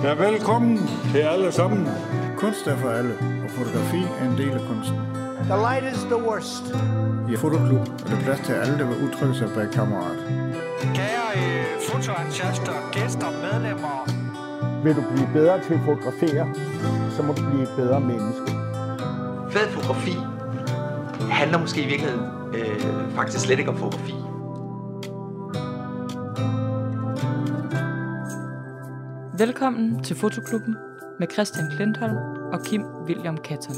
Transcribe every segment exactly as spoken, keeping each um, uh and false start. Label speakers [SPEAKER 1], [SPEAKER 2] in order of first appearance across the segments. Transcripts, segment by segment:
[SPEAKER 1] Ja, velkommen til alle sammen.
[SPEAKER 2] Kunst er for alle, og fotografi er en del af kunsten.
[SPEAKER 3] The light is the worst.
[SPEAKER 2] I Fotoklub er der plads til alle, der vil udtrykke sig bag kameraet.
[SPEAKER 4] Kære øh, fotoentusiaster, gæster, medlemmer.
[SPEAKER 5] Vil du blive bedre til at fotografere, så må du blive et bedre menneske.
[SPEAKER 6] Fed fotografi handler måske i virkeligheden øh, faktisk slet ikke om fotografi.
[SPEAKER 7] Velkommen til Fotoklubben med Christian Klintholm og Kim William Katton.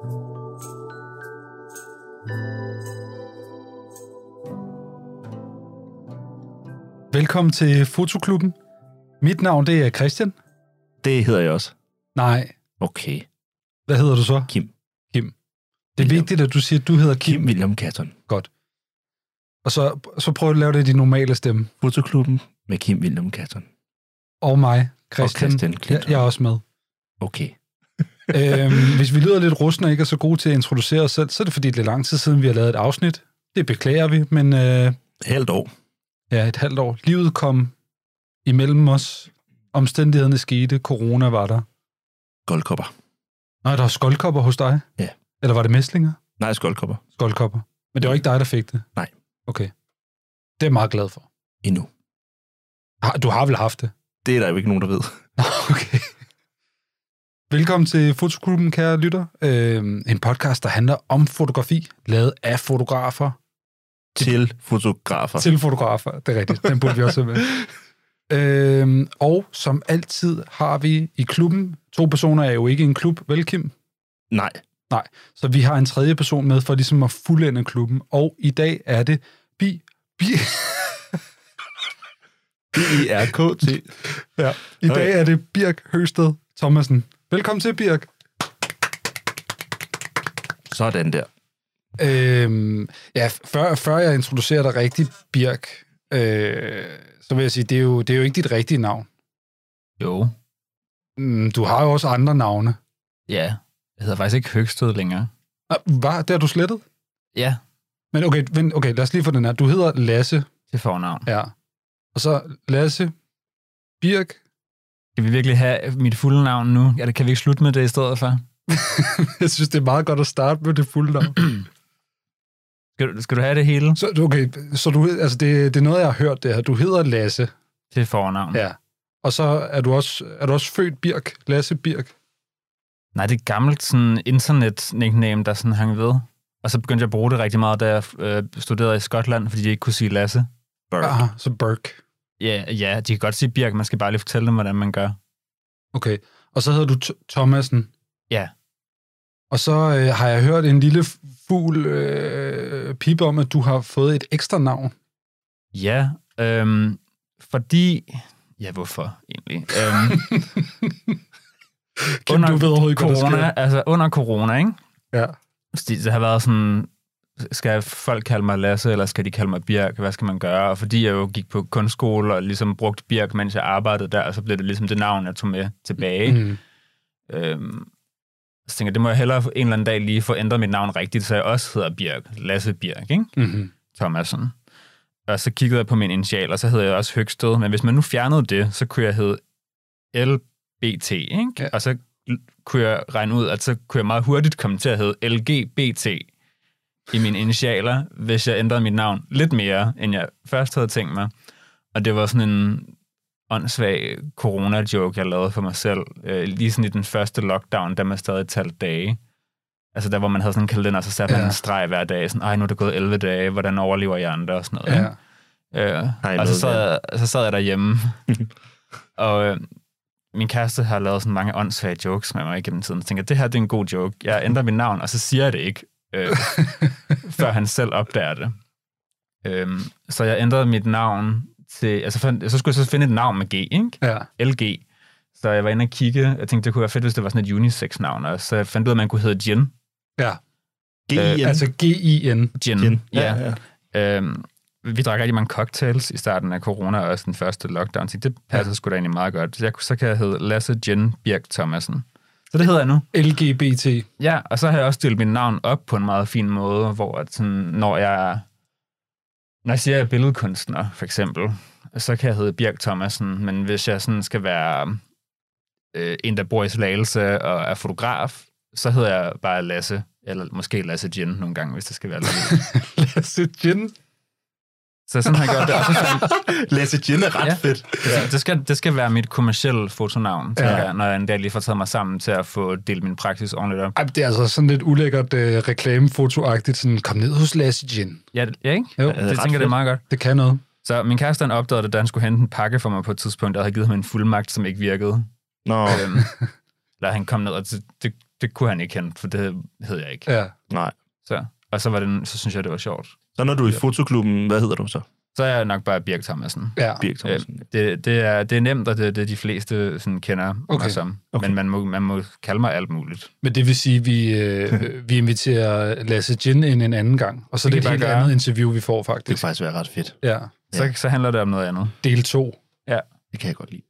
[SPEAKER 8] Velkommen til Fotoklubben. Mit navn, det er Christian.
[SPEAKER 9] Det hedder jeg også.
[SPEAKER 8] Nej.
[SPEAKER 9] Okay.
[SPEAKER 8] Hvad hedder du så?
[SPEAKER 9] Kim.
[SPEAKER 8] Kim. Det er
[SPEAKER 9] William.
[SPEAKER 8] vigtigt, at du siger, at du hedder Kim.
[SPEAKER 9] Kim William Katton.
[SPEAKER 8] Godt. Og så, så prøv at lave det i din normale stemme.
[SPEAKER 9] Fotoklubben med Kim William Katton.
[SPEAKER 8] Og mig, Christian.
[SPEAKER 9] Og Christian
[SPEAKER 8] jeg, jeg er også med.
[SPEAKER 9] Okay.
[SPEAKER 8] øhm, hvis vi lyder lidt rustne og ikke er så gode til at introducere os selv, så er det fordi, det er lang tid siden, vi har lavet et afsnit. Det beklager vi, men... Øh,
[SPEAKER 9] halvt år.
[SPEAKER 8] Ja, et halvt år. Livet kom imellem os. Omstændighederne skete. Corona var der.
[SPEAKER 9] Skoldkopper.
[SPEAKER 8] Nej, der var skoldkopper hos dig?
[SPEAKER 9] Ja.
[SPEAKER 8] Eller var det mæslinger?
[SPEAKER 9] Nej, skoldkopper.
[SPEAKER 8] Skoldkopper. Men det var ikke dig, der fik det?
[SPEAKER 9] Nej.
[SPEAKER 8] Okay. Det er jeg meget glad for.
[SPEAKER 9] Endnu.
[SPEAKER 8] Du har vel haft det?
[SPEAKER 9] Det er der jo ikke nogen, der ved.
[SPEAKER 8] Okay. Velkommen til Fotoklubben, kære lytter. Øh, en podcast, der handler om fotografi, lavet af fotografer.
[SPEAKER 9] Til fotografer.
[SPEAKER 8] Til fotografer, det er rigtigt. Den burde vi også have med. Øh, og som altid har vi i klubben, to personer er jo ikke en klub, vel Kim?
[SPEAKER 9] Nej.
[SPEAKER 8] Nej, så vi har en tredje person med for ligesom at fuldende klubben. Og i dag er det Bi... Bi
[SPEAKER 9] B I R K T.
[SPEAKER 8] Ja, i dag er det Birk Høsted Thomasen. Velkommen til, Birk.
[SPEAKER 9] Sådan der.
[SPEAKER 8] Øhm, ja, før, før jeg introducerer dig rigtigt, Birk, øh, så vil jeg sige, det er, jo, det er jo ikke dit rigtige navn.
[SPEAKER 10] Jo.
[SPEAKER 8] Mm, du har jo også andre navne.
[SPEAKER 10] Ja, jeg hedder faktisk ikke Høgsted længere.
[SPEAKER 8] Hvad? Det har du slettet?
[SPEAKER 10] Ja.
[SPEAKER 8] Men okay, vent, okay, lad os lige få den her. Du hedder Lasse.
[SPEAKER 10] Til fornavn.
[SPEAKER 8] Ja. Og så Lasse Birk.
[SPEAKER 10] Kan vi virkelig have mit fulde navn nu? Eller kan vi ikke slutte med det i stedet for?
[SPEAKER 8] Jeg synes, det er meget godt at starte med det fulde navn.
[SPEAKER 10] skal, du, skal du have det hele?
[SPEAKER 8] Så, okay, så du, altså det, det er noget, jeg har hørt det her. Du hedder Lasse.
[SPEAKER 10] Til fornavn.
[SPEAKER 8] Ja. Og så er du også, er du også født Birk? Lasse Birk?
[SPEAKER 10] Nej, det er et gammelt sådan, internet-nickname, der sådan hang ved. Og så begyndte jeg at bruge det rigtig meget, da jeg øh, studerede i Skotland, fordi de ikke kunne sige Lasse.
[SPEAKER 8] Burke. Aha, så Burke.
[SPEAKER 10] Ja, ja, de kan godt sige Birk, man skal bare lige fortælle dem, hvordan man gør.
[SPEAKER 8] Okay, og så hedder du T- Thomasen.
[SPEAKER 10] Ja.
[SPEAKER 8] Og så øh, har jeg hørt en lille fugl øh, pipe om, at du har fået et ekstra navn.
[SPEAKER 10] Ja, øhm, fordi... Ja, hvorfor egentlig? Øhm,
[SPEAKER 8] Kim, under du ved overhovedet ikke,
[SPEAKER 10] corona, altså under corona, ikke?
[SPEAKER 8] Ja.
[SPEAKER 10] Det har været sådan... Skal folk kalde mig Lasse, eller skal de kalde mig Birk? Hvad skal man gøre? Og fordi jeg jo gik på kunstskole og ligesom brugte Birk, mens jeg arbejdede der, så blev det ligesom det navn, jeg tog med tilbage. Mm. Øhm, så tænker jeg, det må jeg hellere en eller anden dag lige få ændret mit navn rigtigt, så jeg også hedder Birk. Lasse Birk, ikke?
[SPEAKER 8] Mm-hmm.
[SPEAKER 10] Thomasen. Og så kiggede jeg på min initial, og så hedder jeg også Høgsted. Men hvis man nu fjernede det, så kunne jeg hedde L B T, ikke? Ja. Og så kunne jeg regne ud, at så kunne jeg meget hurtigt komme til at hedde L G B T i mine initialer, hvis jeg ændrede mit navn lidt mere, end jeg først havde tænkt mig. Og det var sådan en åndssvag corona-joke, jeg lavede for mig selv. Øh, lige sådan i den første lockdown, da man stadig talte dage. Altså der, hvor man havde sådan en kalender, så satte man ja. en streg hver dag. Sådan, ej, nu er det gået elleve dage, hvordan overlever jeg andre? Og sådan noget. Ja. Øh, Ej, og så sad, jeg, så sad jeg derhjemme. og øh, min kæreste har lavet sådan mange åndssvage jokes med mig igennem tiden. Jeg tænker, det her det er en god joke. Jeg ændrer mit navn, og så siger jeg det ikke. Øh, før han selv opdager det. Øhm, så jeg ændrede mit navn til... Altså, så skulle jeg så finde et navn med G, ikke?
[SPEAKER 8] Ja.
[SPEAKER 10] L G. Så jeg var inde og kigge. Jeg tænkte, det kunne være fedt, hvis det var sådan et unisex-navn. Og så fandt jeg ud af, at man kunne hedde Jen.
[SPEAKER 8] Ja.
[SPEAKER 10] G I N.
[SPEAKER 8] Øh, altså G I N.
[SPEAKER 10] Jen. Jen. Ja. ja, ja. Øhm, vi drak rigtig mange cocktails i starten af corona, og også den første lockdown. Så det passer ja. sgu da egentlig meget godt. Så, jeg, så kan jeg hedde Lasse Jen Birk Thomasen. Så det hedder jeg nu.
[SPEAKER 8] L G B T.
[SPEAKER 10] Ja, og så har jeg også stillet mit navn op på en meget fin måde, hvor at sådan, når jeg når jeg siger, at jeg er billedkunstner, for eksempel, så kan jeg hedde Birk Thomasen, men hvis jeg sådan skal være øh, en, der bor i Slagelse og er fotograf, så hedder jeg bare Lasse, eller måske Lasse Gin nogle gange, hvis det skal være lidt.
[SPEAKER 8] Lasse Gin?
[SPEAKER 10] Så sådan har jeg gjort det. Og så sådan,
[SPEAKER 9] Lasse Gin er ret
[SPEAKER 10] ja,
[SPEAKER 9] fedt.
[SPEAKER 10] Det, det, skal, det skal være mit kommercielle fotonavn,
[SPEAKER 8] Ja.
[SPEAKER 10] jeg, når jeg en dag lige får taget mig sammen til at få delt min praksis ordentligt op.
[SPEAKER 8] Ej, det er altså sådan lidt ulækkert uh, reklamefotoagtigt, sådan, kom ned hos Lasse Gin.
[SPEAKER 10] Ja, ja ikke?
[SPEAKER 8] Jo.
[SPEAKER 10] Det, det tænker jeg, det er meget godt.
[SPEAKER 8] Det kan noget.
[SPEAKER 10] Så min kæreste han opdagede, at han skulle hente en pakke for mig på et tidspunkt, og havde givet ham en fuldmagt, som ikke virkede.
[SPEAKER 9] Nå,
[SPEAKER 10] Øhm, eller han kom ned, og det, det, det kunne han ikke hente, for det hed jeg ikke.
[SPEAKER 8] Ja.
[SPEAKER 9] nej.
[SPEAKER 10] Så, og så, var det, så synes jeg, det var sjovt.
[SPEAKER 9] Så når du er i fotoklubben, hvad hedder du så?
[SPEAKER 10] Så er jeg nok bare Birk Thomasen.
[SPEAKER 8] Ja.
[SPEAKER 9] Birk Thomsen.
[SPEAKER 10] Øh, det, det, er, det er nemt, og det, det er de fleste sådan, kender
[SPEAKER 8] Okay.
[SPEAKER 10] mig som.
[SPEAKER 9] Okay.
[SPEAKER 10] Men man må, man må kalde mig alt muligt.
[SPEAKER 8] Men det vil sige, at vi, øh, vi inviterer Lasse Gin ind en anden gang, og så
[SPEAKER 10] Det
[SPEAKER 8] det er
[SPEAKER 10] kan
[SPEAKER 8] det
[SPEAKER 10] vi
[SPEAKER 8] et helt
[SPEAKER 10] bare gøre.
[SPEAKER 8] andet interview, vi får
[SPEAKER 9] Det kan
[SPEAKER 8] faktisk.
[SPEAKER 9] faktisk være ret fedt.
[SPEAKER 8] Ja.
[SPEAKER 10] Så, så handler det om noget andet.
[SPEAKER 8] Del to.
[SPEAKER 9] Det kan jeg godt lide.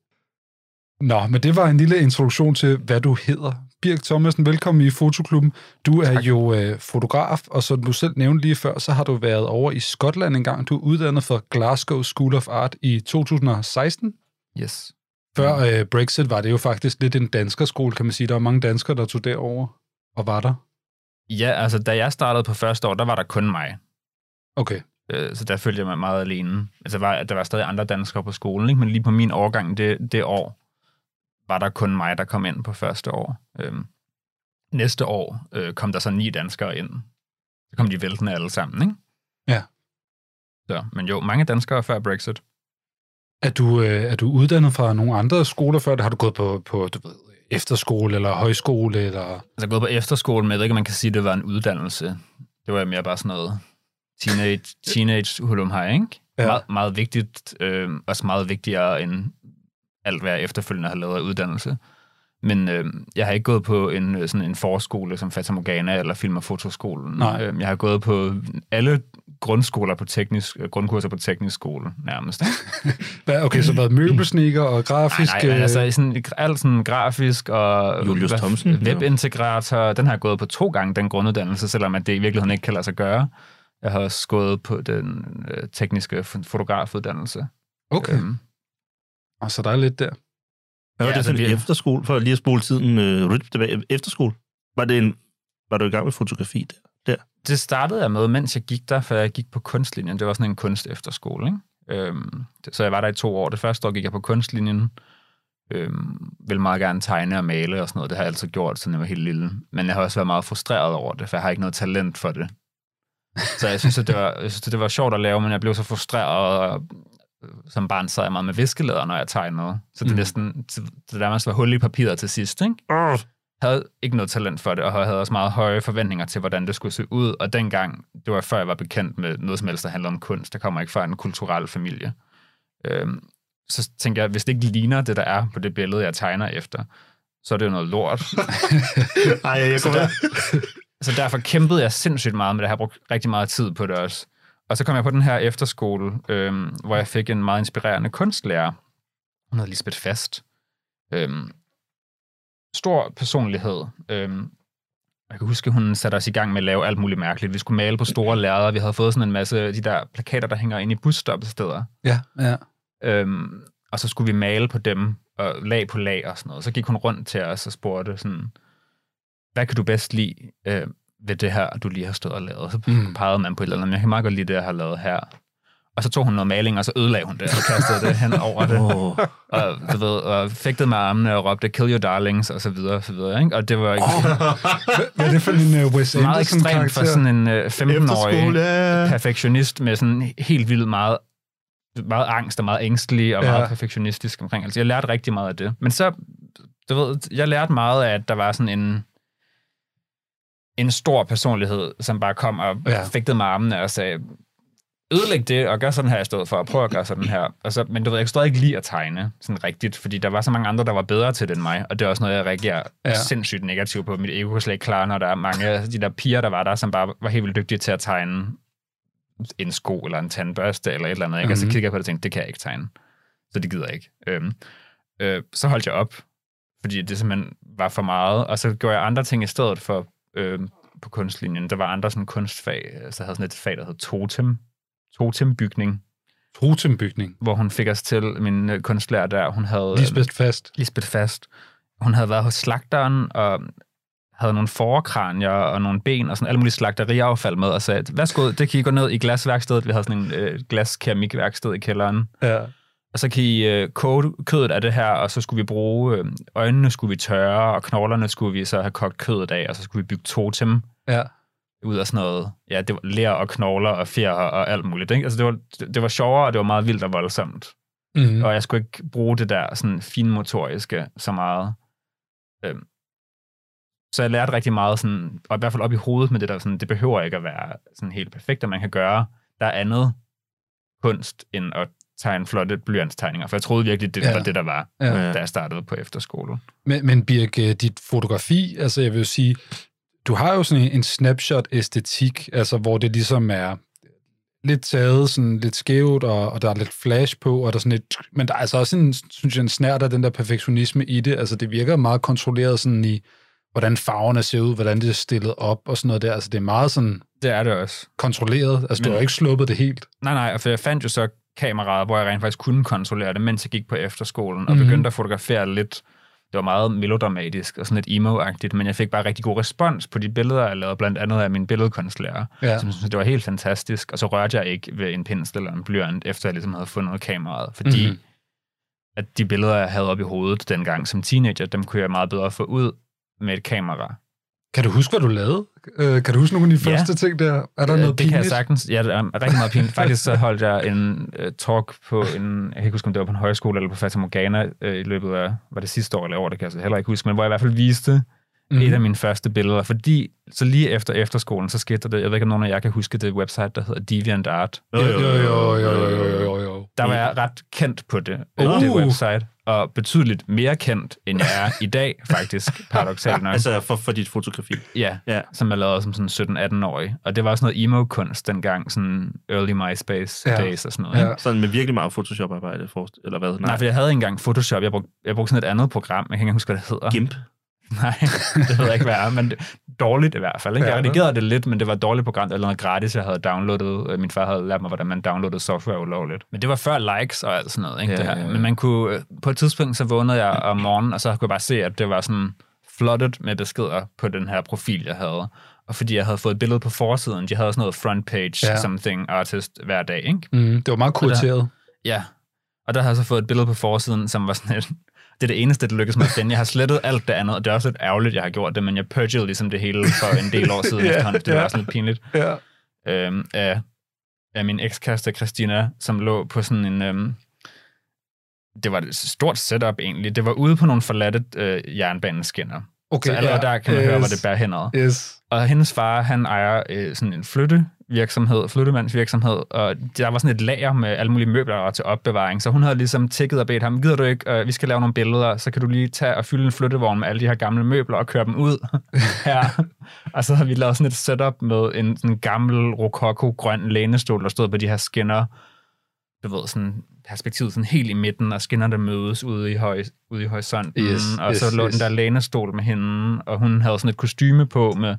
[SPEAKER 8] Nå, men det var en lille introduktion til, hvad du hedder. Birk Thomasen, velkommen i Fotoklubben. Du er tak. jo øh, fotograf, og som du selv nævnte lige før, så har du været over i Skotland en gang. Du er uddannet fra Glasgow School of Art i to tusind og seksten.
[SPEAKER 10] Yes.
[SPEAKER 8] Før øh, Brexit var det jo faktisk lidt en danskerskole, kan man sige. Der var mange danskere, der tog derover og var der.
[SPEAKER 10] Ja, altså da jeg startede på første år, der var der kun mig.
[SPEAKER 8] Okay.
[SPEAKER 10] Øh, så der følte jeg mig meget alene. Altså, der var, der var stadig andre danskere på skolen, ikke? Men lige på min årgang det, det år, var der kun mig, der kom ind på første år. Øhm, næste år øh, kom der så ni danskere ind. Så kom de væltende alle sammen, ikke?
[SPEAKER 8] Ja.
[SPEAKER 10] Så, men jo, mange danskere før Brexit.
[SPEAKER 8] Er du, øh, er du uddannet fra nogle andre skoler før? Har du gået på, på du ved, efterskole eller højskole? Eller?
[SPEAKER 10] Altså, jeg er gået på efterskole, men jeg ved ikke, om man kan sige, at det var en uddannelse. Det var mere bare sådan noget teenage, teenage hulum her, ikke?
[SPEAKER 8] Ja.
[SPEAKER 10] Meget, meget vigtigt, øh, også meget vigtigere end alt, hvad jeg efterfølgende har lavet af uddannelse. Men øh, jeg har ikke gået på en, sådan en forskole som Fata Morgana eller Film- og Fotoskolen. Øh, jeg har gået på alle grundskoler på teknisk, grundkurser på teknisk skole, nærmest.
[SPEAKER 8] Okay, så været møbelsnikker og grafisk...
[SPEAKER 10] Nej, nej, altså sådan, alt sådan grafisk og
[SPEAKER 9] Julius Thomsen,
[SPEAKER 10] webintegrator, den har jeg gået på to gange, den grunduddannelse, selvom at det i virkeligheden ikke kan lade sig gøre. Jeg har også gået på den øh, tekniske fotografuddannelse.
[SPEAKER 8] Okay. Øhm. Og så der er lidt der.
[SPEAKER 9] Hvad var
[SPEAKER 10] Ja,
[SPEAKER 9] det
[SPEAKER 10] altså,
[SPEAKER 9] sådan en
[SPEAKER 10] vi-
[SPEAKER 9] efterskole, for lige at spole tiden øh, rydt tilbage? Efterskole? Var, det en, var du i gang med fotografi der? der?
[SPEAKER 10] Det startede jeg med, mens jeg gik der, for jeg gik på kunstlinjen. Det var sådan en kunst efterskole, ikke? Øhm, det, så jeg var der i to år. Det første år gik jeg på kunstlinjen. Øhm, ville meget gerne tegne og male og sådan noget. Det har jeg altid gjort, siden jeg var helt lille. Men jeg har også været meget frustreret over det, for jeg har ikke noget talent for det. Så jeg synes, at det var, jeg synes, at det var sjovt at lave, men jeg blev så frustreret, og som barn sad jeg meget med viskelæder, når jeg tegnede. Så det, mm. næsten, det der var hul i papiret til sidst, ikke? Jeg havde ikke noget talent for det, og jeg havde også meget høje forventninger til, hvordan det skulle se ud. Og dengang, det var før jeg var bekendt med noget som helst, der handlede om kunst. Der kommer ikke fra en kulturel familie. Øhm, så tænkte jeg, hvis det ikke ligner det, der er på det billede, jeg tegner efter, så er det jo noget lort.
[SPEAKER 9] Ej, jeg
[SPEAKER 10] så, der, så derfor kæmpede jeg sindssygt meget med det. Jeg har brugt rigtig meget tid på det også. Og så kom jeg på den her efterskole, øhm, hvor jeg fik en meget inspirerende kunstlærer. Hun hed Lisbeth Fast. Øhm, stor personlighed. Øhm, jeg kan huske, hun satte os i gang med at lave alt muligt mærkeligt. Vi skulle male på store lærreder. Vi havde fået sådan en masse af de der plakater, der hænger inde i busstoppesteder.
[SPEAKER 8] Ja, ja.
[SPEAKER 10] Øhm, og så skulle vi male på dem, og lag på lag og sådan noget. Så gik hun rundt til os og spurgte sådan, hvad kan du bedst lide øh, ved det her, du lige har stået og lavet? Så
[SPEAKER 8] Mm.
[SPEAKER 10] pegede man på et eller andet, men jeg kan meget godt lide det, jeg har lavet her. Og så tog hun noget maling, og så ødelagde hun det, og kastede det hen over det.
[SPEAKER 9] Oh.
[SPEAKER 10] Og, du ved, og fægtede med armene og råbte, kill your darlings, og så videre, og så videre, ikke? Og det var ikke
[SPEAKER 8] Hvad er det for en uh, Wes
[SPEAKER 10] meget
[SPEAKER 8] Anderson
[SPEAKER 10] ekstremt
[SPEAKER 8] karakter?
[SPEAKER 10] for sådan en uh, femten-årig
[SPEAKER 9] Efterskole, ja.
[SPEAKER 10] perfektionist med sådan helt vildt meget, meget angst og meget ængstelig og
[SPEAKER 8] Ja.
[SPEAKER 10] meget perfektionistisk omkring. Altså, jeg lærte rigtig meget af det. Men så, du ved, jeg lærte meget af, at der var sådan en en stor personlighed, som bare kom og
[SPEAKER 8] Ja.
[SPEAKER 10] fægtede med armene og sagde, ødelæg det, og gør sådan her i stedet for, og prøv at gøre sådan her. Og så, men du ved, jeg kunne stadig ikke lide at tegne sådan rigtigt, fordi der var så mange andre, der var bedre til det end mig, og det er også noget, jeg reagerer
[SPEAKER 8] Ja.
[SPEAKER 10] ja. sindssygt negativt på. Mit ego kan slet ikke klare, når der er mange af de der piger, der var der, som bare var helt vildt dygtige til at tegne en sko, eller en tandbørste, eller et eller andet, ikke? Mm-hmm. Og så kiggede jeg på det og tænkte, det kan jeg ikke tegne. Så det gider jeg ikke. Øhm, øh, så holdt jeg op, fordi det simpelthen var for meget, og så gjorde jeg andre ting i stedet for øh, på kunstlinjen. Der var andre sådan kunstfag, så havde sådan et fag, der hed totem, totembygning.
[SPEAKER 8] Totembygning.
[SPEAKER 10] Hvor hun fik os til, min øh, kunstlærer der, hun havde...
[SPEAKER 8] Lisbeth Fast.
[SPEAKER 10] Lisbeth Fast. hun havde været hos slagteren og havde nogle forkranier og nogle ben og sådan alle mulige slagteriaffald med, og sagde, værsgo, det kan I gå ned i glasværkstedet. Vi havde sådan en øh, glaskeramikværksted i kælderen.
[SPEAKER 8] Ja.
[SPEAKER 10] Og så kan I øh, koge kødet af det her, og så skulle vi bruge, øh, øjnene skulle vi tørre, og knoglerne skulle vi så have kogt kødet af, og så skulle vi bygge totem.
[SPEAKER 8] Ja.
[SPEAKER 10] Ud af sådan noget, ja, det var ler og knogler og fjer og alt muligt, ikke? Altså det var, det, det var sjovere, og det var meget vildt og voldsomt. Mm. Og jeg skulle ikke bruge det der sådan finmotoriske så meget. Øhm. Så jeg lærte rigtig meget sådan, og i hvert fald op i hovedet med det der, sådan, det behøver ikke at være sådan helt perfekt, og man kan gøre, der er andet kunst, end at tegne flotte blyantstegninger, for jeg troede virkelig, det ja. var det, der var, ja. da jeg startede på efterskole.
[SPEAKER 8] Men, men Birk, dit fotografi, altså jeg vil jo sige, du har jo sådan en snapshot-æstetik, altså hvor det ligesom er lidt taget, sådan lidt skævt, og, og der er lidt flash på, og der er sådan et, men der er altså også en, synes jeg, en snært af den der perfektionisme i det, altså det virker meget kontrolleret sådan i, hvordan farverne ser ud, hvordan det er stillet op, og sådan noget der, altså det er meget sådan...
[SPEAKER 10] Det er det også.
[SPEAKER 8] Kontrolleret, altså men, du har ikke sluppet det helt.
[SPEAKER 10] Nej, nej, for jeg fandt jo så kameraet, hvor jeg rent faktisk kunne kontrollere det, mens jeg gik på efterskolen, og mm-hmm. begyndte at fotografere lidt. Det var meget melodramatisk og sådan lidt emo-agtigt, men jeg fik bare rigtig god respons på de billeder, jeg lavede, blandt andet af min billedkunstlærer. Ja. Som synes, det var helt fantastisk, og så rørte jeg ikke ved en pensel eller en blyant, efter jeg ligesom havde fundet kameraet, fordi mm-hmm. at de billeder, jeg havde op i hovedet dengang som teenager, dem kunne jeg meget bedre få ud med et kamera.
[SPEAKER 8] Kan du huske, hvad du lavede? Øh, kan du huske nogle af de ja. første ting der? Er der
[SPEAKER 10] øh,
[SPEAKER 8] noget
[SPEAKER 10] det
[SPEAKER 8] pinligt?
[SPEAKER 10] Kan jeg sagtens. Ja, det er rigtig meget pinligt. Faktisk så holdt jeg en uh, talk på en, jeg kan ikke huske, om det var på en højskole eller på Fata Morgana uh, i løbet af, var det sidste år eller år, det kan jeg så heller ikke huske, men hvor jeg i hvert fald viste mm-hmm. et af mine første billeder, fordi så lige efter efterskolen, så skete det, jeg ved ikke, om nogen af jer kan huske det website, der hedder DeviantArt.
[SPEAKER 8] Jo, jo, jo, jo, jo, jo, jo, jo.
[SPEAKER 10] Der var jeg ret kendt på det, uh. det website, og betydeligt mere kendt, end jeg er i dag, faktisk, paradoksalt nok.
[SPEAKER 9] Altså for, for dit fotografi?
[SPEAKER 10] Ja, ja, som jeg lavede som sådan sytten-atten-årig. Og det var også noget emo-kunst dengang, sådan early MySpace ja. days og sådan noget.
[SPEAKER 9] Ja. Sådan med virkelig meget Photoshop-arbejde, eller hvad? Nej.
[SPEAKER 10] Nej, for jeg havde ikke engang Photoshop. Jeg brugte, jeg brugte sådan et andet program. Jeg kan ikke huske, hvad det hedder.
[SPEAKER 9] GIMP?
[SPEAKER 10] Nej, det ved jeg ikke, hvad er, men det, dårligt i hvert fald. Ikke? Jeg redigerede det lidt, men det var et dårligt program, eller noget gratis, jeg havde downloadet. Min far havde lært mig, hvordan man downloadede software ulovligt. Men det var før likes og alt sådan noget. Ikke, ja, det her. Ja, ja. Men man kunne, på et tidspunkt, så vågnede jeg om morgenen, og så kunne jeg bare se, at det var sådan flooded med beskeder på den her profil, jeg havde. Og fordi jeg havde fået et billede på forsiden, de havde sådan noget front page, ja. something artist hver dag. Ikke?
[SPEAKER 8] Mm, det var meget kurateret.
[SPEAKER 10] Ja, og der havde jeg så fået et billede på forsiden, som var sådan et... Det er det eneste, det lykkedes mig at finde. Jeg har slettet alt det andet, og det er også lidt ærgerligt, jeg har gjort det, men jeg purgede ligesom det hele for en del år siden. yeah, det var yeah. også lidt pinligt. Yeah. Øhm, af, af min ekskæreste Christina, som lå på sådan en... Øhm, det var et stort setup egentlig. Det var ude på nogle forladte øh, jernbaneskinner. Okay, så allerede yeah. der kan man yes. høre, hvor det bærer henad. Yes. Og hendes far, han ejer øh, sådan en flyttevirksomhed, flyttemandsvirksomhed, og der var sådan et lager med alle mulige møbler til opbevaring, så hun havde ligesom tækket og bedt ham, gider du ikke, øh, vi skal lave nogle billeder, så kan du lige tage og fylde en flyttevogn med alle de her gamle møbler og køre dem ud her. Og så har vi lavet sådan et setup med en sådan gammel rokoko-grøn lænestol, der stod på de her skinner, du ved, sådan perspektivet sådan helt i midten, og skinnerne mødes ude i, høj, ude i horisonten, yes, og yes, så lå yes. den der lænestol med hende, og hun havde sådan et kostyme på med,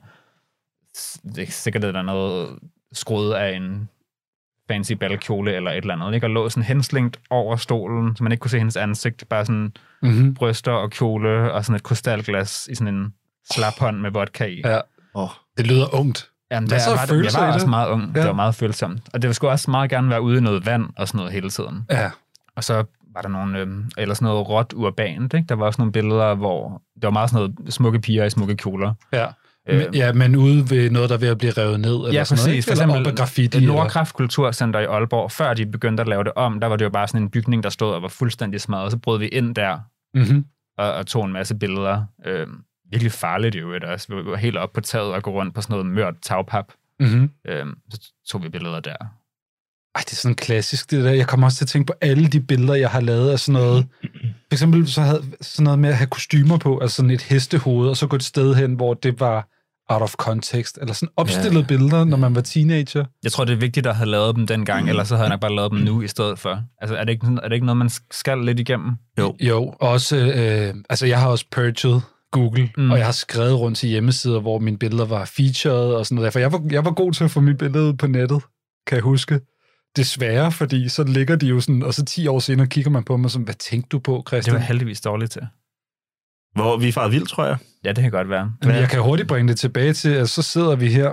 [SPEAKER 10] det er sikkert der noget skruet af en fancy ballkjole eller et eller andet, ikke? Og lå sådan henslængt over stolen, så man ikke kunne se hendes ansigt, bare sådan mm-hmm. bryster og kjole, og sådan et krystalglas i sådan en slaphånd med vodka i.
[SPEAKER 8] Ja. Oh, det lyder ungt.
[SPEAKER 10] Jamen, det er, var, jeg var også meget ung. Ja. Det var meget følsomt. Og det skulle også meget gerne være ude i noget vand og sådan noget hele tiden. Ja. Og så var der nogle, øhm, eller sådan noget råt urbant, ikke? Der var også nogle billeder, hvor det var meget sådan noget smukke piger i smukke kjoler. Ja.
[SPEAKER 8] Øhm, ja, men ude ved noget, der er ved at blive revet ned. Eller
[SPEAKER 10] ja,
[SPEAKER 8] sådan
[SPEAKER 10] præcis.
[SPEAKER 8] Noget,
[SPEAKER 10] for eksempel graffiti, Nordkraft Kulturcenter i Aalborg, før de begyndte at lave det om, der var det jo bare sådan en bygning, der stod og var fuldstændig smadret. Og så brød vi ind der mm-hmm. og, og tog en masse billeder. Øhm, virkelig farligt jo, altså. Vi var helt oppe på taget og gå rundt på sådan noget mørt tagpap. Mm-hmm. Øhm, så tog vi billeder der.
[SPEAKER 8] Ej, det er sådan klassisk, det der. Jeg kommer også til at tænke på alle de billeder, jeg har lavet af sådan noget. For eksempel så havde sådan noget med at have kostymer på, altså sådan et hestehoved, og så gå et sted hen, hvor det var out of context, eller sådan opstillede ja. billeder, når man var teenager.
[SPEAKER 10] Jeg tror, det er vigtigt at have lavet dem dengang, mm. ellers så havde jeg nok bare lavet dem nu i stedet for. Altså, er det ikke, er det ikke noget, man skal lidt igennem?
[SPEAKER 8] Jo. Jo, også, øh, altså jeg har også purged Google, mm. og jeg har skrevet rundt til hjemmesider, hvor mine billeder var featured og sådan noget. For jeg var, jeg var god til at få mit billede på nettet, kan jeg huske. Desværre, fordi så ligger de jo sådan, og så ti år senere kigger man på mig som, hvad tænkte du på, Christian?
[SPEAKER 10] Det var heldigvis dårligt til.
[SPEAKER 9] Hvor vi er faret vildt, tror jeg.
[SPEAKER 10] Ja, det kan godt være.
[SPEAKER 8] Men jeg kan hurtigt bringe det tilbage til, at så sidder vi her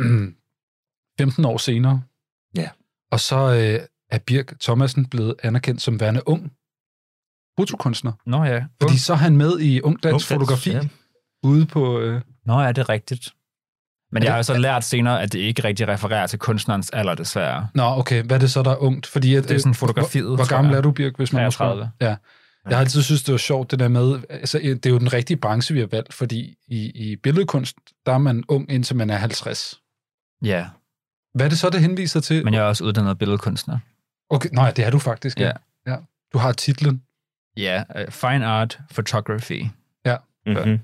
[SPEAKER 8] femten år senere.
[SPEAKER 9] Ja.
[SPEAKER 8] Og så øh, er Birk Thomasen blevet anerkendt som værende ung fotokunstner.
[SPEAKER 10] Nå ja.
[SPEAKER 8] Fordi så er han med i Ung Dansk Fotografi
[SPEAKER 9] ja.
[SPEAKER 8] ude på... Øh...
[SPEAKER 10] Nå ja, det er rigtigt. Men
[SPEAKER 8] er
[SPEAKER 10] jeg har
[SPEAKER 8] det,
[SPEAKER 10] jo så lært senere, at det ikke rigtig refererer til kunstnerens alder, desværre.
[SPEAKER 8] Nå, okay. Hvad er det så, der er ungt? Fordi, at,
[SPEAKER 10] det er sådan fotografiet,
[SPEAKER 8] Hvor, hvor gammel er du, Birk, hvis man
[SPEAKER 10] treogtredive.
[SPEAKER 8] må spørge? Ja. Jeg har altid synes, det var sjovt, det der med... Altså, det er jo den rigtige branche, vi har valgt, fordi i, i billedkunst, der er man ung, indtil man er halvtreds.
[SPEAKER 10] Ja.
[SPEAKER 8] Hvad er det så, det henviser til?
[SPEAKER 10] Men jeg er også uddannet billedkunstner.
[SPEAKER 8] Okay, nej, det er du faktisk.
[SPEAKER 10] Ja.
[SPEAKER 8] ja. Du har titlen.
[SPEAKER 10] Ja, uh, Fine Art Photography.
[SPEAKER 8] Ja.
[SPEAKER 9] Mm-hmm.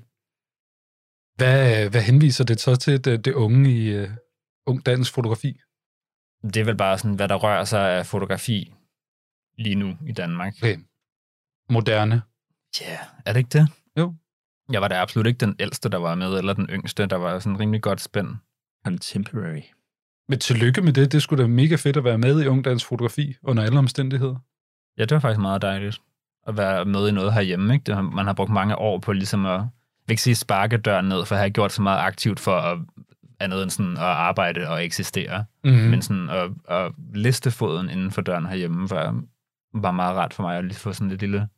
[SPEAKER 8] Hvad, hvad henviser det så til, det, det unge i uh, Ung Dansk Fotografi?
[SPEAKER 10] Det er vel bare sådan, hvad der rører sig af fotografi lige nu i Danmark.
[SPEAKER 8] Okay. Moderne.
[SPEAKER 10] Ja, yeah. Er det ikke det?
[SPEAKER 8] Jo.
[SPEAKER 10] Jeg var da absolut ikke den ældste, der var med, eller den yngste, der var sådan rimelig godt spændt.
[SPEAKER 9] Contemporary.
[SPEAKER 8] Men tillykke med det. Det skulle da mega fedt at være med i Ung Dansk Fotografi under alle omstændigheder.
[SPEAKER 10] Ja, det var faktisk meget dejligt at være med i noget herhjemme. Ikke? Det har, man har brugt mange år på ligesom at, jeg vil ikke sige sparke døren ned, for jeg har gjort så meget aktivt for at, andet end sådan at arbejde og eksistere. Mm-hmm. Men sådan at, at liste foden inden for døren herhjemme var, var meget rart for mig at lige få sådan lidt lille, jeg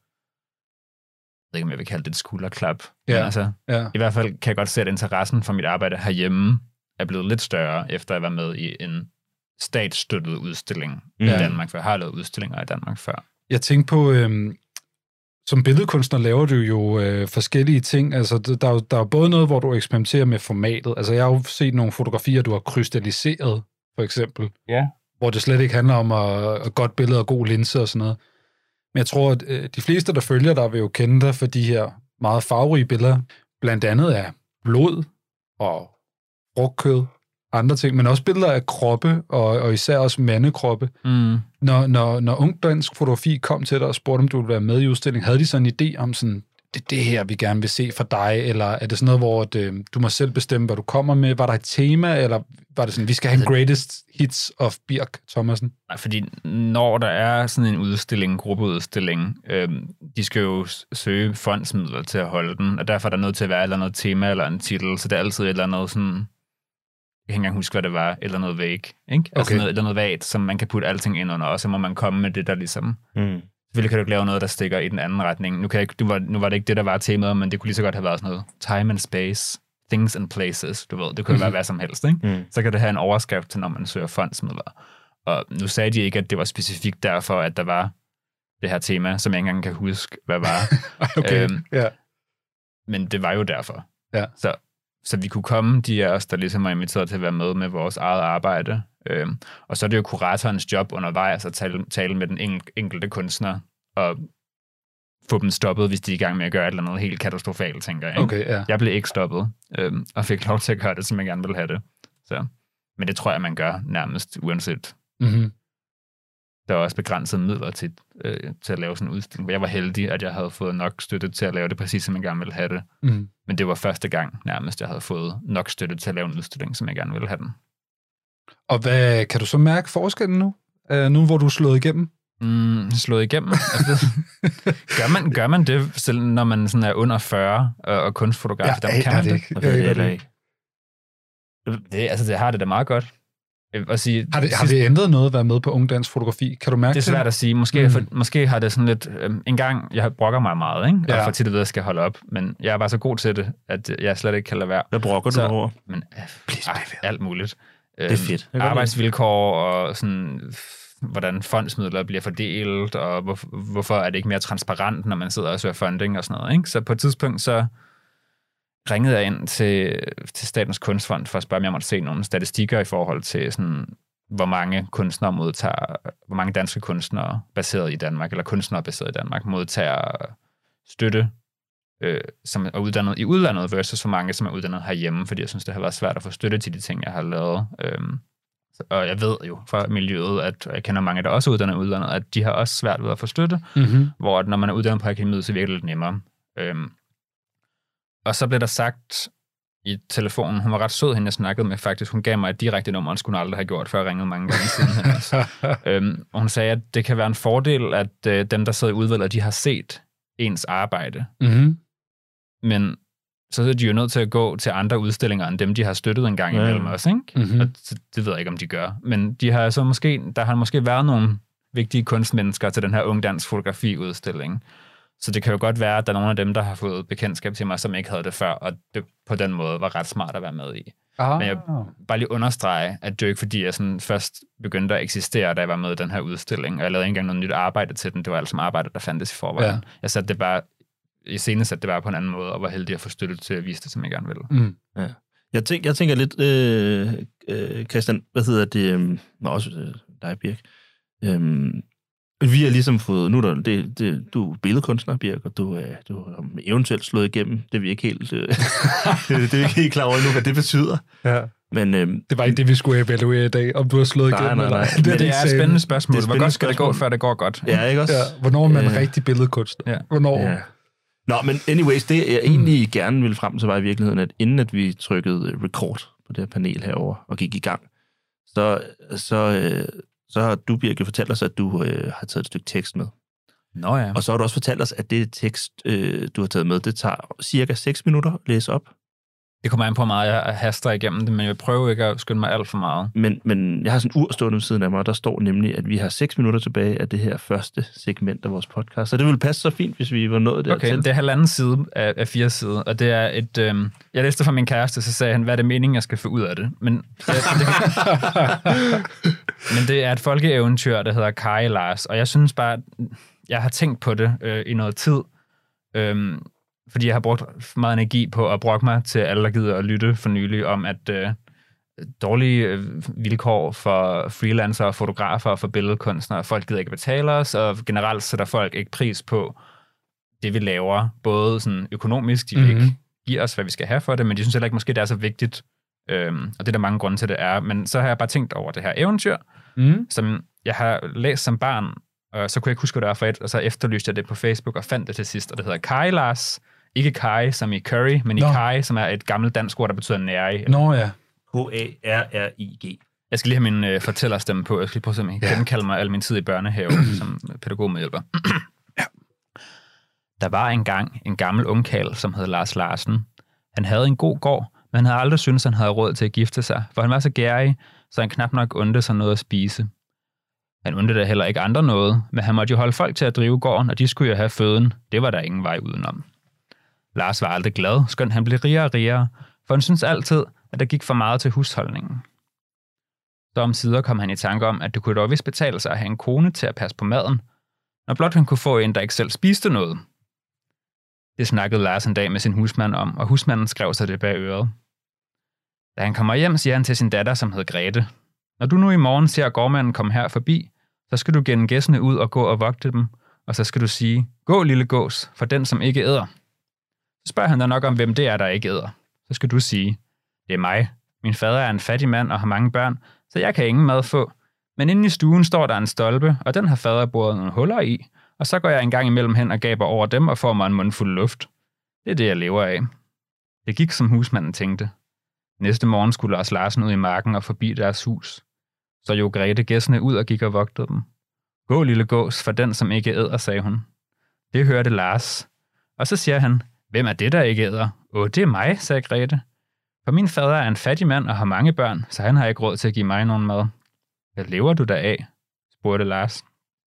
[SPEAKER 10] ved ikke, om jeg vil kalde det et skulderklap.
[SPEAKER 8] Ja.
[SPEAKER 10] Men altså,
[SPEAKER 8] ja.
[SPEAKER 10] I hvert fald kan jeg godt se, at interessen for mit arbejde herhjemme er blevet lidt større, efter at være med i en statsstøttet udstilling mm. i Danmark, for jeg har lavet udstillinger i Danmark før.
[SPEAKER 8] Jeg tænkte på, øhm, som billedkunstner laver du jo øh, forskellige ting. Altså, der er jo der er både noget, hvor du eksperimenterer med formatet. Altså, jeg har jo set nogle fotografier, du har krystalliseret, for eksempel.
[SPEAKER 10] Ja.
[SPEAKER 8] Hvor det slet ikke handler om at, at godt billede og god linse og sådan noget. Men jeg tror, at øh, de fleste, der følger dig, vil jo kende dig for de her meget farverige billeder. Blandt andet af blod og frugtkød, andre ting, men også billeder af kroppe, og, og især også mandekroppe. Mm. Når, når, når Ung Dansk Fotografi kom til dig og spurgte, om du ville være med i udstillingen, havde de så en idé om sådan, det er det her, vi gerne vil se for dig, eller er det sådan noget, hvor det, du må selv bestemme, hvad du kommer med? Var der et tema, eller var det sådan, vi skal have en greatest hits of Birk Thomasen?
[SPEAKER 10] Nej, fordi når der er sådan en udstilling, en gruppeudstilling, øhm, de skal jo søge fondsmidler til at holde den, og derfor er der nødt til at være et eller andet tema eller en titel, så det er altid et eller andet sådan, jeg kan ikke engang huske, hvad det var, et eller andet væg, ikke? Okay. Altså noget, et eller andet vagt, som man kan putte alting ind under, og så må man komme med det, der ligesom... Mm. Selvfølgelig kan du ikke lave noget, der stikker i den anden retning. Nu, kan jeg ikke, nu, var, nu var det ikke det, der var temaet, men det kunne lige så godt have været sådan noget time and space, things and places, du ved. Det kunne mm. være hvad som helst, ikke? Mm. Så kan det have en overskrift til, når man søger fondsmidler. Og nu sagde de ikke, at det var specifikt derfor, at der var det her tema, som jeg ikke engang kan huske, hvad var.
[SPEAKER 8] okay, øhm, yeah.
[SPEAKER 10] Men det var jo derfor.
[SPEAKER 8] Yeah.
[SPEAKER 10] Så, så vi kunne komme, de af os, der ligesom er inviteret til at være med med vores eget arbejde. Øhm, og så er det jo kuratorens job undervejs at tale, tale med den enkelte kunstner og få dem stoppet, hvis de er i gang med at gøre et eller andet helt katastrofalt, tænker jeg. Ikke?
[SPEAKER 8] Okay, ja.
[SPEAKER 10] Jeg blev ikke stoppet, øhm, og fik lov til at gøre det, som jeg gerne ville have det. Så. Men det tror jeg, man gør nærmest uanset.
[SPEAKER 8] Mm-hmm.
[SPEAKER 10] Der var også begrænsede midler til, øh, til at lave sådan en udstilling. Jeg var heldig, at jeg havde fået nok støtte til at lave det præcis, som jeg gerne ville have det. Mm. Men det var første gang nærmest, jeg havde fået nok støtte til at lave en udstilling, som jeg gerne ville have den.
[SPEAKER 8] Og hvad, kan du så mærke forskellen nu? Uh, nu hvor du er slået igennem?
[SPEAKER 10] Mm, slået igennem? Altså, gør, man, gør man det, selv når man sådan er under fyrre og, og kunstfotograf?
[SPEAKER 8] Ja,
[SPEAKER 10] der, kan man
[SPEAKER 8] det,
[SPEAKER 10] det?
[SPEAKER 8] det, det, det,
[SPEAKER 10] det, altså, det har det da meget godt. At sige,
[SPEAKER 8] har, det, har det ændret noget at være med på Ung Dansk Fotografi? Kan du mærke det?
[SPEAKER 10] Det er svært at sige. Måske, mm. for, måske har det sådan lidt... Øh, en gang, jeg brokker mig meget, ikke? Ja. Og for tit at vide, at jeg skal holde op. Men jeg er bare så god til det, at jeg slet ikke kan lade være.
[SPEAKER 9] Hvad brokker så, du over?
[SPEAKER 10] Men, øh, Please, ej, alt muligt.
[SPEAKER 9] Det er fedt.
[SPEAKER 10] Øh, arbejdsvilkår og sådan... hvordan fondsmidler bliver fordelt, og hvor, hvorfor er det ikke mere transparent, når man sidder og søger funding og sådan noget. Ikke? Så på et tidspunkt, så ringede jeg ind til, til Statens Kunstfond for at spørge, om jeg måtte se nogle statistikker i forhold til, sådan, hvor mange kunstnere modtager, hvor mange danske kunstnere baseret i Danmark, eller kunstnere baseret i Danmark, modtager støtte, øh, som er uddannet i udlandet, versus hvor mange, som er uddannet herhjemme, fordi jeg synes, det har været svært at få støtte til de ting, jeg har lavet. Øh, Og jeg ved jo fra miljøet, at jeg kender mange, der også er uddannet i udlandet, at de har også svært ved at få støtte, mm-hmm. hvor når man er uddannet på akademiet, så virker det lidt nemmere. Øhm, og så blev der sagt i telefonen, hun var ret sød, hende jeg snakkede med faktisk, hun gav mig et direkte nummer, skulle hun aldrig have gjort, før jeg ringede mange gange siden hendes. øhm, og hun sagde, at det kan være en fordel, at øh, dem, der sidder i udvalget, de har set ens arbejde. Mm-hmm. men så er de jo nødt til at gå til andre udstillinger, end dem, de har støttet en gang imellem ja. Også, ikke? Mm-hmm. Og det ved jeg ikke, om de gør. Men de har så måske, der har måske været nogle vigtige kunstmennesker til den her ungdansk fotografiudstilling. Så det kan jo godt være, at der er nogle af dem, der har fået bekendtskab til mig, som ikke havde det før, og det på den måde var ret smart at være med i. Ah. Men jeg bare lige understrege, at det er ikke fordi, jeg sådan først begyndte at eksistere, da jeg var med i den her udstilling, og jeg lavede ikke engang noget nyt arbejde til den. Det var altså arbejde, der fandtes i forvejen. Ja. Jeg satte det bare, i scene satte det bare på en anden måde, og var heldig at få støtte til at vise det, som jeg gerne ville.
[SPEAKER 9] Mm. Ja. Jeg, tænker, jeg tænker lidt, øh, øh, Christian, hvad hedder det, øh, også øh, dig, Birk, øh, vi har ligesom fået, nu er der, det, det, du er billedkunstner, Birk, og du, øh, du har eventuelt slået igennem, det er vi ikke helt, øh, det er vi ikke helt klar over nu, hvad det betyder. Ja. Men, øh,
[SPEAKER 8] det var ikke det, vi skulle evaluere i dag, om du har slået
[SPEAKER 9] nej,
[SPEAKER 8] igennem.
[SPEAKER 9] Nej, nej, nej.
[SPEAKER 10] Det, det, det er et spændende spørgsmål. Hvor godt skal
[SPEAKER 9] spørgsmål.
[SPEAKER 10] det gå, før det går godt?
[SPEAKER 9] Ja, ikke også?
[SPEAKER 8] Ja, hvornår er man øh, rigtig billedkunstner? Ja. Hvornår? Ja.
[SPEAKER 9] Nå, men anyways, det jeg egentlig mm. gerne ville frem til var i virkeligheden, at inden at vi trykkede record på det her panel herover og gik i gang, så, så, øh, så har du, Birke, fortalt os, at du øh, har taget et stykke tekst med.
[SPEAKER 10] Nå ja.
[SPEAKER 9] Og så har du også fortalt os, at det tekst, øh, du har taget med, det tager cirka seks minutter at læse op.
[SPEAKER 10] Det kommer an på meget, jeg haster igennem det, men jeg vil prøve ikke at skynde mig alt for meget.
[SPEAKER 9] Men, men jeg har sådan en ur stående ved siden af mig, og der står nemlig, at vi har seks minutter tilbage af det her første segment af vores podcast. Så det ville passe så fint, hvis vi var nået dertil.
[SPEAKER 10] Okay, det er halvanden side af, af fire sider, og det er et... Øh, jeg læste fra min kæreste, så sagde han, hvad er det meningen, jeg skal få ud af det? Men, ja, det, men det er et folkeeventyr, der hedder Kari Lars, og jeg synes bare, jeg har tænkt på det øh, i noget tid, øh, fordi jeg har brugt meget energi på at brokke mig til alle, der gider at lytte for nylig om, at øh, dårlige øh, vilkår for freelancere og fotografer og for billedkunstnere, folk gider ikke betale os, og generelt sætter folk ikke pris på det, vi laver, både sådan økonomisk, de vil mm-hmm. ikke give os, hvad vi skal have for det, men de synes heller ikke, måske det er så vigtigt, øhm, og det er der mange grunde til, det er, men så har jeg bare tænkt over det her eventyr, mm. som jeg har læst som barn, og så kunne jeg ikke huske, hvad det var for et, og så efterlyste jeg det på Facebook og fandt det til sidst, og det hedder Kari Lars. Ikke Kari, som i curry, men i Kari, som er et gammelt dansk ord, der betyder nærig.
[SPEAKER 8] Nå ja.
[SPEAKER 9] K A R R I G.
[SPEAKER 10] Jeg skal lige have min øh, fortællerstemme på. Jeg skal lige prøve at genkalde mig al min tid i børnehave som pædagogmedhjælper. Ja. Der var engang en gammel ungkarl, som hed Lars Larsen. Han havde en god gård, men han havde aldrig syntes, han havde råd til at gifte sig, for han var så gærig, så han knap nok undte sig noget at spise. Han undte da heller ikke andre noget, men han måtte jo holde folk til at drive gården, og de skulle jo have føden. Det var der ingen vej udenom. Lars var aldrig glad, skønt han blev rigere og rigere, for han syntes altid, at der gik for meget til husholdningen. Så omsider kom han i tanke om, at det kunne dog vist betale sig at have en kone til at passe på maden, når blot han kunne få en, der ikke selv spiste noget. Det snakkede Lars en dag med sin husmand om, og husmanden skrev sig det bag øret. Da han kommer hjem, siger han til sin datter, som hed Grete, når du nu i morgen ser gårdmanden komme her forbi, så skal du genne gæssene ud og gå og vogte dem, og så skal du sige, gå lille gås, for den som ikke æder. Så spørger han dig nok om, hvem det er, der ikke æder. Så skal du sige, det er mig. Min fader er en fattig mand og har mange børn, så jeg kan ingen mad få. Men inde i stuen står der en stolpe, og den har fader boret nogle huller i, og så går jeg en gang imellem hen og gaber over dem og får mig en mundfuld luft. Det er det, jeg lever af. Det gik, som husmanden tænkte. Næste morgen skulle Lars Larsen ud i marken og forbi deres hus. Så jo Grete gæssene ud og gik og vogtede dem. Gå, lille gås, for den, som ikke æder, sagde hun. Det hørte Lars. Og så siger han, hvem er det, der ikke æder? Åh, det er mig, sagde Grete. For min fader er en fattig mand og har mange børn, så han har ikke råd til at give mig nogen mad. Hvad lever du der af? Spurgte Lars.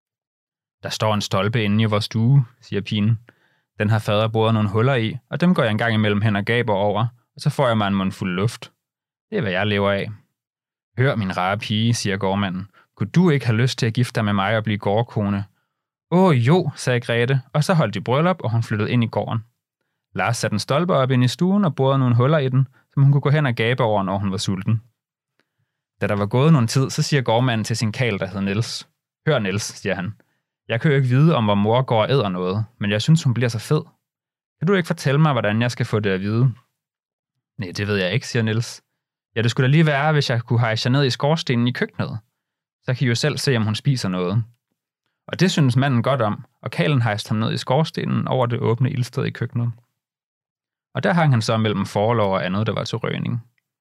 [SPEAKER 10] Der står en stolpe inde i vores stue, siger pigen. Den har fader boret nogle huller i, og dem går jeg en gang imellem hen og gaber over, og så får jeg mig en mundfuld luft. Det er, hvad jeg lever af. Hør, min rare pige, siger gårdmanden. Kunne du ikke have lyst til at gifte dig med mig og blive gårdkone? Åh jo, sagde Grete, og så holdt de bryllup, og hun flyttede ind i gården. Lars satte en stolpe op ind i stuen og borede nogle huller i den, som hun kunne gå hen og gabe over, når hun var sulten. Da der var gået nogen tid, så siger gårdmanden til sin karl, der hed Niels. Hør, Niels, siger han. Jeg kan jo ikke vide, om hvor mor går og æder noget, men jeg synes, hun bliver så fed. Kan du ikke fortælle mig, hvordan jeg skal få det at vide? Nej, det ved jeg ikke, siger Niels. Ja, det skulle da lige være, hvis jeg kunne hejse ned i skorstenen i køkkenet. Så kan I jo selv se, om hun spiser noget. Og det synes manden godt om, og karlen hejste ham ned i skorstenen over det åbne ildsted i køkkenet. Og der hang han så mellem forlov og andet, der var til røgning.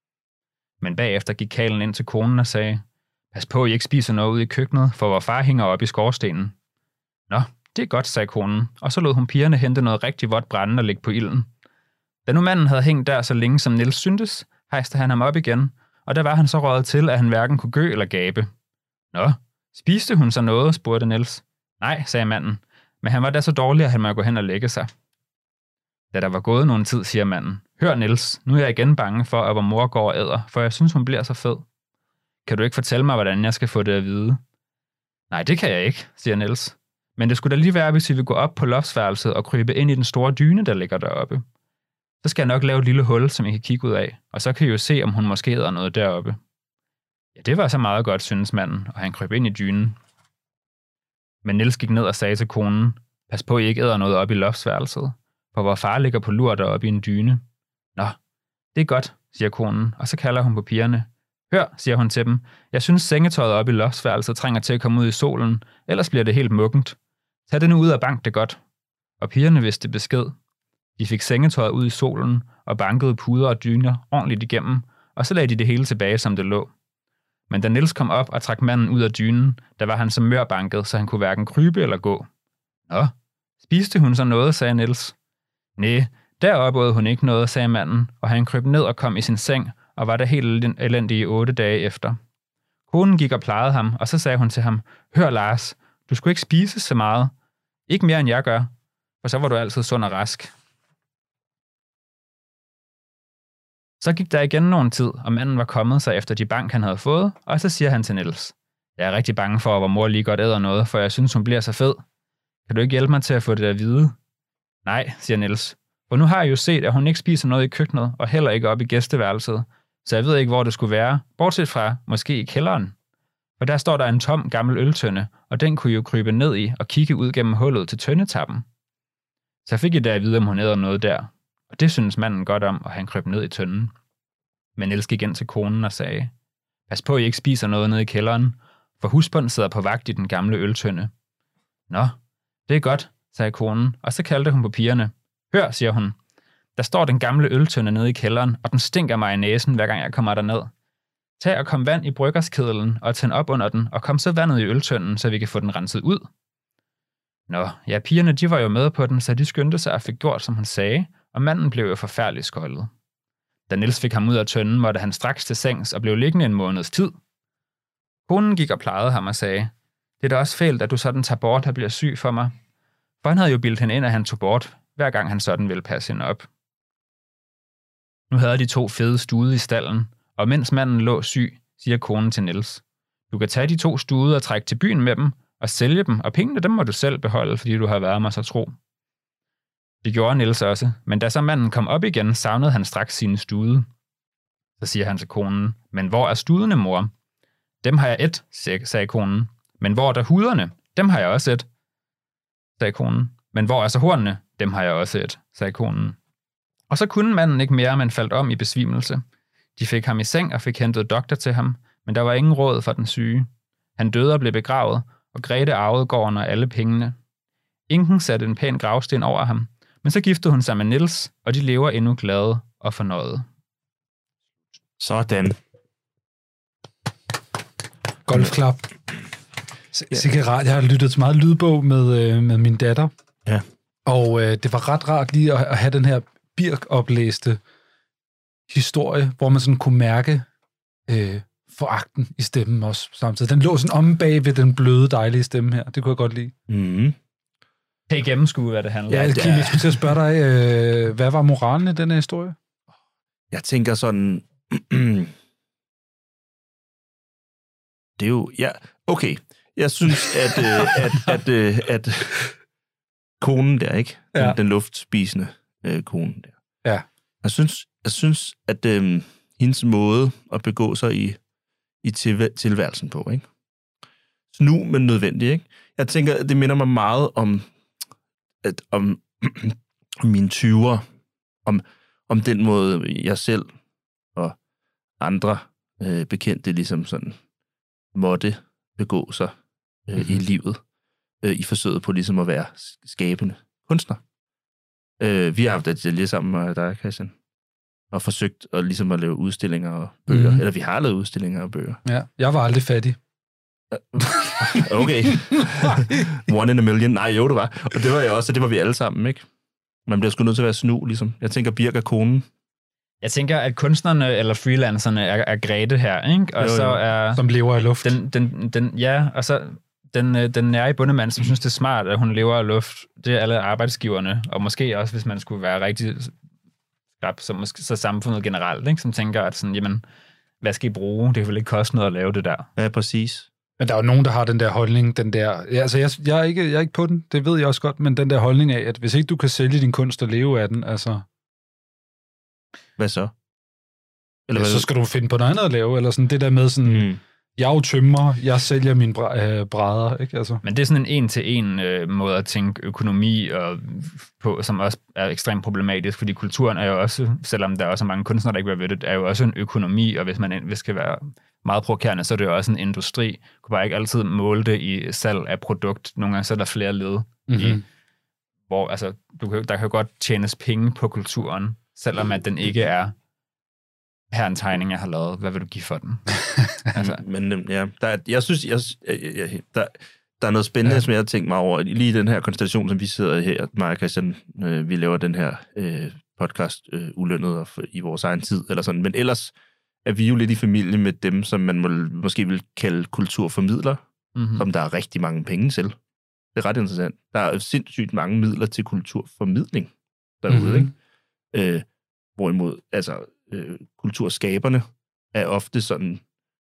[SPEAKER 10] Men bagefter gik karlen ind til konen og sagde, pas på, I ikke spiser noget ude i køkkenet, for vor far hænger op i skorstenen. Nå, det er godt, sagde konen, og så lod hun pigerne hente noget rigtig vådt brændende og lægge på ilden. Da nu manden havde hængt der så længe, som Niels syntes, hejste han ham op igen, og der var han så røget til, at han hverken kunne gø eller gabe. Nå, spiste hun så noget, spurgte Niels. Nej, sagde manden, men han var da så dårlig, at han måtte gå hen og lægge sig. Da der var gået nogen tid, siger manden, hør Niels, nu er jeg igen bange for, at vor mor går og æder, for jeg synes, hun bliver så fed. Kan du ikke fortælle mig, hvordan jeg skal få det at vide? Nej, det kan jeg ikke, siger Niels. Men det skulle da lige være, hvis vi vil gå op på loftsværelset og krybe ind i den store dyne, der ligger deroppe. Så skal jeg nok lave et lille hul, som I kan kigge ud af, og så kan I jo se, om hun måske æder noget deroppe. Ja, det var så meget godt, synes manden, og han kryb ind i dynen. Men Niels gik ned og sagde til konen, pas på, I ikke æder noget op i loftsværelset, for vor far ligger på lur deroppe i en dyne. Nå, det er godt, siger konen, og så kalder hun på pigerne. Hør, siger hun til dem, jeg synes sengetøjet oppe i loftsværelset trænger til at komme ud i solen, ellers bliver det helt muggent. Tag det nu ud og bank det godt. Og pigerne vidste besked. De fik sengetøjet ud i solen og bankede puder og dyner ordentligt igennem, og så lagde de det hele tilbage, som det lå. Men da Niels kom op og trak manden ud af dynen, der var han så mørbanket, så han kunne hverken krybe eller gå. Nå, spiste hun så noget, sagde Niels. Næh, deroppe åd hun ikke noget, sagde manden, og han kryb ned og kom i sin seng, og var der helt elendig i otte dage efter. Konen gik og plejede ham, og så sagde hun til ham, hør Lars, du skulle ikke spise så meget. Ikke mere end jeg gør, for så var du altid sund og rask. Så gik der igen nogen tid, og manden var kommet sig efter de bank, han havde fået, og så siger han til Niels, jeg er rigtig bange for, at vor mor lige godt æder noget, for jeg synes, hun bliver så fed. Kan du ikke hjælpe mig til at få det at vide? Nej, siger Niels, for nu har jeg jo set, at hun ikke spiser noget i køkkenet, og heller ikke op i gæsteværelset, så jeg ved ikke, hvor det skulle være, bortset fra måske i kælderen. For der står der en tom gammel øltønde, og den kunne I jo krybe ned i og kigge ud gennem hullet til tøndetappen. Så fik jeg da at vide, om hun æder noget der, og det synes manden godt om, og han kryb ned i tønden. Men Niels gik ind til konen og sagde, pas på, I ikke spiser noget nede i kælderen, for husbunden sidder på vagt i den gamle øltønde. Nå, det er godt, sagde konen, og så kaldte hun på pigerne. Hør, siger hun, der står den gamle øltønde nede i kælderen, og den stinker mig i næsen, hver gang jeg kommer derned. Tag og kom vand i bryggerskedlen og tænd op under den, og kom så vandet i øltønden, så vi kan få den renset ud. Nå, ja, pigerne de var jo med på den, så de skyndte sig og fik gjort, som hun sagde, og manden blev jo forfærdeligt skoldet. Da Niels fik ham ud af tønden, måtte han straks til sengs og blev liggende en måneds tid. Konen gik og plejede ham og sagde, det er da også fælt, at du sådan tager bort og bliver syg for mig. For han havde jo bildt hende ind, at han tog bort, hver gang han sådan ville passe hende op. Nu havde de to fede stude i stallen, og mens manden lå syg, siger konen til Niels, du kan tage de to stude og trække til byen med dem, og sælge dem, og pengene dem må du selv beholde, fordi du har været mig så tro. Det gjorde Niels også, men da så manden kom op igen, savnede han straks sine stude. Så siger han til konen, men hvor er studene, mor? Dem har jeg et, sagde konen. Men hvor er der huderne? Dem har jeg også et, sagde konen. Men hvor er så hornene? Dem har jeg også et, sagde konen. Og så kunne manden ikke mere, men faldt om i besvimelse. De fik ham i seng og fik hentet doktor til ham, men der var ingen råd for den syge. Han døde og blev begravet, og Grete arvede gården og alle pengene. Enken satte en pæn gravsten over ham, men så giftede hun sig med Niels, og de lever endnu glade og fornøjede.
[SPEAKER 9] Sådan.
[SPEAKER 8] Golfklap. Sikkert rart. Jeg har lyttet til meget lydbog med, øh, med min datter.
[SPEAKER 9] Ja.
[SPEAKER 8] Og øh, det var ret rart lige at, at have den her Birk-oplæste historie, hvor man sådan kunne mærke øh, foragten i stemmen også samtidig. Den lå sådan om bag ved den bløde, dejlige stemme her. Det kunne jeg godt lide.
[SPEAKER 9] Mm.
[SPEAKER 10] Kan I gennemskue, hvad det handler om?
[SPEAKER 8] Ja, Kim, jeg skulle til at spørge dig, øh, hvad var moralen i den her historie?
[SPEAKER 9] Jeg tænker sådan... det er jo... Ja, okay. Jeg synes, at, øh, at, at, øh, at konen der, ikke? Den,
[SPEAKER 8] ja.
[SPEAKER 9] den luftspisende øh, kone der.
[SPEAKER 8] Ja.
[SPEAKER 9] Jeg synes, jeg synes at øh, hendes måde at begå sig i, i tilv- tilværelsen på, ikke? Snu, men nødvendigt, ikke? Jeg tænker, det minder mig meget om, at, om, om mine tyvere, om, om den måde, jeg selv og andre øh, bekendte ligesom sådan måtte begå sig øh, mm-hmm. i livet, øh, i forsøget på ligesom at være skabende kunstner. Øh, vi har haft det lidt sammen med dig, Christian, og forsøgt at, ligesom at lave udstillinger og bøger. Mm. Eller vi har lavet udstillinger og bøger.
[SPEAKER 8] Ja, jeg var aldrig fattig.
[SPEAKER 9] Okay. One in a million. Nej, jo, det var. Og det var jeg også, og det var vi alle sammen, ikke? Man bliver sgu nødt til at være snu, ligesom. Jeg tænker, Birk er konen.
[SPEAKER 10] Jeg tænker, at kunstnerne eller freelancerne er, er Grete her, ikke? Og
[SPEAKER 9] jo, jo.
[SPEAKER 10] så er...
[SPEAKER 8] Som lever af luft.
[SPEAKER 10] Den, den, den, ja, og så den, den nære bundemand, som synes, det er smart, at hun lever af luft, det er alle arbejdsgiverne. Og måske også, hvis man skulle være rigtig skrab, så, måske, så samfundet generelt, ikke? Som tænker, at sådan, jamen, hvad skal I bruge? Det kan vel ikke koste noget at lave det der.
[SPEAKER 9] Ja, præcis.
[SPEAKER 8] Men der er jo nogen, der har den der holdning, den der... Ja, altså, jeg, jeg, er ikke, jeg er ikke på den, det ved jeg også godt, men den der holdning af, at hvis ikke du kan sælge din kunst og leve af den, altså...
[SPEAKER 9] Hvad så?
[SPEAKER 8] Eller ja, hvad? Så skal du finde på noget andet at lave, eller sådan det der med sådan... Mm. Jeg er jo tømmer, jeg sælger mine bræ- øh, brædder, ikke? Altså.
[SPEAKER 10] Men det er sådan en en-til-en øh, måde at tænke økonomi og på, som også er ekstremt problematisk, fordi kulturen er jo også, selvom der er også mange kunstnere, der ikke vil ved det, er jo også en økonomi, og hvis man hvis skal være meget provokerende, så er det jo også en industri. Du kan bare ikke altid måle det i salg af produkt. Nogle gange så er der flere led, mm-hmm. i, hvor altså, du kan, der kan jo godt tjenes penge på kulturen, selvom at den ikke er her en tegning, jeg har lavet. Hvad vil du give for den?
[SPEAKER 9] altså. Men ja, der er, jeg synes, jeg, jeg, jeg, der, der er noget spændende, ja. som jeg har tænkt mig over. Lige den her konstellation, som vi sidder her, mig og Christian, øh, vi laver den her øh, podcast øh, ulønnet og i vores egen tid, eller sådan. Men ellers er vi jo lidt i familie med dem, som man må, måske vil kalde kulturformidler, mm-hmm. som der er rigtig mange penge til. Det er ret interessant. Der er sindssygt mange midler til kulturformidling derude, mm-hmm. ikke? Øh, hvorimod, altså, øh, kulturskaberne er ofte sådan...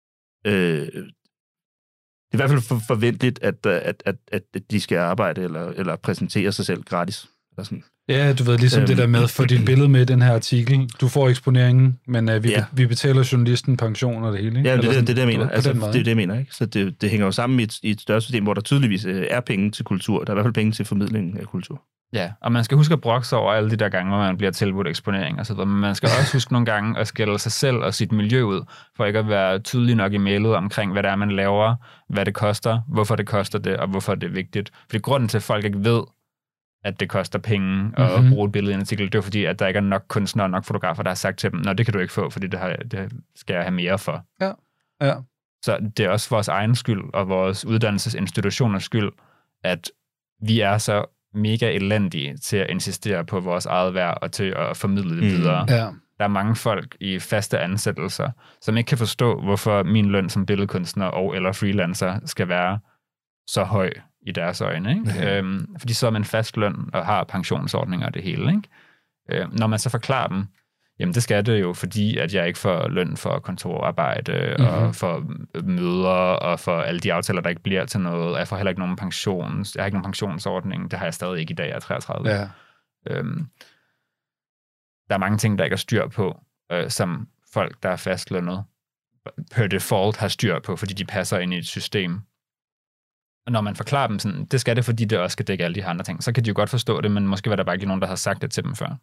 [SPEAKER 9] Øh, det er i hvert fald for, forventeligt, at, at, at, at de skal arbejde eller, eller præsentere sig selv gratis. Eller sådan.
[SPEAKER 8] Ja, du ved, ligesom øhm, det der med, for dit billede med i den her artikel. Du får eksponeringen, men uh, vi, ja. vi betaler journalisten pension og det hele, ikke?
[SPEAKER 9] Ja, det, det,
[SPEAKER 8] sådan,
[SPEAKER 9] det er det, jeg mener. Altså,
[SPEAKER 8] måde,
[SPEAKER 9] det er det, jeg mener, ikke? Så det, det hænger jo sammen i et, i et større system, hvor der tydeligvis er penge til kultur. Der er i hvert fald penge til formidling af kultur.
[SPEAKER 10] Ja, og man skal huske at brokse over alle de der gange, hvor man bliver tilbudt eksponering og så videre. Men man skal også huske nogle gange at skælde sig selv og sit miljø ud, for ikke at være tydelig nok i mailet omkring, hvad det er, man laver, hvad det koster, hvorfor det koster det, og hvorfor det er vigtigt. Fordi grunden til, at folk ikke ved, at det koster penge at mm-hmm. bruge et billede i en artikel, det er fordi, at der ikke er nok kunstnere og nok fotografer, der har sagt til dem, nå, det kan du ikke få, fordi det, har, det skal jeg have mere for.
[SPEAKER 8] Ja, ja.
[SPEAKER 10] Så det er også vores egen skyld og vores uddannelsesinstitutioners skyld, at vi er så mega elendige til at insistere på vores eget værd og til at formidle det videre. Mm, ja. Der er mange folk i faste ansættelser, som ikke kan forstå, hvorfor min løn som billedkunstner og eller freelancer skal være så høj i deres øjne. Ikke? Ja. Øhm, fordi så er man fast løn og har pensionsordninger og det hele. Ikke? Øh, når man så forklarer dem, jamen det skal det jo, fordi at jeg ikke får løn for kontorarbejde mm-hmm. og for møder og for alle de aftaler, der ikke bliver til noget. Jeg får heller ikke nogen pension. Jeg har ikke nogen pensionsordning. Det har jeg stadig ikke i dag. Jeg er treogtredive. Ja. Øhm, der er mange ting, der ikke er styr på, øh, som folk, der er fastlønnet, per default har styr på, fordi de passer ind i et system. Og når man forklarer dem sådan, det skal det, fordi det også skal dække alle de andre ting, så kan de jo godt forstå det, men måske var der bare ikke nogen, der har sagt det til dem før.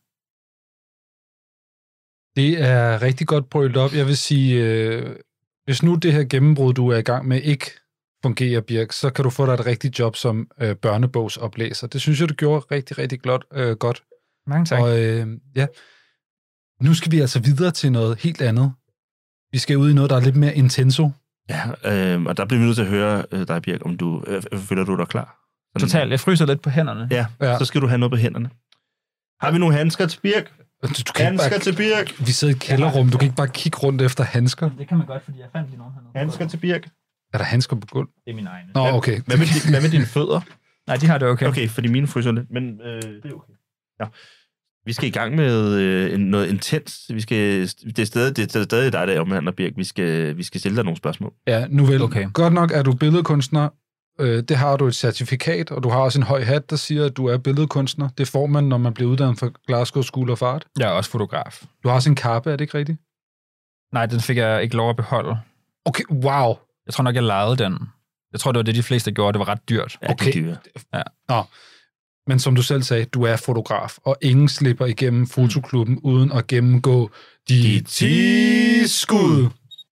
[SPEAKER 8] Det er rigtig godt brølt op. Jeg vil sige, øh, hvis nu det her gennembrud, du er i gang med, ikke fungerer, Birk, så kan du få dig et rigtigt job som øh, børnebogsoplæser. Det synes jeg, du gjorde rigtig, rigtig godt. Øh, godt.
[SPEAKER 10] Mange tak.
[SPEAKER 8] Og øh, ja, nu skal vi altså videre til noget helt andet. Vi skal ud i noget, der er lidt mere intenso.
[SPEAKER 9] Ja, øh, og der bliver vi nødt til at høre øh, dig, Birk, om du øh, føler du dig klar.
[SPEAKER 10] Totalt. Jeg fryser lidt på hænderne.
[SPEAKER 9] Ja, ja, så skal du have noget på hænderne. Har vi nogle handsker til Birk?
[SPEAKER 8] Du kan
[SPEAKER 9] handsker
[SPEAKER 8] bare,
[SPEAKER 9] til Birk.
[SPEAKER 8] Vi sidder i et kælderrum. Du kan ikke bare kigge rundt efter handsker.
[SPEAKER 10] Det kan man godt, fordi jeg fandt lige nogen hernede.
[SPEAKER 9] Handsker til Birk.
[SPEAKER 8] Er der handsker på gulv?
[SPEAKER 10] Det er mine egne.
[SPEAKER 8] Nå, okay.
[SPEAKER 9] Hvad med, de, hvad med dine fødder?
[SPEAKER 10] Nej, de har det okay.
[SPEAKER 9] Okay, fordi mine fryser lidt, men øh, det er okay. Ja. Vi skal i gang med øh, noget intens. Vi skal, det er stadig, det er stadig dig, der omhandler, Birk. Vi skal, vi skal stille dig nogle spørgsmål.
[SPEAKER 8] Ja, nu vel. Okay. Godt nok er du billedkunstner. Øh, det har du et certifikat, og du har også en høj hat, der siger, at du er billedkunstner. Det får man, når man bliver uddannet fra Glasgow School of Art.
[SPEAKER 10] Jeg er også fotograf.
[SPEAKER 8] Du har også en kappe, er det ikke rigtigt?
[SPEAKER 10] Nej, den fik jeg ikke lov at beholde.
[SPEAKER 8] Okay, wow.
[SPEAKER 10] Jeg tror nok, jeg lejede den. Jeg tror, det var det, de fleste gjorde. Det var ret dyrt.
[SPEAKER 9] Ja, okay. Det er dyrt.
[SPEAKER 10] Ja.
[SPEAKER 8] Nå. Men som du selv sagde, du er fotograf, og ingen slipper igennem fotoklubben mm. uden at gennemgå de, de ti skud.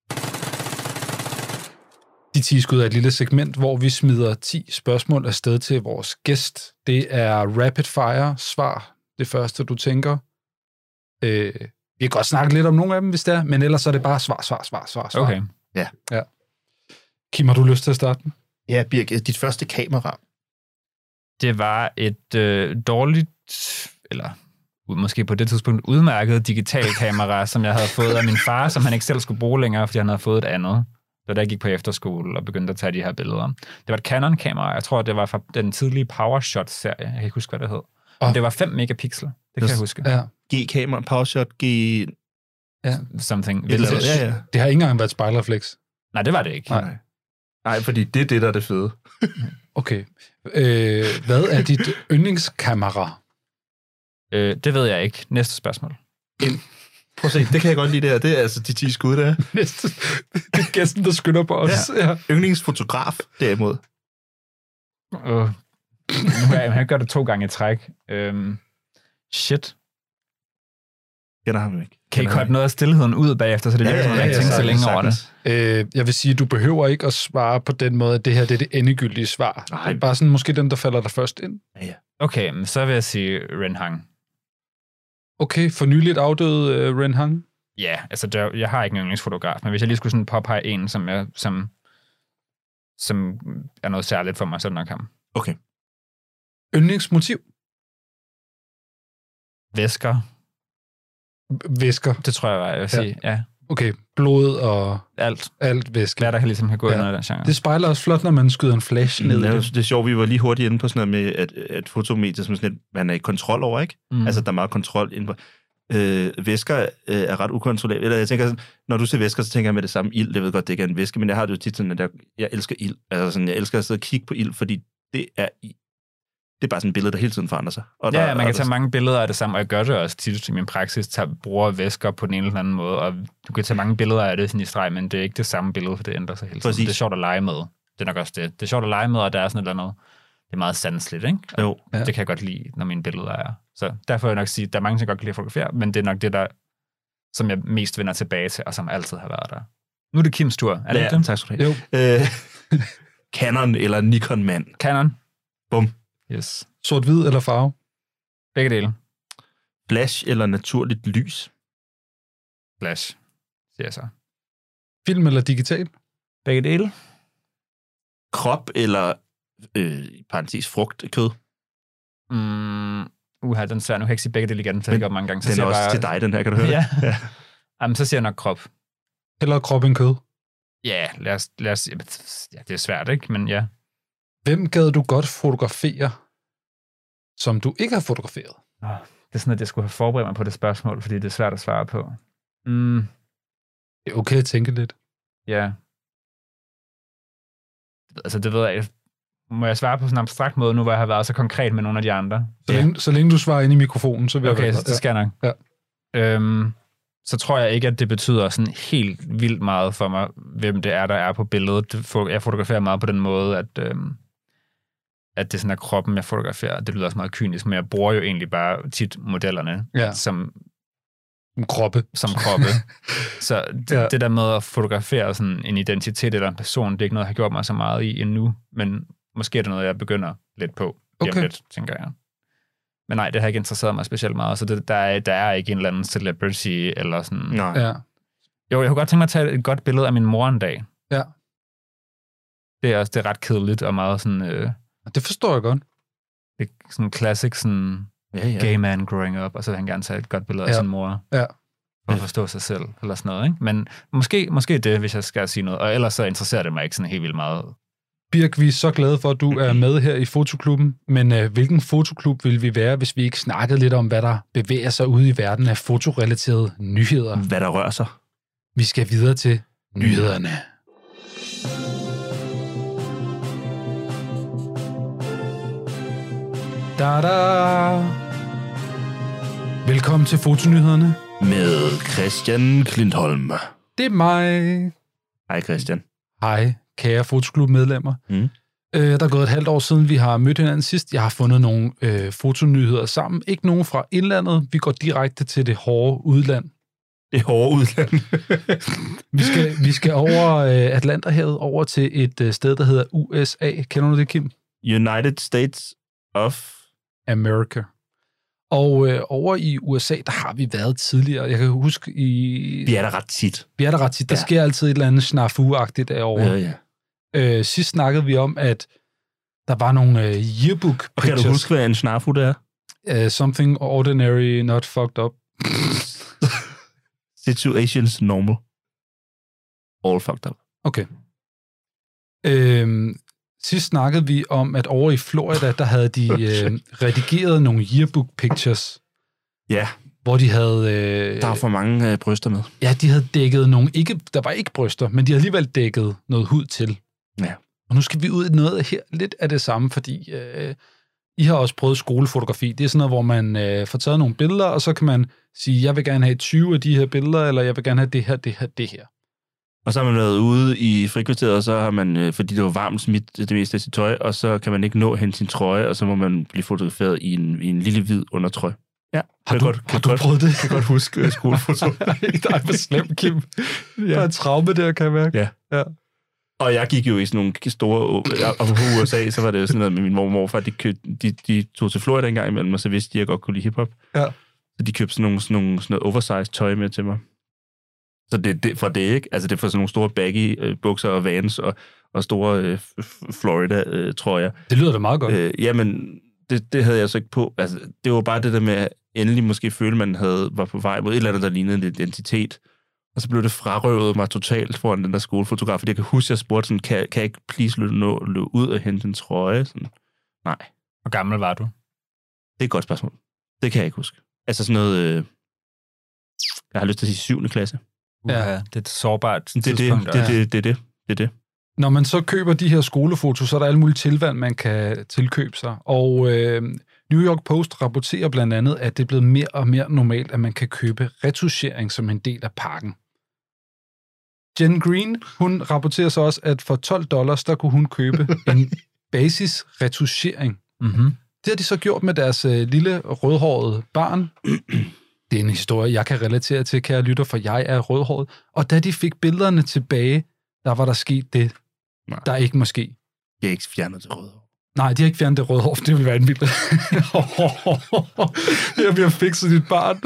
[SPEAKER 8] De ti skud er et lille segment, hvor vi smider ti spørgsmål afsted til vores gæst. Det er rapid fire svar, det første du tænker. Øh, vi kan godt snakke lidt om nogle af dem, hvis det er, men ellers er det bare svar, svar, svar, svar, svar.
[SPEAKER 10] Okay.
[SPEAKER 9] Ja.
[SPEAKER 8] ja. Kim, har du lyst til at starte den?
[SPEAKER 9] Ja, Birk, dit første kamera.
[SPEAKER 10] Det var et øh, dårligt, eller måske på det tidspunkt udmærket digitalkamera, som jeg havde fået af min far, som han ikke selv skulle bruge længere, fordi han havde fået et andet. Det var da jeg gik på efterskole og begyndte at tage de her billeder. Det var et Canon-kamera. Jeg tror, det var fra den tidlige PowerShot-serie. Jeg kan ikke huske, hvad det hed. Oh. Det var fem megapixel. Det kan jeg huske.
[SPEAKER 9] Ja. G-kamera, PowerShot, G...
[SPEAKER 10] Ja, something.
[SPEAKER 8] Det, det, ja, ja. Det har ikke engang været spejlerreflex.
[SPEAKER 10] Nej, det var det ikke.
[SPEAKER 9] Nej, Nej fordi det er det, der er det fede.
[SPEAKER 8] Okay. Øh, hvad er dit yndlingskamera?
[SPEAKER 10] Øh, det ved jeg ikke. Næste spørgsmål.
[SPEAKER 9] En. Prøv at se, det kan jeg godt lide der. Det er altså de ti skud, der.
[SPEAKER 8] Næste. Det er gæsten, der skynder på os.
[SPEAKER 9] Ja. Ja. Yndlingsfotograf, derimod.
[SPEAKER 10] Uh, nu har jeg, jeg gør det to gange i træk. Um, shit.
[SPEAKER 9] Kender ham ikke.
[SPEAKER 10] Kan I cutte noget af stillheden ud bagefter, så det virker, ja, som ja, ja, jeg tænker så længe over det?
[SPEAKER 8] Øh, jeg vil sige, du behøver ikke at svare på den måde, at det her det er det endegyldige svar. Nej. Det er bare sådan, måske den, der falder der først ind.
[SPEAKER 9] Ja, ja.
[SPEAKER 10] Okay, men så vil jeg sige Ren Hang.
[SPEAKER 8] Okay, for nyligt afdøde uh, Ren Hang?
[SPEAKER 10] Ja, altså der, jeg har ikke en yndlingsfotograf, men hvis jeg lige skulle sådan påpege en, som, jeg, som, som er noget særligt for mig, så er det nok ham.
[SPEAKER 9] Okay.
[SPEAKER 8] Yndlingsmotiv?
[SPEAKER 10] Væsker.
[SPEAKER 8] Væsker?
[SPEAKER 10] Det tror jeg, jeg vil sige, ja. ja.
[SPEAKER 8] Okay, blod og...
[SPEAKER 10] Alt.
[SPEAKER 8] Alt væske.
[SPEAKER 10] Hvad der kan ligesom have gået ja. Under den genre.
[SPEAKER 8] Det spejler også flot, når man skyder en flash ned.
[SPEAKER 9] Ja, det er sjovt, vi var lige hurtigt inde på sådan noget med, at, at fotomedier, som sådan et, man er i kontrol over, ikke? Mm. Altså, der er meget kontrol inde på... Øh, væsker øh, er ret ukontrollabelt. Eller jeg tænker sådan, når du ser væsker, så tænker jeg med det samme ild. Jeg ved godt, det ikke er en væske, men jeg har det jo tit sådan, at jeg, jeg elsker ild. Altså sådan, jeg elsker at sidde og kigge på ild, fordi det er det er bare sådan et billede, der hele tiden forandrer sig. Og
[SPEAKER 10] ja,
[SPEAKER 9] der,
[SPEAKER 10] man kan tage
[SPEAKER 9] der...
[SPEAKER 10] mange billeder af det samme, og jeg gør det også tit i min praksis, tager, bruger væsker på den ene eller anden måde, og du kan tage mange billeder af det sådan i streg, men det er ikke det samme billede, for det ændrer sig hele tiden. Det er sjovt at lege med. Det er nok også det. Det er sjovt at lege med, og der er sådan et eller andet, det er meget sanseligt, ikke? Og
[SPEAKER 9] jo. Ja.
[SPEAKER 10] Det kan jeg godt lide, når mine billeder er. Så derfor vil jeg nok sige, at der er mange, som godt kan lide at fotografere, men det er nok det, der, som jeg mest vender tilbage til, og som altid har været der. Nu er det Kims tur. Er det
[SPEAKER 9] ja,
[SPEAKER 10] ikke det?
[SPEAKER 9] Tak skal du have. Øh, Canon eller Nikon-mand?
[SPEAKER 10] Canon.
[SPEAKER 9] Bum.
[SPEAKER 10] Yes.
[SPEAKER 8] Sort-hvid eller farve?
[SPEAKER 10] Begge dele.
[SPEAKER 9] Flash eller naturligt lys?
[SPEAKER 10] Flash, siger jeg så.
[SPEAKER 8] Film eller digital?
[SPEAKER 10] Begge dele.
[SPEAKER 9] Krop eller, øh, i parentes, frugt, kød?
[SPEAKER 10] Mm, uha, den er svær. Nu kan jeg ikke sige begge dele igen, så jeg gør mange gange. Så
[SPEAKER 9] den er også
[SPEAKER 10] bare...
[SPEAKER 9] til dig, den her, kan du høre
[SPEAKER 10] ja.
[SPEAKER 9] det? Ja.
[SPEAKER 10] Jamen, så siger jeg nok krop.
[SPEAKER 8] Eller krop end kød?
[SPEAKER 10] Ja, lad os, lad os... Ja, det er svært, ikke? Men ja.
[SPEAKER 8] Hvem gad du godt fotografere, som du ikke har fotograferet?
[SPEAKER 10] Oh, det er sådan, at jeg skulle have forberedt mig på det spørgsmål, fordi det er svært at svare på. Mm.
[SPEAKER 8] Det er okay at tænke lidt.
[SPEAKER 10] Ja. Altså, det ved jeg ikke. Må jeg svare på sådan en abstrakt måde nu, hvor jeg har været så konkret med nogle af de andre?
[SPEAKER 8] Så, ja. længe, så længe du svarer ind i mikrofonen, så vil
[SPEAKER 10] okay,
[SPEAKER 8] jeg...
[SPEAKER 10] Okay, så det skal jeg nok. Ja. Øhm, så tror jeg ikke, at det betyder sådan helt vildt meget for mig, hvem det er, der er på billedet. Jeg fotograferer meget på den måde, at, øhm, at det sådan er kroppen, jeg fotograferer. Det lyder også meget kynisk, men jeg bruger jo egentlig bare tit modellerne
[SPEAKER 8] ja.
[SPEAKER 10] som...
[SPEAKER 8] Som kroppe.
[SPEAKER 10] Som kroppe. Så det, ja. det der med at fotografere sådan en identitet eller en person, det er ikke noget, jeg har gjort mig så meget i endnu, men måske er det noget, jeg begynder lidt på.
[SPEAKER 8] Okay.
[SPEAKER 10] Lidt, tænker jeg. Men nej, det har ikke interesseret mig specielt meget, så det, der, er, der er ikke en eller anden celebrity eller sådan.
[SPEAKER 9] Nej.
[SPEAKER 8] Ja.
[SPEAKER 10] Jo, jeg kunne godt tænke mig at tage et godt billede af min mor en dag.
[SPEAKER 8] Ja.
[SPEAKER 10] Det er også det er ret kedeligt og meget sådan... Øh,
[SPEAKER 8] det forstår jeg godt.
[SPEAKER 10] Det er sådan en classic sådan... Ja, ja. Gay man growing up, og så vil han gerne tage et godt billede
[SPEAKER 8] ja.
[SPEAKER 10] af sin mor.
[SPEAKER 8] Ja.
[SPEAKER 10] Og forstå sig selv, eller sådan noget, ikke? Men måske, måske det, hvis jeg skal sige noget. Og ellers så interesserer det mig ikke sådan helt vildt meget.
[SPEAKER 8] Birk, vi er så glade for, at du er med her i Fotoklubben. Men øh, hvilken fotoklub vil vi være, hvis vi ikke snakkede lidt om, hvad der bevæger sig ude i verden af fotorelaterede nyheder?
[SPEAKER 9] Hvad der rører sig.
[SPEAKER 8] Vi skal videre til nyhederne. Da-da! Velkommen til Fotonyhederne.
[SPEAKER 9] Med Christian Klintholm.
[SPEAKER 8] Det er mig.
[SPEAKER 9] Hej Christian.
[SPEAKER 8] Hej, kære Fotoklub-medlemmer.
[SPEAKER 9] Mm.
[SPEAKER 8] Øh, der er gået et halvt år siden, vi har mødt hinanden sidst. Jeg har fundet nogle øh, fotonyheder sammen. Ikke nogen fra indlandet. Vi går direkte til det hårde udland.
[SPEAKER 9] Det hårde udland.
[SPEAKER 8] vi, skal, vi skal over øh, Atlanterhavet, over til et øh, sted, der hedder U S A. Kender du det, Kim?
[SPEAKER 9] United States of...
[SPEAKER 8] America. Og øh, over i U S A, der har vi været tidligere. Jeg kan huske i...
[SPEAKER 9] Vi er der ret tit.
[SPEAKER 8] Vi er der ret tit. Der ja. sker altid et eller andet snafu-agtigt derovre.
[SPEAKER 9] Ja, ja.
[SPEAKER 8] Øh, sidst snakkede vi om, at Der var nogle uh, yearbook pictures.
[SPEAKER 9] Og kan du huske, hvad en snafu det
[SPEAKER 8] er? Uh, something ordinary, not fucked up.
[SPEAKER 9] Situations normal. All fucked up.
[SPEAKER 8] Okay. Øhm, sidst snakkede vi om, at over i Florida, der havde de øh, redigeret nogle yearbook pictures.
[SPEAKER 9] Ja.
[SPEAKER 8] Hvor de havde... Øh,
[SPEAKER 9] der var for mange øh, bryster med.
[SPEAKER 8] Ja, de havde dækket nogle... Ikke, der var ikke bryster, men de havde alligevel dækket noget hud til.
[SPEAKER 9] Ja.
[SPEAKER 8] Og nu skal vi ud i noget her, lidt af det samme, fordi øh, I har også prøvet skolefotografi. Det er sådan noget, hvor man øh, får taget nogle billeder, og så kan man sige, jeg vil gerne have tyve af de her billeder, eller jeg vil gerne have det her, det her, det her.
[SPEAKER 9] Og så har man været ude i frikvarteret, og så har man, fordi det var varmt, smidt det meste af sit tøj, og så kan man ikke nå hen sin trøje, og så må man blive fotograferet i en, i en lille hvid undertrøj. Ja.
[SPEAKER 8] Har du,
[SPEAKER 9] godt,
[SPEAKER 8] har du prøvet det?
[SPEAKER 9] Kan godt huske skolefoto.
[SPEAKER 8] Nej, hvor slemt, Kim. Ja. Der er et traume der, kan jeg mærke.
[SPEAKER 9] Ja. Ja. Og jeg gik jo i sådan nogle store... Og på U S A, så var det jo sådan noget med min mor og morfar, de, køb, de, de tog til Florida en gang imellem, og så vidste de, at jeg godt kunne lide hiphop.
[SPEAKER 8] Ja.
[SPEAKER 9] Så de købte sådan nogle, sådan nogle sådan noget oversized tøj med til mig. Så det, det for det, ikke? Altså, det er for sådan nogle store baggy øh, bukser og Vans og, og store øh, Florida-trøjer. Øh,
[SPEAKER 8] det lyder da meget godt.
[SPEAKER 9] Øh, jamen, det, det havde jeg så ikke på. Altså, det var bare det der med, at endelig måske føle, man havde, var på vej mod et eller andet, der lignede en identitet. Og så blev det frarøvet mig totalt foran den der skolefotograf. Fordi jeg kan huske, at jeg spurgte sådan, kan, kan jeg ikke please nå løbe ud og hente en trøje? Sådan, nej.
[SPEAKER 10] Hvor gammel var du?
[SPEAKER 9] Det er et godt spørgsmål. Det kan jeg ikke huske. Altså sådan noget... Øh, jeg har lyst til at sige syvende klasse.
[SPEAKER 10] Ja, det er et sårbart
[SPEAKER 9] det, det,
[SPEAKER 10] tidspunkt.
[SPEAKER 9] Det, det, det, det, det, det, det.
[SPEAKER 8] Når man så køber de her skolefotos, så er der alle mulige tilvalg, man kan tilkøbe sig. Og øh, New York Post rapporterer blandt andet, at det er blevet mere og mere normalt, at man kan købe retuschering som en del af pakken. Jen Green, hun rapporterer så også, at for tolv dollars, der kunne hun købe en basis-retuschering.
[SPEAKER 10] Mm-hmm.
[SPEAKER 8] Det har de så gjort med deres øh, lille rødhårede barn. Det er en historie, jeg kan relatere til, kære lytter, for jeg er rødhåret. Og da de fik billederne tilbage, der var der sket det,
[SPEAKER 9] Nej.
[SPEAKER 8] der ikke må ske.
[SPEAKER 9] De har ikke fjernet det rødhår.
[SPEAKER 8] Nej, de har ikke fjernet det rødhår, for det ville være en vild. Jeg bliver fikset dit barn.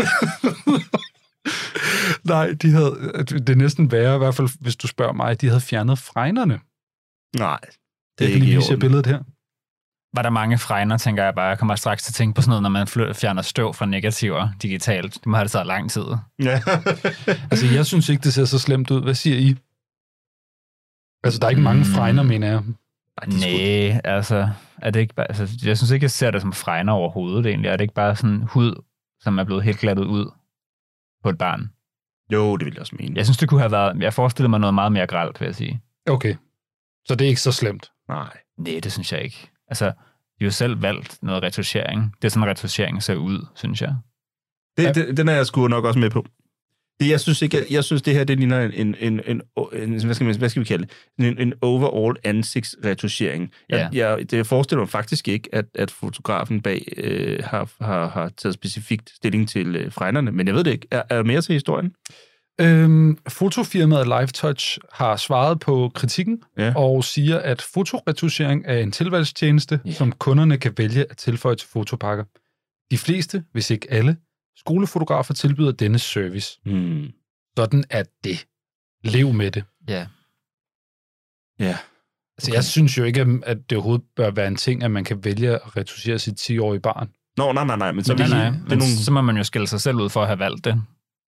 [SPEAKER 8] Nej, de havde, det er næsten værre, i hvert fald hvis du spørger mig, de havde fjernet fregnerne.
[SPEAKER 9] Nej, det,
[SPEAKER 8] det er ikke lige vise billedet her.
[SPEAKER 10] Var der mange fregner, tænker jeg bare. Jeg kommer straks til at tænke på sådan noget, når man fjerner støv fra negativer digitalt. Det må have det taget lang tid.
[SPEAKER 9] Ja.
[SPEAKER 8] Altså, jeg synes ikke, det ser så slemt ud. Hvad siger I? Altså, der er ikke mange fregner, mener jeg.
[SPEAKER 10] Nej, altså, er det ikke bare... Altså, jeg synes ikke, jeg ser det som fregner overhovedet, egentlig. Er det ikke bare sådan hud, som er blevet helt glattet ud på et barn?
[SPEAKER 9] Jo, det vil jeg også mene.
[SPEAKER 10] Jeg synes, det kunne have været... Jeg forestiller mig noget meget mere grelt, vil jeg sige.
[SPEAKER 8] Okay. Så det er ikke så slemt?
[SPEAKER 9] Nej.
[SPEAKER 10] Nej, det synes jeg ikke. Altså, de har jo selv valgt noget retuschering. Det er sådan, retuschering ser ud, synes jeg.
[SPEAKER 9] Det, det, den er jeg sgu nok også med på. Det, jeg synes ikke, jeg, jeg synes, det her, det ligner en, en, en, en, en hvad, skal man, hvad skal vi kalde det? En, en overall ansigtsretuschering. Jeg,
[SPEAKER 10] Ja.
[SPEAKER 9] jeg, det, jeg forestiller mig faktisk ikke, at, at fotografen bag øh, har, har, har taget specifikt stilling til øh, fregnerne, men jeg ved det ikke. Er, er der mere til historien?
[SPEAKER 8] Øhm, fotofirmaet LifeTouch har svaret på kritikken,
[SPEAKER 9] ja.
[SPEAKER 8] og siger, at fotoretuschering er en tilvalgstjeneste, yeah. som kunderne kan vælge at tilføje til fotopakker. De fleste, hvis ikke alle, skolefotografer tilbyder denne service.
[SPEAKER 9] Mm.
[SPEAKER 8] Sådan er det. Lev med det.
[SPEAKER 10] Ja.
[SPEAKER 9] Ja.
[SPEAKER 8] Altså, jeg synes jo ikke, at det overhovedet bør være en ting, at man kan vælge at retuschere sit ti-årige barn.
[SPEAKER 9] Nå, nej, nej, nej. Men så,
[SPEAKER 10] men, nej, nej.
[SPEAKER 9] Det er
[SPEAKER 10] men
[SPEAKER 9] nogle...
[SPEAKER 10] så må man jo skælde sig selv ud for at have valgt det.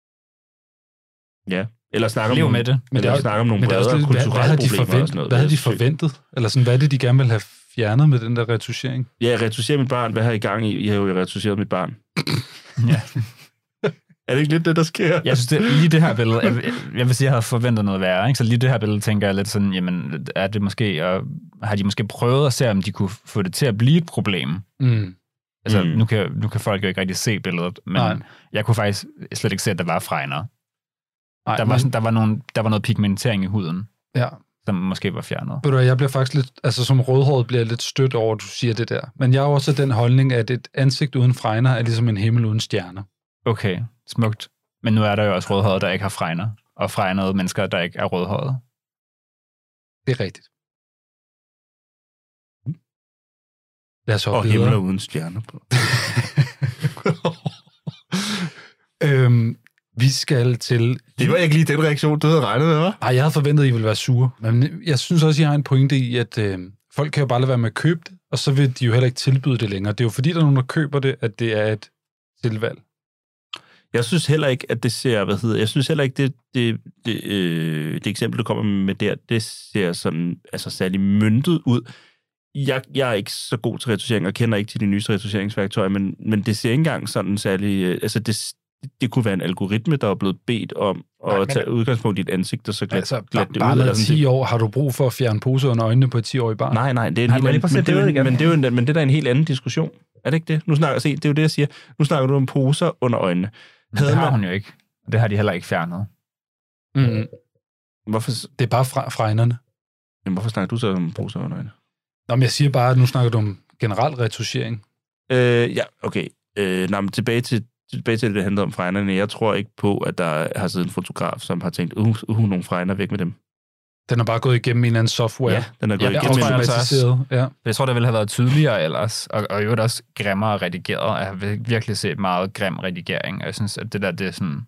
[SPEAKER 9] Ja, eller snakke om,
[SPEAKER 10] Lev
[SPEAKER 9] nogle,
[SPEAKER 10] med det.
[SPEAKER 9] Men eller
[SPEAKER 8] det er,
[SPEAKER 9] snakke om nogle
[SPEAKER 8] men
[SPEAKER 9] bredere
[SPEAKER 8] også,
[SPEAKER 9] kulturelle
[SPEAKER 8] hvad, hvad havde de
[SPEAKER 9] problemer
[SPEAKER 8] forvent,
[SPEAKER 9] og sådan noget.
[SPEAKER 8] Hvad havde de forventet? Eller sådan, hvad er det, de gerne vil have fjernet med den der retuschering?
[SPEAKER 9] Ja, retuschere mit barn. Hvad har I gang i? I har jo retuscheret mit barn.
[SPEAKER 10] Ja.
[SPEAKER 9] Er det ikke lidt det, der sker?
[SPEAKER 10] Jeg synes, det, lige det her billede, jeg, jeg vil sige, jeg havde forventet noget værre, ikke? Så lige det her billede tænker jeg lidt sådan, jamen, er det måske, og har de måske prøvet at se, om de kunne få det til at blive et problem?
[SPEAKER 8] Mm.
[SPEAKER 10] Altså,
[SPEAKER 9] Mm.
[SPEAKER 10] nu, kan, nu kan folk jo ikke rigtig se billedet, men
[SPEAKER 8] Nej.
[SPEAKER 10] jeg kunne faktisk slet ikke se, at der var fregner.
[SPEAKER 8] Nej,
[SPEAKER 10] der, var sådan, der, var nogle, der var noget pigmentering i huden,
[SPEAKER 8] ja.
[SPEAKER 10] som måske var fjernet.
[SPEAKER 8] Ved du, jeg bliver faktisk lidt, altså som rødhåret bliver jeg lidt stødt over, at du siger det der. Men jeg har også den holdning, at et ansigt uden fregner er ligesom en himmel uden stjerner.
[SPEAKER 10] Okay, smukt. Men nu er der jo også rødhårede, der ikke har fregner, og fregnede mennesker, der ikke er rødhårede.
[SPEAKER 8] Det er rigtigt. Lad os hoppe
[SPEAKER 9] og
[SPEAKER 8] videre.
[SPEAKER 9] himler uden stjerner på.
[SPEAKER 8] øhm, vi skal til...
[SPEAKER 9] Det var ikke lige den reaktion, du havde regnet med, hva'?
[SPEAKER 8] Nej, jeg havde forventet, at I ville være sure. Men jeg synes også, at I har en pointe i, at øh, folk kan jo bare lade være med at købe det, og så vil de jo heller ikke tilbyde det længere. Det er jo fordi, der er nogen, der køber det, at det er et tilvalg.
[SPEAKER 9] Jeg synes heller ikke, at det ser, hvad hedder, jeg synes heller ikke, det, det, det, øh, det eksempel, du kommer med der, det ser sådan, altså særlig møntet ud. Jeg, jeg er ikke så god til retuschering, og kender ikke til de nyeste retuscheringsværktøjer, men, men det ser ikke engang sådan særlig, øh, altså det, det kunne være en algoritme, der er blevet bedt om at Nej, tage udgangspunkt i dit ansigt, og så glat,
[SPEAKER 8] altså,
[SPEAKER 9] glat det ud.
[SPEAKER 8] Bare med ti år, har du brug for at fjerne poser under øjnene på et ti-årigt barn?
[SPEAKER 9] Nej, nej, det er en nej, helt anden, men, det, det, men, det er jo en, men det er da en helt anden diskussion. Er det ikke det? Nu snakker, se, det er jo det, jeg siger. Nu snakker du om poser under øjnene.
[SPEAKER 10] Havde det har man... hun jo ikke. Det har de heller ikke fjernet.
[SPEAKER 8] Mm.
[SPEAKER 9] Hvorfor...
[SPEAKER 8] Det er bare fra, fregnerne.
[SPEAKER 9] Jamen, hvorfor snakker du så om poser under øjnene?
[SPEAKER 8] Nå, men jeg siger bare, at nu snakker du om generel retuschering.
[SPEAKER 9] Øh, ja, okay. Øh, nej, men tilbage til, tilbage til det, det handler om fregnerne. Jeg tror ikke på, at der har siddet en fotograf, som har tænkt, uh, uh nogle fregner væk med dem.
[SPEAKER 8] Den har bare gået igennem en eller anden software.
[SPEAKER 9] Ja, den har gået
[SPEAKER 10] ja,
[SPEAKER 9] igennem en
[SPEAKER 10] automatiseret. Ja. Jeg tror, det ville have været tydeligere ellers, og, og jo også grimmere redigeret. Jeg har virkelig set meget grim redigering, og jeg synes, at det der, det er sådan...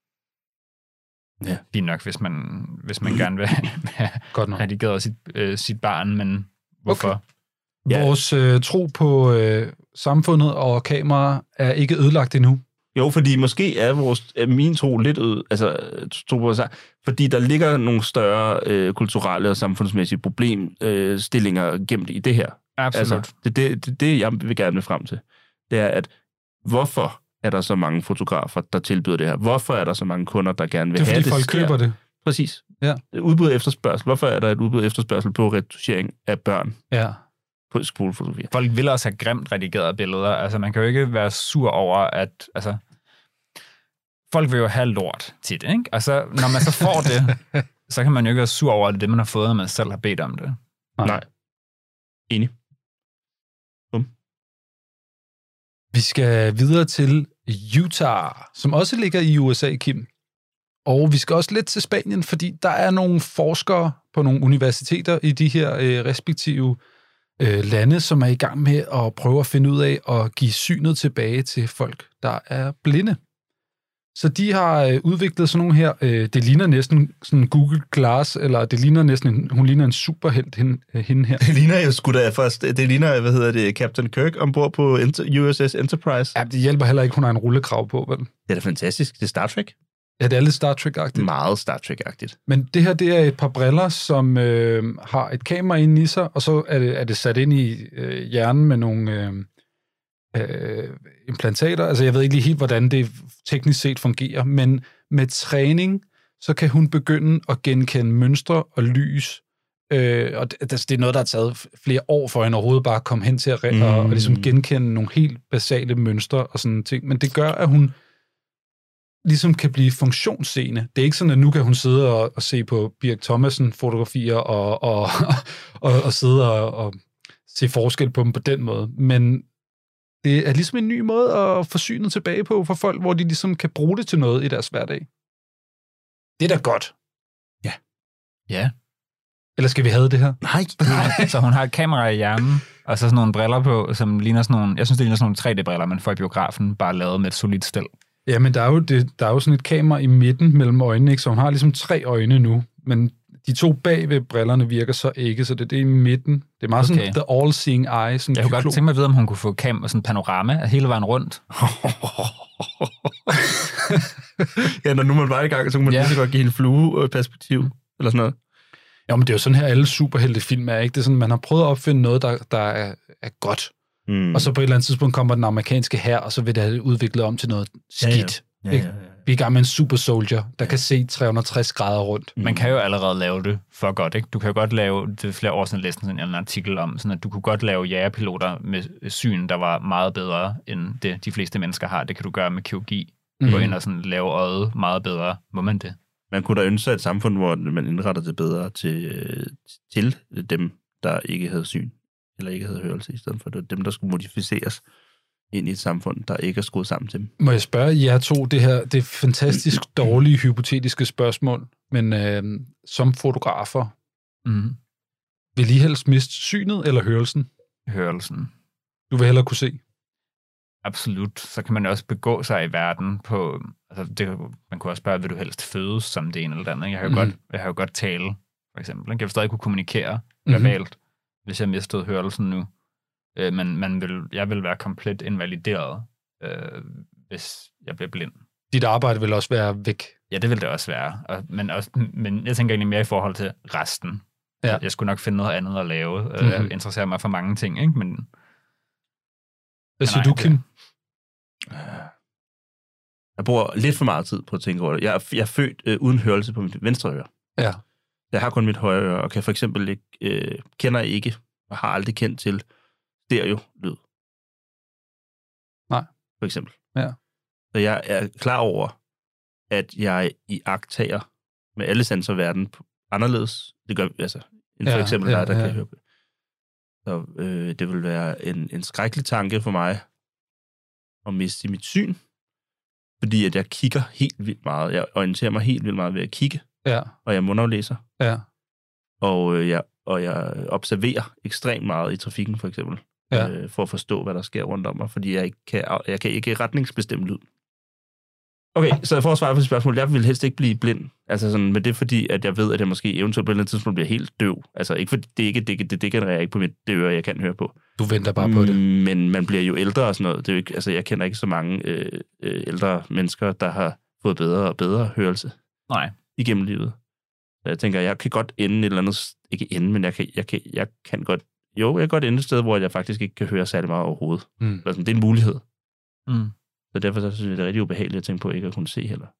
[SPEAKER 10] Ja. Fint nok, hvis man, hvis man gerne vil have redigeret sit, øh, sit barn, men hvorfor? Okay.
[SPEAKER 8] Ja. Vores øh, tro på øh, samfundet og kameraer er ikke ødelagt endnu.
[SPEAKER 9] Jo, fordi måske er, vores, er min tro lidt øde, altså, tro på sig, fordi der ligger nogle større øh, kulturelle og samfundsmæssige problemstillinger øh, gemt i det her.
[SPEAKER 10] Absolut.
[SPEAKER 9] Altså, det, det, det, det, jeg vil gerne vil frem til, det er, at hvorfor er der så mange fotografer, der tilbyder det her? Hvorfor er der så mange kunder, der gerne vil
[SPEAKER 8] det
[SPEAKER 9] have det?
[SPEAKER 8] Det er fordi folk køber det.
[SPEAKER 9] Præcis.
[SPEAKER 8] Ja.
[SPEAKER 9] Udbud efterspørgsel. Hvorfor er der et udbud efterspørgsel på retuschering af børn?
[SPEAKER 8] Ja.
[SPEAKER 9] På skolefotografier.
[SPEAKER 10] Folk vil også have grimt redigerede billeder. Altså, man kan jo ikke være sur over, at... Altså, folk vil jo have lort tit, ikke? Altså, når man så får det, så kan man jo ikke være sur over, at det, det man har fået, når man selv har bedt om det.
[SPEAKER 9] Nej. Nej. Enig. Um.
[SPEAKER 8] Vi skal videre til Utah, som også ligger i U S A, Kim. Og vi skal også lidt til Spanien, fordi der er nogle forskere på nogle universiteter i de her øh, respektive øh, lande, som er i gang med at prøve at finde ud af at give synet tilbage til folk, der er blinde. Så de har øh, udviklet sådan nogle her, øh, det ligner næsten sådan Google Glass, eller det ligner næsten, en, hun ligner en superhelt, hende, hende her.
[SPEAKER 9] Det ligner jo sgu da først, det ligner, hvad hedder det, Captain Kirk ombord på U S S Enterprise.
[SPEAKER 8] Ja, det hjælper heller ikke, hun har en rullekrav på, vel?
[SPEAKER 9] Det er da fantastisk, det er Star Trek.
[SPEAKER 8] Ja, det er lidt Star Trek-agtigt.
[SPEAKER 9] Meget Star Trek-agtigt.
[SPEAKER 8] Men det her, det er et par briller, som øh, har et kamera inde i sig, og så er det, er det sat ind i øh, hjernen med nogle øh, øh, implantater. Altså, jeg ved ikke lige helt, hvordan det teknisk set fungerer, men med træning, så kan hun begynde at genkende mønstre og lys. Øh, og det, det er noget, der har taget flere år for hende overhovedet bare at komme hen til at mm. og, og ligesom genkende nogle helt basale mønstre og sådan ting. Men det gør, at hun ligesom kan blive funktionsseende. Det er ikke sådan, at nu kan hun sidde og, og se på Birk Thomasen-fotografier og, og, og, og sidde og, og se forskel på dem på den måde. Men det er ligesom en ny måde at få synet tilbage på for folk, hvor de ligesom kan bruge det til noget i deres hverdag. Det er da godt.
[SPEAKER 10] Ja. Ja.
[SPEAKER 8] Eller skal vi have det her?
[SPEAKER 9] Nej.
[SPEAKER 10] Nej. Så hun har et kamera i hjernen, og så sådan nogle briller på, som ligner sådan nogle, jeg synes, det ligner sådan nogle tre D-briller, man får i biografen, bare lavet med et solidt stel.
[SPEAKER 8] Ja, men der er jo, det, der er jo sådan et kamera i midten mellem øjnene, ikke? Så hun har ligesom tre øjne nu, men de to bag ved brillerne virker så ikke, så det er det i midten. Det er meget okay. Sådan the all-seeing eye. Sådan
[SPEAKER 10] jeg kunne godt tænke mig at vide, om hun kunne få kam og sådan panorama hele vejen rundt.
[SPEAKER 9] Ja, når nu man var i gang, så kunne man ja. lige så godt give hende flue-perspektiv, eller sådan noget.
[SPEAKER 8] Ja, men det er jo sådan her, alle superheltefilm er, ikke? Det er sådan, man har prøvet at opfinde noget, der, der er, er godt. Mm. Og så på et eller andet tidspunkt kommer den amerikanske hær, og så vil det have udviklet om til noget skidt. Ja, ja. Ja, ja, ja. Vi er i gang med en super soldier, der ja. kan se tre hundrede og tres grader rundt.
[SPEAKER 10] Man kan jo allerede lave det for godt, ikke? Du kan jo godt lave, det er flere år siden, jeg læste sådan en artikel om, sådan at du kunne godt lave jagerpiloter med syn, der var meget bedre, end det de fleste mennesker har. Det kan du gøre med kirurgi. Du går mm. ind og sådan lave øjet meget bedre. Må man det?
[SPEAKER 9] Man kunne da ønske sig et samfund, hvor man indretter det bedre til, til dem, der ikke havde syn, eller ikke havde hørelse, i stedet for det dem, der skulle modificeres ind i et samfund, der ikke er skruet sammen til dem.
[SPEAKER 8] Må jeg spørge jer to, det her, det er fantastisk dårlige hypotetiske spørgsmål, men øh, som fotografer, mm. vil I helst miste synet eller hørelsen?
[SPEAKER 10] Hørelsen.
[SPEAKER 8] Du vil hellere kunne se?
[SPEAKER 10] Absolut. Så kan man også begå sig i verden på... Altså det, man kunne også spørge, vil du helst fødes som det ene eller det andet? Jeg har jo, mm. godt, jeg har jo godt tale, for eksempel. Jeg vil stadig kunne kommunikere verbalt. hvis jeg mistede hørelsen nu. Øh, men man vil, jeg vil være komplet invalideret, øh, hvis jeg bliver blind.
[SPEAKER 8] Dit arbejde vil også være væk.
[SPEAKER 10] Ja, det vil det også være. Og, men, også, men jeg tænker egentlig mere i forhold til resten. Ja. Jeg skulle nok finde noget andet at lave. Mm-hmm. Jeg interesserer mig for mange ting, ikke? Men,
[SPEAKER 8] hvad siger du, Kim?
[SPEAKER 9] Jeg bruger lidt for meget tid på at tænke over det. Jeg er, jeg er født øh, uden hørelse på mit venstre øre.
[SPEAKER 8] Ja.
[SPEAKER 9] Jeg har kun mit højre øre, og kan for eksempel ikke, øh, kender ikke, og har aldrig kendt til stereo-lyd.
[SPEAKER 8] Nej.
[SPEAKER 9] For eksempel.
[SPEAKER 8] Ja.
[SPEAKER 9] Så jeg er klar over, at jeg i agttager med alle sanser i verden anderledes. Det gør altså, end for ja, eksempel ja, dig, der ja. kan høre på. Så øh, det vil være en, en skrækkelig tanke for mig at miste mit syn, fordi at jeg kigger helt vildt meget. Jeg orienterer mig helt vildt meget ved at kigge,
[SPEAKER 8] ja.
[SPEAKER 9] og jeg er mundaflæser.
[SPEAKER 8] Ja.
[SPEAKER 9] Og, øh, jeg, og jeg observerer ekstremt meget i trafikken, for eksempel, ja. øh, for at forstå, hvad der sker rundt om mig, fordi jeg ikke kan, jeg kan ikke retningsbestemme lyd. Okay, så for at svare på det spørgsmål, jeg vil helst ikke blive blind. Altså sådan, men det er fordi, at jeg ved, at jeg måske eventuelt på et eller andet tidspunkt bliver helt døv. Altså ikke fordi det ikke det, det degenererer ikke på mit det øre, jeg kan høre på.
[SPEAKER 8] Du venter bare på det.
[SPEAKER 9] Men man bliver jo ældre og sådan noget. Det er jo ikke, altså jeg kender ikke så mange øh, øh, ældre mennesker, der har fået bedre og bedre hørelse.
[SPEAKER 10] Nej. Igennem
[SPEAKER 9] livet. Så jeg tænker, jeg kan godt ende et eller andet, ikke ende, men jeg kan, jeg kan, jeg kan godt, jo, jeg kan godt ende et sted, hvor jeg faktisk ikke kan høre særlig meget overhovedet. Mm. Altså, det er en mulighed. Mm. Så derfor så synes jeg, det er rigtig ubehageligt at tænke på, ikke at kunne se heller.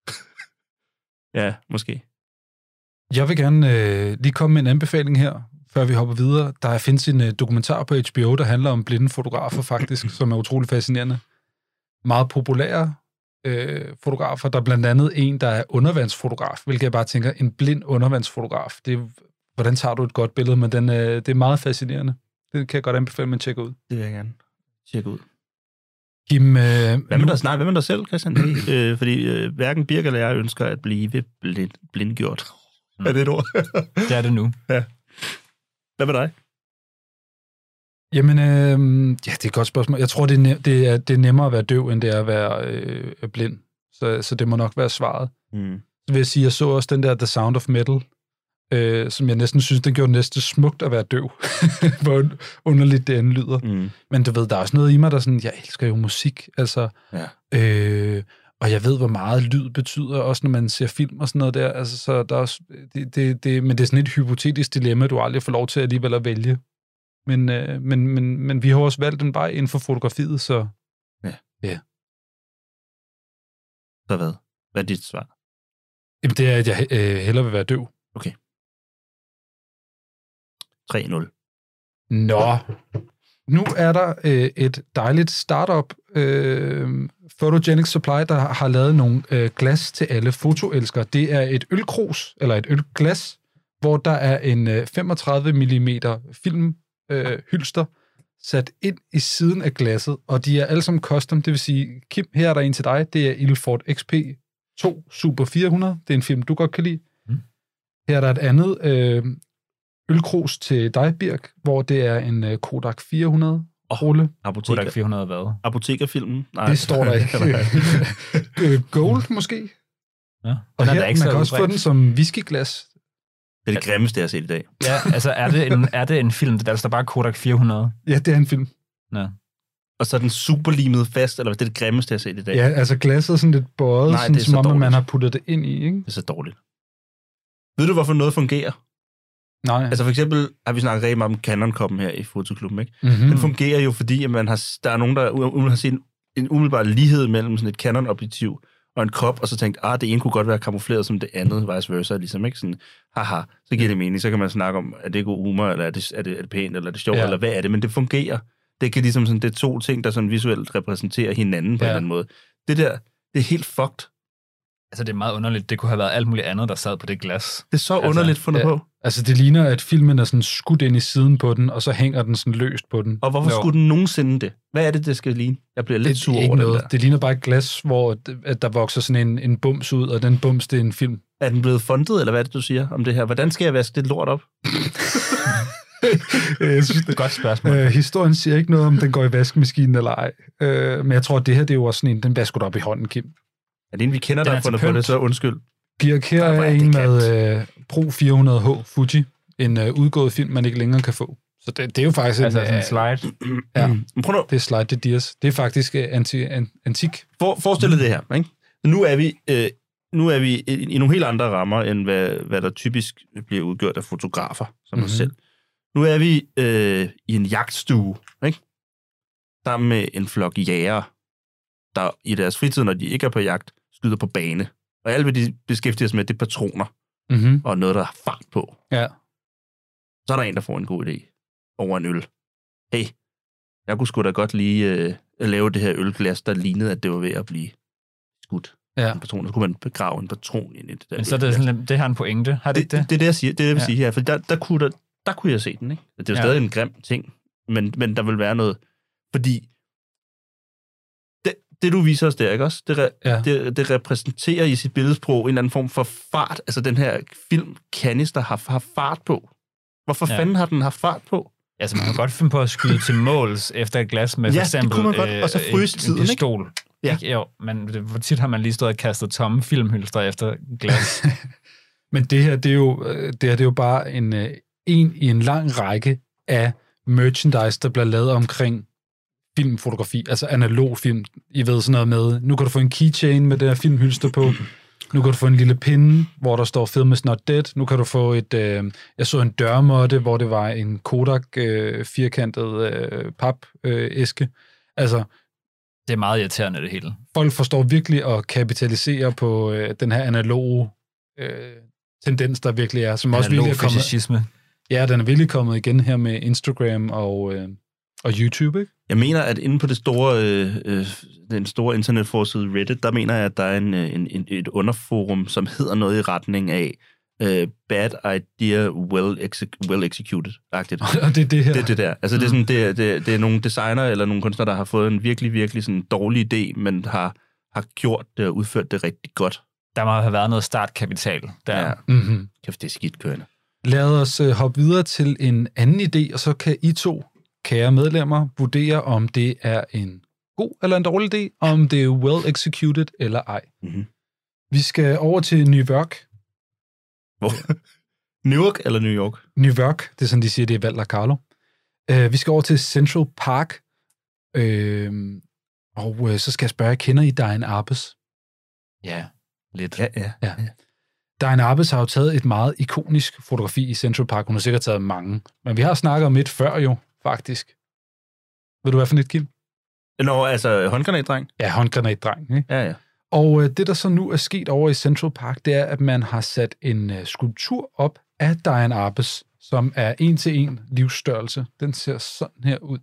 [SPEAKER 9] Ja, måske.
[SPEAKER 8] Jeg vil gerne øh, lige komme med en anbefaling her, før vi hopper videre. Der findes en øh, dokumentar på H B O, der handler om blinde fotografer faktisk, som er utrolig fascinerende. Meget populære øh, fotografer. Der er blandt andet en, der er undervandsfotograf, hvilket jeg bare tænker, en blind undervandsfotograf. Det er, hvordan tager du et godt billede, men den, øh, det er meget fascinerende. Det kan jeg godt anbefale, man tjekker ud.
[SPEAKER 9] Det vil jeg gerne tjekke ud.
[SPEAKER 8] Kim, øh,
[SPEAKER 9] hvad med dig snart? Hvad med dig selv, Christian? øh, fordi øh, hverken Birk eller jeg ønsker at blive blind, blindgjort. Mm. Er det et ord?
[SPEAKER 10] Det er det nu.
[SPEAKER 9] Ja. Hvad med dig?
[SPEAKER 8] Jamen, øh, ja, det er et godt spørgsmål. Jeg tror, det er, ne- det er, det er nemmere at være døv, end det er at være øh, blind. Så, så det må nok være svaret. Mm. Så vil jeg sige, jeg så også den der The Sound of Metal, øh, som jeg næsten synes, den gjorde næsten smukt at være døv. Hvor underligt det end lyder. Mm. Men du ved, der er også noget i mig, der sådan, jeg elsker jo musik, altså,
[SPEAKER 9] ja.
[SPEAKER 8] øh, og jeg ved, hvor meget lyd betyder, også når man ser film og sådan noget der, altså, så der er også, det, det, det, men det er sådan et hypotetisk dilemma, du aldrig får lov til alligevel at vælge. Men, øh, men, men, men vi har også valgt en vej inden for fotografiet, så
[SPEAKER 9] ja.
[SPEAKER 8] ja.
[SPEAKER 9] Så hvad? Hvad er dit svar?
[SPEAKER 8] Jamen, det er, at jeg øh, hellere vil være døv.
[SPEAKER 9] Okay. tre nul.
[SPEAKER 8] Nå, nu er der øh, et dejligt startup, øh, Photogenic Supply, der har lavet nogle øh, glas til alle fotoelskere. Det er et ølkrus, eller et ølglas, hvor der er en øh, femogtredive millimeter filmhylster øh, sat ind i siden af glasset, og de er alle sammen custom, det vil sige, Kim, her er der en til dig, det er Ilford X P to Super fire hundrede, det er en film, du godt kan lide. Mm. Her er der et andet øh, ølkrus til dig, Birk, hvor det er en uh, Kodak fire hundrede rulle.
[SPEAKER 9] Oh,
[SPEAKER 10] Kodak fire hundrede hvad?
[SPEAKER 9] Apotekerfilmen?
[SPEAKER 8] Nej, det står der ikke. Gold måske?
[SPEAKER 10] Ja.
[SPEAKER 8] Og her, man kan også få den som whiskyglas.
[SPEAKER 9] Det er det grimmeste, jeg har set i dag.
[SPEAKER 10] Ja, altså er det en, er det en film, der står bare Kodak fire hundrede?
[SPEAKER 8] Ja, det er en film.
[SPEAKER 10] Ja.
[SPEAKER 9] Og så er den super limet fast, eller det er det grimmeste, jeg har set i dag.
[SPEAKER 8] Ja, altså glasset er sådan lidt bøjet, Nej, sådan, som om man har puttet det ind i, ikke?
[SPEAKER 9] Det er så dårligt. Ved du, hvorfor noget fungerer?
[SPEAKER 8] Nej.
[SPEAKER 9] Altså for eksempel har vi snakket rigtig meget om Canon-koppen her i Fotoklubben, ikke?
[SPEAKER 8] Mm-hmm.
[SPEAKER 9] Den fungerer jo, fordi at man har, der er nogen, der um, har set en, en umiddelbar lighed mellem sådan et Canon-objektiv og en kop, og så tænkt, ah, det ene kunne godt være kamufleret som det andet, vice versa, ligesom, ikke? Sådan, haha, så giver det mening. Så kan man snakke om, er det god humor, eller er det, er det, er det pænt, eller er det sjovt, ja. Eller hvad er det? Men det fungerer. Det kan ligesom sådan, det er to ting, der sådan visuelt repræsenterer hinanden på ja. En eller anden måde. Det der, det er helt fucked.
[SPEAKER 10] Altså, det er meget underligt. Det kunne have været alt muligt andet, der sad på det glas.
[SPEAKER 9] Det er så altså, underligt fundet ja. På.
[SPEAKER 8] Altså, det ligner, at filmen er sådan skudt ind i siden på den, og så hænger den sådan løst på den.
[SPEAKER 9] Og hvorfor jo. Skulle den nogensinde det? Hvad er det, det skal ligne? Jeg bliver lidt det, sur over
[SPEAKER 8] noget.
[SPEAKER 9] Det
[SPEAKER 8] Det ligner bare et glas, hvor at der vokser sådan en, en bums ud, og den bums, det er en film.
[SPEAKER 9] Er den blevet fundet, eller hvad er det, du siger om det her? Hvordan skal jeg vaske det lort op?
[SPEAKER 8] Jeg synes, det er et
[SPEAKER 10] godt spørgsmål.
[SPEAKER 8] Øh, historien siger ikke noget, om den går i vaskemaskinen eller ej. Øh, men jeg tror, at det her, det er jo også sådan en, den vasker du op i hånden, Kim.
[SPEAKER 9] Er det en, vi kender dig for det, så undskyld.
[SPEAKER 8] Girk, her er en med uh, Pro fire hundrede H Fuji, en uh, udgået film, man ikke længere kan få. Så det, det er jo faktisk
[SPEAKER 10] Altså
[SPEAKER 8] en,
[SPEAKER 10] sådan en slide.
[SPEAKER 8] Ja,
[SPEAKER 9] Men prøv nu,
[SPEAKER 8] det er slide de dias. Det er faktisk uh, anti, an, antik.
[SPEAKER 9] for, forestil dig det her, ikke? Nu er vi, øh, nu er vi i, i nogle helt andre rammer, end hvad, hvad der typisk bliver udgjort af fotografer, som mm-hmm. os selv. Nu er vi øh, i en jagtstue, ikke? Sammen med en flok jæger, der i deres fritid, når de ikke er på jagt, skyder på bane. Og alt, hvad de beskæftiger sig med, det er patroner.
[SPEAKER 8] Mm-hmm.
[SPEAKER 9] Og noget, der har fart på.
[SPEAKER 8] Ja.
[SPEAKER 9] Så er der en, der får en god idé over en øl. Hey, jeg kunne sgu da godt lige øh, lave det her ølglas, der lignede, at det var ved at blive skudt.
[SPEAKER 8] Ja.
[SPEAKER 9] En patron. Så kunne man begrave en patron ind i det der.
[SPEAKER 10] Men så er det, sådan, det har en pointe. Har det,
[SPEAKER 9] det,
[SPEAKER 10] ikke det?
[SPEAKER 9] det, det er det, jeg siger. Det er det, jeg vil
[SPEAKER 10] Ja.
[SPEAKER 9] sige her. For der, der, kunne der, der kunne jeg se den, ikke? Det er jo
[SPEAKER 10] Ja.
[SPEAKER 9] stadig en grim ting, men, men der vil være noget. Fordi det, det du viser os der, ikke også? Det, re,
[SPEAKER 8] Ja.
[SPEAKER 9] det, det repræsenterer i sit billedsprog en eller anden form for fart. Altså den her film, Canis, der har, har fart på. Hvorfor
[SPEAKER 10] Ja.
[SPEAKER 9] fanden har den haft fart på?
[SPEAKER 10] Altså, man kan godt finde på at skyde til måls efter et glas med
[SPEAKER 9] Ja,
[SPEAKER 10] for
[SPEAKER 9] det
[SPEAKER 10] eksempel
[SPEAKER 9] kunne man godt. Og så
[SPEAKER 10] øh,
[SPEAKER 9] fryse
[SPEAKER 10] en-
[SPEAKER 9] tiden,
[SPEAKER 10] en
[SPEAKER 9] ikke?
[SPEAKER 10] pistol.
[SPEAKER 9] Ja.
[SPEAKER 10] Ikke? Jo, men det, hvor tit har man lige stået og kastet tomme filmhylster efter glas.
[SPEAKER 8] Men det her, det er jo, øh, det her, det er jo bare en, øh, en i en lang række af merchandise, der bliver lavet omkring filmfotografi, altså analog film. I ved sådan noget med, nu kan du få en keychain med det her filmhylster på, nu kan du få en lille pinde, hvor der står Film is not dead, nu kan du få et, øh, jeg så en dørmåtte, hvor det var en Kodak øh, firkantet øh, papæske. Øh, altså,
[SPEAKER 10] Det er meget irriterende, det hele.
[SPEAKER 8] folk forstår virkelig at kapitalisere på øh, den her analoge øh, tendens, der virkelig er, som også virkelig er kommet.
[SPEAKER 10] fetishisme.
[SPEAKER 8] Ja, den er virkelig kommet igen her med Instagram og, øh, og YouTube, ikke?
[SPEAKER 9] Jeg mener, at inde på det store, øh, øh, den store internetforside Reddit, der mener jeg, at der er en, en, en, et underforum, som hedder noget i retning af øh, bad idea well, exec- well executed-agtigt.
[SPEAKER 8] Og det er det her.
[SPEAKER 9] Det er det der. Altså, mm. det, er sådan, det, er, det, er, det er nogle designer eller nogle kunstnere, der har fået en virkelig, virkelig sådan dårlig idé, men har, har gjort det og udført det rigtig godt.
[SPEAKER 10] Der må have været noget startkapital der.
[SPEAKER 9] Ja.
[SPEAKER 8] Mm-hmm.
[SPEAKER 9] Kæft, det er skidt kørende.
[SPEAKER 8] Lad os øh, hoppe videre til en anden idé, og så kan I to, kære medlemmer, vurdere, om det er en god eller en dårlig idé, om det er well executed eller ej.
[SPEAKER 9] Mm-hmm.
[SPEAKER 8] Vi skal over til New York.
[SPEAKER 9] Hvor? New York eller New York?
[SPEAKER 8] New York, det er sådan, de siger, det er Valder Carlo. Uh, vi skal over til Central Park, uh, og uh, så skal jeg spørge, kender I Diane Arbus?
[SPEAKER 10] Ja, lidt.
[SPEAKER 9] Ja, ja.
[SPEAKER 8] Ja. Diane Arbus har jo taget et meget ikonisk fotografi i Central Park. Hun har sikkert taget mange, men vi har snakket om et før jo, faktisk. Ved du hvad for et, Kim?
[SPEAKER 9] Nå, altså håndgranatdreng?
[SPEAKER 8] Ja, håndgranatdreng, ikke?
[SPEAKER 9] Ja, ja.
[SPEAKER 8] Og øh, det, der så nu er sket over i Central Park, det er, at man har sat en øh, skulptur op af Diane Arbus, som er en til en livsstørrelse. Den ser sådan her ud.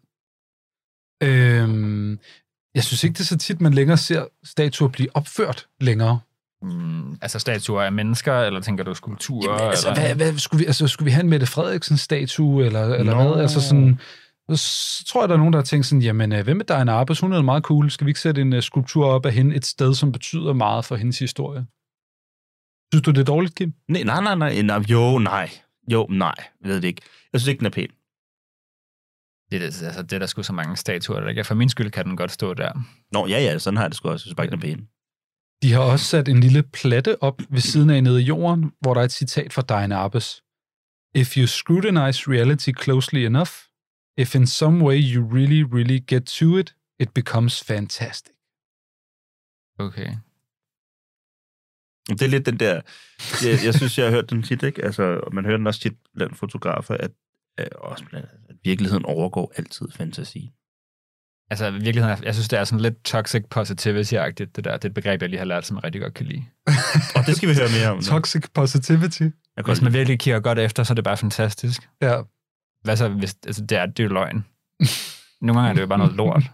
[SPEAKER 8] Øhm, jeg synes ikke, det er så tit, man længere ser statuer blive opført længere.
[SPEAKER 10] Mm, altså statuer af mennesker, eller tænker du skulpturer?
[SPEAKER 8] Jamen, altså,
[SPEAKER 10] eller?
[SPEAKER 8] hvad, hvad, skulle, vi, altså, skulle vi have en Mette Frederiksen-statue, eller, eller
[SPEAKER 9] Nå.
[SPEAKER 8] hvad? Altså sådan, så tror jeg, der er nogen, der har tænkt sådan, jamen, øh, hvem er Diane Arbus? Hun er meget cool. Skal vi ikke sætte en uh, skulptur op af hende et sted, som betyder meget for hendes historie? Synes du, det er dårligt, Kim?
[SPEAKER 9] Nej, nej, nej, nej. nej. Jo, nej. Jo, nej. Jeg ved det ikke. Jeg synes ikke, den er pæn.
[SPEAKER 10] Det, er, altså, det er der sgu så mange statuer, der ikke er. For min skyld kan den godt stå der.
[SPEAKER 9] Nå, ja, ja, sådan har jeg det sgu også. Jeg synes bare ikke, den er pæn.
[SPEAKER 8] De har også sat en lille platte op ved siden af nede i jorden, hvor der er et citat fra Diane Arbus. If you scrutinize reality closely enough, if in some way you really, really get to it, it becomes fantastic.
[SPEAKER 10] Okay.
[SPEAKER 9] Det er lidt den der... Jeg, jeg synes, jeg har hørt den tit, ikke? Altså, man hører den også tit blandt fotografer, at, at, også blandt, at virkeligheden overgår altid fantasi.
[SPEAKER 10] Altså, i virkeligheden, jeg synes, det er sådan lidt toxic positivity-agtigt, det der. Det er et begreb, jeg lige har lært, som jeg rigtig godt kan lide.
[SPEAKER 9] Og det skal vi høre mere om.
[SPEAKER 8] Toxic positivity.
[SPEAKER 10] Hvis man virkelig kigger godt efter, så er det bare fantastisk.
[SPEAKER 8] Ja.
[SPEAKER 10] Hvad så, hvis altså, det er, det er jo løgn? Nogle gange er det jo bare noget lort.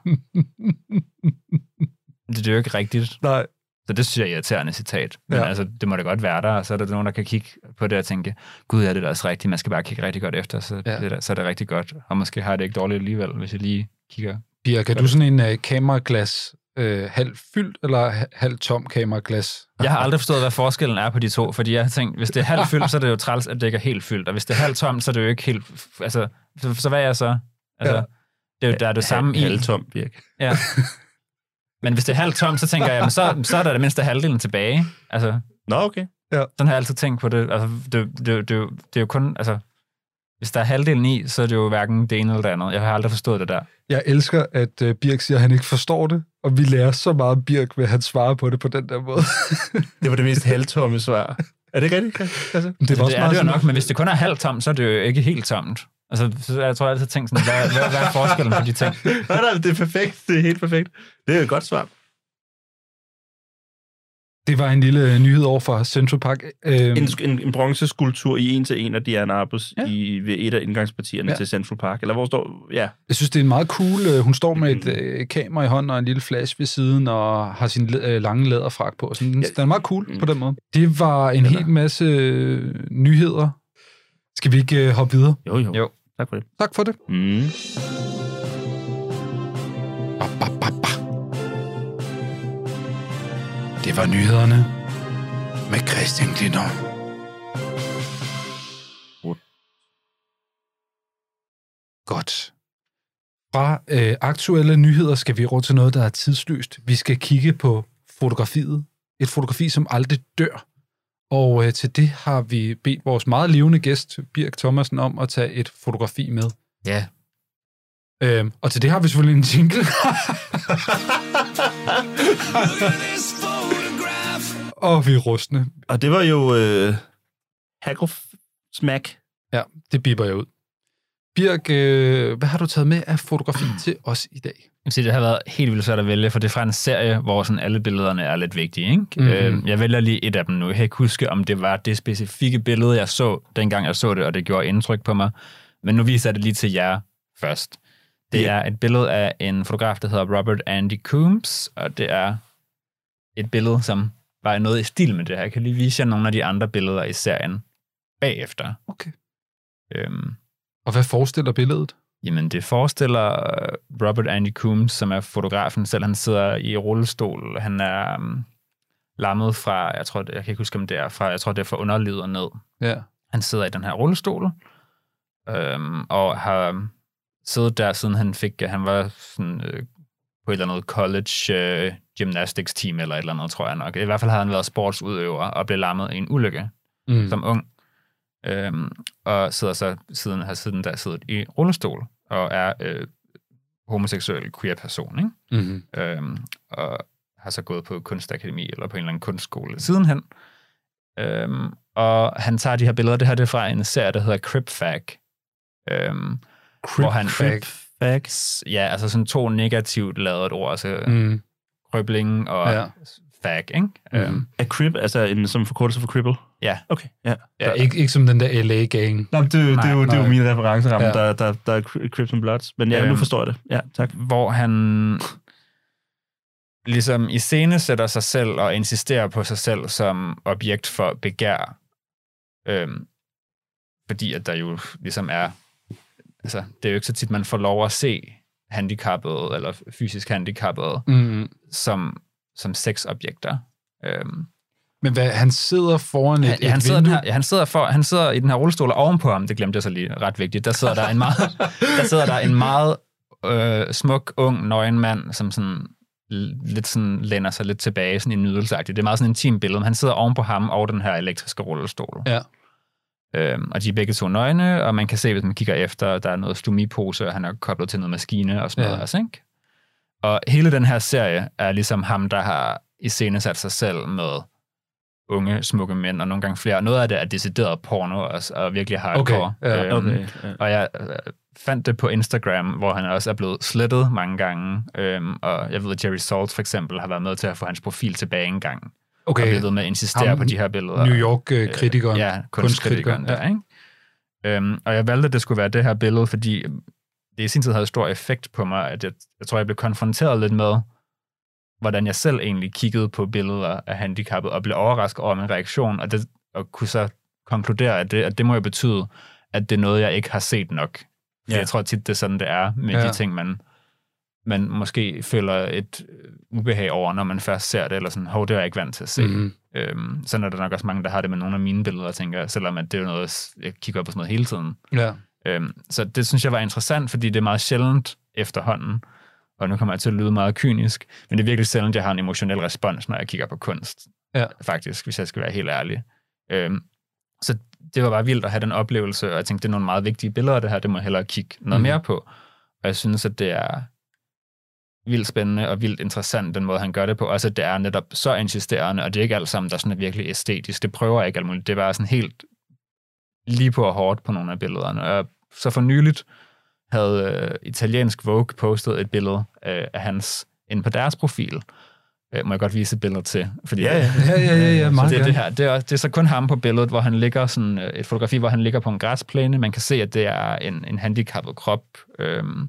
[SPEAKER 10] Det er jo ikke rigtigt.
[SPEAKER 8] Nej.
[SPEAKER 10] Så det synes jeg er irriterende citat. Men
[SPEAKER 8] Ja.
[SPEAKER 10] altså, det må da godt være der, og så er der nogen, der kan kigge på det og tænke, gud, er det da også rigtigt? Man skal bare kigge rigtig godt efter, så,
[SPEAKER 8] Ja.
[SPEAKER 10] det der, så er det rigtig godt. Og måske har det ikke dårligt alligevel, hvis jeg lige kigger.
[SPEAKER 8] Pia, kan du sådan en uh, kameraglas uh, halv fyldt eller ha- halv tom kameraglas?
[SPEAKER 10] Jeg har aldrig forstået, hvad forskellen er på de to, fordi jeg har tænkt, hvis det er halvt fyldt, så er det jo træls, at det ikke er helt fyldt, og hvis det er halvt tomt, så er det jo ikke helt... Altså, så, så hvad er jeg så? Altså,
[SPEAKER 8] Ja.
[SPEAKER 10] det er jo, der er det samme i...
[SPEAKER 9] Halvtom, virke.
[SPEAKER 10] Ja. Men hvis det er halvt tomt, så tænker jeg, jamen, så, så er der det mindste halvdelen tilbage. Altså,
[SPEAKER 9] Nå, okay.
[SPEAKER 8] Ja.
[SPEAKER 10] sådan har jeg altid tænkt på det. Altså, det, det, det, det, det er jo kun... Altså, Hvis der er halvdelen i, så er det jo hverken det ene eller det andet. Jeg har aldrig forstået det der.
[SPEAKER 8] Jeg elsker, at uh, Birk siger, at han ikke forstår det, og vi lærer så meget om Birk, ved at han svarer på det på den der måde.
[SPEAKER 9] Det var det mest halvtomme svar. Er det rigtigt? Altså,
[SPEAKER 10] det, det, det er det jo nok, men hvis det kun er halvtomt, så er det jo ikke helt tomt. Altså, så jeg tror jeg altid tænkt sådan, hvad, hvad, hvad er forskellen på de ting?
[SPEAKER 9] Nej, nej, det er perfekt. Det er helt perfekt. Det er et godt svar.
[SPEAKER 8] Det var en lille nyhed over fra Central Park. Øhm,
[SPEAKER 9] en, en, en bronzeskulptur i en til en af Diana Arbus ja. i, ved et af indgangspartierne ja. til Central Park. Eller hvor står... Ja.
[SPEAKER 8] Jeg synes, det er en meget cool... Hun står med et øh, kamera i hånden og en lille flash ved siden og har sin øh, lange læderfrak på. Så den, ja. den er meget cool mm. på den måde. Det var en ja. hel masse øh, nyheder. Skal vi ikke øh, hoppe videre?
[SPEAKER 9] Jo, jo. jo. Tak for det.
[SPEAKER 8] Tak for det.
[SPEAKER 9] Mm.
[SPEAKER 8] Ba, ba, ba, ba. Det var nyhederne med Christian Klintholm. Godt. Fra øh, aktuelle nyheder skal vi over til noget, der er tidsløst. Vi skal kigge på fotografiet. Et fotografi, som aldrig dør. Og øh, til det har vi bedt vores meget levende gæst, Birk Thomasen, om at tage et fotografi med.
[SPEAKER 10] Ja.
[SPEAKER 8] Øhm, og til det har vi selvfølgelig en jingle. Og vi er rustne.
[SPEAKER 9] Og det var jo øh, Hagrof Smack.
[SPEAKER 8] Ja, det biber jeg ud. Birk, øh, hvad har du taget med af fotografi til os i dag?
[SPEAKER 10] Jeg siger, det har været helt vildt svært at vælge, for det er fra en serie, hvor sådan alle billederne er lidt vigtige. Ikke? Mm-hmm. Øh, jeg vælger lige et af dem nu. Jeg kan ikke huske, om det var det specifikke billede, jeg så, dengang jeg så det, og det gjorde indtryk på mig. Men nu viser jeg det lige til jer først. Det yeah. er et billede af en fotograf, der hedder Robert Andy Coombs, og det er et billede, som var noget i stil med det her. Jeg kan lige vise jer nogle af de andre billeder i serien bagefter.
[SPEAKER 8] Okay.
[SPEAKER 10] Øhm,
[SPEAKER 8] og hvad forestiller billedet?
[SPEAKER 10] Jamen, det forestiller Robert Andy Coombs, som er fotografen selv. Han sidder i rullestol. Han er um, lammet fra, jeg tror, jeg kan ikke huske, om det er fra, jeg tror, det er fra underlivet og ned.
[SPEAKER 8] Ja.
[SPEAKER 10] Han sidder i den her rullestol, øhm, og har siddet der, siden han fik, han var sådan, øh, på et eller andet college øh, gymnastics team, eller et eller andet, tror jeg nok. I hvert fald har han været sportsudøver, og blev lammet i en ulykke mm. som ung. Øhm, og sidder så siden, har siden der siddet i rullestol, og er øh, homoseksuel queer person, ikke?
[SPEAKER 8] Mm-hmm.
[SPEAKER 10] Øhm, og har så gået på kunstakademi, eller på en eller anden kunstskole sidenhen. Øhm, og han tager de her billeder, det her det er fra en serie, der hedder Cripfag. Øhm, hvor han
[SPEAKER 9] Cripfag?
[SPEAKER 10] Ja, altså sådan to negativt lavet ord, altså
[SPEAKER 8] mm.
[SPEAKER 10] krøbling og ja. fag, ikke?
[SPEAKER 8] Mm.
[SPEAKER 10] Øhm,
[SPEAKER 9] er crip, altså en, som forkortelse for cripple?
[SPEAKER 10] Ja.
[SPEAKER 9] Okay, ja.
[SPEAKER 8] ja ikke, ikke som den der L A-gang.
[SPEAKER 9] Nej, det, det, nej, det, er jo, det er jo min referenceramme, ja. der, der, der er Crips and Bloods. Men ja, øhm, nu forstår jeg det. Ja, tak.
[SPEAKER 10] Hvor han ligesom iscenesætter sig selv og insisterer på sig selv som objekt for begær. Øhm, fordi at der jo ligesom er... Altså, det er jo ikke så tit, man får lov at se handicappede eller fysisk handicappede
[SPEAKER 8] mm. som,
[SPEAKER 10] som sexobjekter. Øhm,
[SPEAKER 8] Men hvad, han sidder foran et,
[SPEAKER 10] ja,
[SPEAKER 8] et
[SPEAKER 10] han sidder
[SPEAKER 8] vindue?
[SPEAKER 10] Her, ja, han sidder, for, han sidder i den her rullestol, og ovenpå ham, det glemte jeg så lige, ret vigtigt, der sidder der en meget, der sidder der en meget øh, smuk, ung, nøgen mand, som sådan lidt sådan læner sig lidt tilbage, sådan en nydelseagtigt. Det er meget sådan en intim billede, men han sidder ovenpå ham og den her elektriske rullestol.
[SPEAKER 8] Ja.
[SPEAKER 10] Øhm, og de er begge to nøgne, og man kan se, hvis man kigger efter, der er noget stomipose, og han er koblet til noget maskine og sådan ja. noget også, ikke? Og hele den her serie er ligesom ham, der har iscenesat sig selv med unge, smukke mænd, og nogle gange flere. Noget af det er decideret porno også, og virkelig hardcore.
[SPEAKER 8] Okay. Ja,
[SPEAKER 10] øhm,
[SPEAKER 9] okay. Ja.
[SPEAKER 10] Og jeg øh, fandt det på Instagram, hvor han også er blevet slettet mange gange. Øhm, og jeg ved, at Jerry Saltz for eksempel har været med til at få hans profil tilbage en gang.
[SPEAKER 8] Okay.
[SPEAKER 10] Og blevet ved med at insistere ham, på de her billeder.
[SPEAKER 8] New York-kritikeren.
[SPEAKER 10] Øh, ja, kunstkritikeren der, ikke? Øhm, og jeg valgte, at det skulle være det her billede, fordi det i sin tid havde stor effekt på mig, at jeg, jeg tror, jeg blev konfronteret lidt med, hvordan jeg selv egentlig kiggede på billeder af handicappet, og blev overrasket over min reaktion, og, det, og kunne så konkludere, at det, at det må jo betyde, at det er noget, jeg ikke har set nok. Ja. Jeg tror tit, det er sådan, det er med ja. de ting, man, man måske føler et ubehag over, når man først ser det, eller sådan, hov, det er jeg ikke vant til at se. Mm-hmm. Øhm, sådan er der nok også mange, der har det med nogle af mine billeder, tænker jeg, selvom at det er noget, jeg kigger på sådan noget hele tiden.
[SPEAKER 8] Ja.
[SPEAKER 10] Øhm, så det synes jeg var interessant, fordi det er meget sjældent efterhånden, og nu kommer jeg til at lyde meget kynisk, men det er virkelig sjældent, jeg har en emotionel respons, når jeg kigger på kunst.
[SPEAKER 8] Ja.
[SPEAKER 10] Faktisk, hvis jeg skal være helt ærlig. Øhm, så det var bare vildt at have den oplevelse, og jeg tænkte, det er nogle meget vigtige billeder, det her, det må jeg hellere kigge noget mm. mere på. Og jeg synes, at det er vildt spændende og vildt interessant, den måde, han gør det på. Også at det er netop så insisterende, og det er ikke alt sammen, der sådan er virkelig æstetisk. Det prøver ikke alt muligt. Det er bare sådan helt lige på og hårdt på nogle af billederne. Og så for nyligt havde øh, italiensk Vogue postet et billede øh, af hans inde på deres profil. Øh, må jeg godt vise et billede til? Fordi,
[SPEAKER 8] ja, ja, ja, ja, ja, ja meget
[SPEAKER 10] så det, er det, her, det, er, det er så kun ham på billedet, hvor han ligger sådan, et fotografi, hvor han ligger på en græsplæne. Man kan se, at det er en, en handicappet krop. Øhm,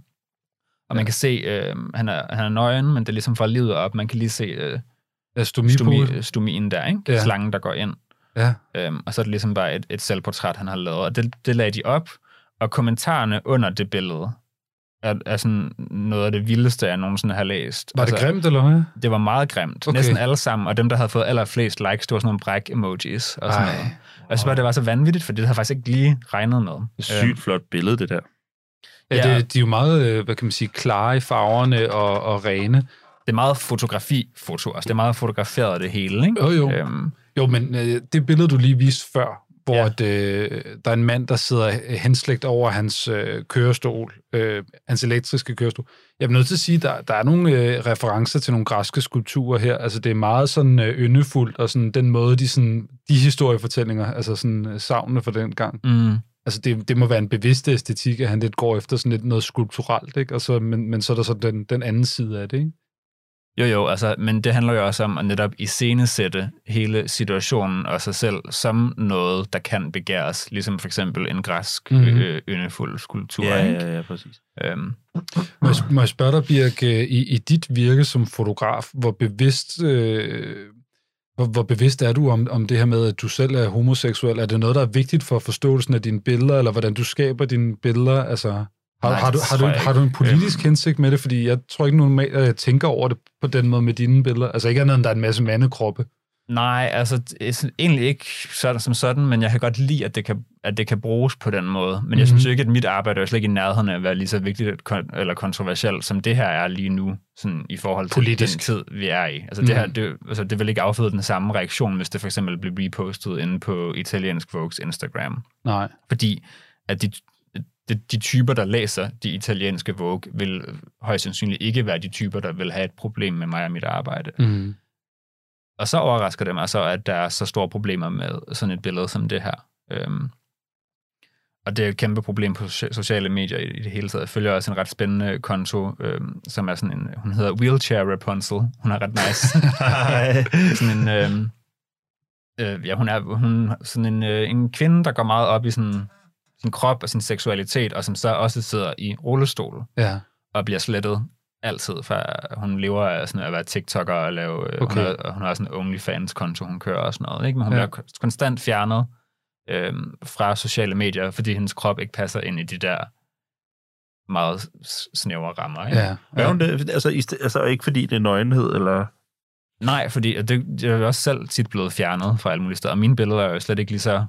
[SPEAKER 10] og man kan se, øh, han, er, han er nøgen, men det er ligesom fra livet op. Man kan lige se øh,
[SPEAKER 8] ja, stomi,
[SPEAKER 10] stomi, stomien der, ikke? Ja. Slangen, der går ind.
[SPEAKER 8] Ja.
[SPEAKER 10] Øhm, og så er det ligesom bare et, et selvportræt, han har lavet. Og det, det lagde de op, og kommentarerne under det billede er, er sådan noget af det vildeste, jeg nogensinde har læst.
[SPEAKER 8] Var det altså, grimt, eller hvad?
[SPEAKER 10] Det var meget grimt. Okay. Næsten alle sammen, og dem, der havde fået allerflest likes, det var sådan nogle bræk-emojis og sådan noget. Jeg synes bare, det var så vanvittigt, for det havde jeg faktisk ikke lige regnet med.
[SPEAKER 9] Sygt øhm. flot billede, det der.
[SPEAKER 8] Ja, ja. Det, de er jo meget, hvad kan man sige, klare i farverne og, og rene.
[SPEAKER 10] Det er meget fotografi-foto, altså det er meget fotograferet det hele, ikke?
[SPEAKER 8] Jo, jo. Øhm. Jo, men øh, det billede, du lige viste før, hvor ja. at, øh, der er en mand, der sidder henslægt over hans øh, kørestol, øh, hans elektriske kørestol. Jeg er nødt til at sige, at der, der er nogle øh, referencer til nogle græske skulpturer her. Altså, det er meget sådan øh, yndefuldt, og sådan den måde, de, sådan, de historiefortællinger, altså sådan øh, savnene for den gang.
[SPEAKER 10] Mm.
[SPEAKER 8] Altså, det, det må være en bevidst æstetik, at han lidt går efter sådan lidt noget skulpturelt, ikke? Og så, men, men så er der så den, den anden side af det, ikke?
[SPEAKER 10] Jo, jo, altså, men det handler jo også om at netop iscenesætte hele situationen og sig selv som noget, der kan begæres, ligesom for eksempel en græsk mm-hmm. øh, yndefuld skulptur.
[SPEAKER 9] Ja,
[SPEAKER 10] ikke?
[SPEAKER 9] ja, ja, præcis.
[SPEAKER 10] Øhm.
[SPEAKER 8] Må, jeg, må jeg spørge dig, Birk, i, i dit virke som fotograf, hvor bevidst, øh, hvor, hvor bevidst er du om, om det her med, at du selv er homoseksuel? Er det noget, der er vigtigt for forståelsen af dine billeder, eller hvordan du skaber dine billeder? Altså... Har,
[SPEAKER 10] Nej,
[SPEAKER 8] har, du, har, du, har du en politisk øhm. hensigt med det? Fordi jeg tror ikke normalt, at jeg tænker over det på den måde med dine billeder. Altså ikke andet, end der er en masse mandekroppe.
[SPEAKER 10] Nej, altså egentlig ikke sådan som sådan, men jeg kan godt lide, at det kan, at det kan bruges på den måde. Men mm-hmm. jeg synes ikke, at mit arbejde er slet ikke i nærheden af at være lige så vigtigt eller kontroversielt, som det her er lige nu, sådan i forhold til politisk. Den tid, vi er i. Altså, mm-hmm. det her, det, altså, det vil ikke afføde den samme reaktion, hvis det for eksempel bliver repostet inde på italiensk Vogues Instagram.
[SPEAKER 8] Nej.
[SPEAKER 10] Fordi at de De, de typer, der læser de italienske Vogue, vil højst sandsynligt ikke være de typer, der vil have et problem med mig og mit arbejde.
[SPEAKER 8] Mm.
[SPEAKER 10] Og så overrasker det mig så, at der er så store problemer med sådan et billede som det her. Øhm, og det er et kæmpe problem på sociale medier i det hele taget. Jeg følger også en ret spændende konto, øhm, som er sådan en, hun hedder Wheelchair Rapunzel. Hun er ret nice. sådan en, øhm, øh, ja, hun er hun, sådan en, øh, en kvinde, der går meget op i sådan sin krop og sin seksualitet, og som så også sidder i rullestol,
[SPEAKER 8] ja.
[SPEAKER 10] og bliver slettet altid, for hun lever af sådan at være TikToker og lave, okay. hun, har, og hun har sådan en OnlyFans-konto, hun kører og sådan noget, ikke? Men hun ja. bliver konstant fjernet øhm, fra sociale medier, fordi hendes krop ikke passer ind i de der meget snævre rammer. Ikke?
[SPEAKER 8] Ja.
[SPEAKER 9] Ja. Hun det? Altså, altså ikke fordi det er nøgenhed, eller...
[SPEAKER 10] Nej, fordi det, det er jo også selv tit blevet fjernet fra alle mulige steder, og mine billeder er jo slet ikke lige så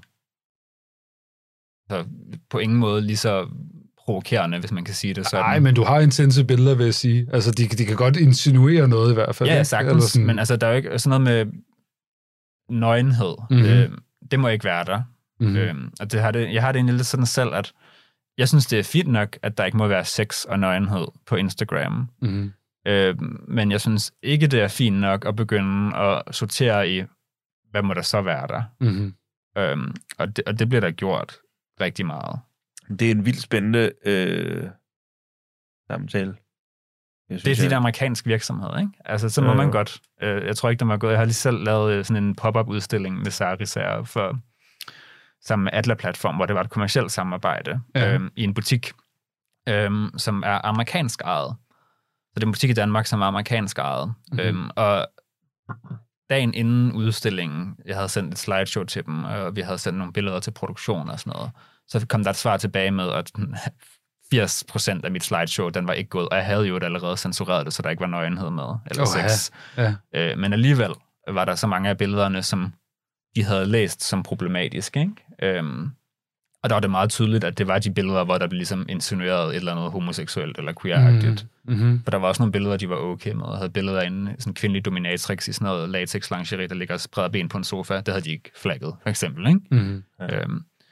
[SPEAKER 10] Så på ingen måde lige så provokerende, hvis man kan sige det sådan.
[SPEAKER 8] Nej, men du har intense billeder, vil jeg sige. Altså, de, de kan godt insinuere noget i hvert fald.
[SPEAKER 10] Ja, sagtens, men altså, der er jo ikke sådan noget med nøgenhed. Mm-hmm. Øh, det må ikke være der. Mm-hmm. Øh, og det har det, jeg har det egentlig lidt sådan selv, at jeg synes, det er fint nok, at der ikke må være sex og nøgenhed på Instagram.
[SPEAKER 8] Mm-hmm.
[SPEAKER 10] Øh, men jeg synes ikke, det er fint nok at begynde at sortere i, hvad må der så være der?
[SPEAKER 8] Mm-hmm.
[SPEAKER 10] Øh, og, det, og det bliver der gjort rigtig meget.
[SPEAKER 9] Det er en vildt spændende øh, samtale.
[SPEAKER 10] Det er sådan en amerikansk virksomhed, ikke? Altså, så må øh. man godt. Øh, jeg tror ikke, der var gået. Jeg har lige selv lavet sådan en pop-up-udstilling med Sarah Risser for sammen med Adler-platform, hvor det var et kommercielt samarbejde ja. øh, i en butik, øh, som er amerikansk ejet. Så det er en butik i Danmark, som er amerikansk ejet. Mm-hmm. Øh, og dagen inden udstillingen, jeg havde sendt et slideshow til dem, og vi havde sendt nogle billeder til produktion og sådan noget. Så kom der et svar tilbage med, at firs procent af mit slideshow, den var ikke gået, og jeg havde jo allerede censureret det, så der ikke var nøgenhed med, eller oh, sex.
[SPEAKER 8] Ja. Ja.
[SPEAKER 10] Øh, men alligevel var der så mange af billederne, som de havde læst som problematiske, ikke? Øhm, og der var det meget tydeligt, at det var de billeder, hvor der blev ligesom insinueret et eller andet homoseksuelt eller queer-agtigt.
[SPEAKER 8] Mm-hmm.
[SPEAKER 10] For der var også nogle billeder, de var okay med. Jeg havde billeder af en sådan kvindelig dominatrix i sådan noget latex lingerie, der ligger og spreder ben på en sofa. Det havde de ikke flagget, for eksempel, ikke?
[SPEAKER 8] Mm-hmm.
[SPEAKER 10] Øhm,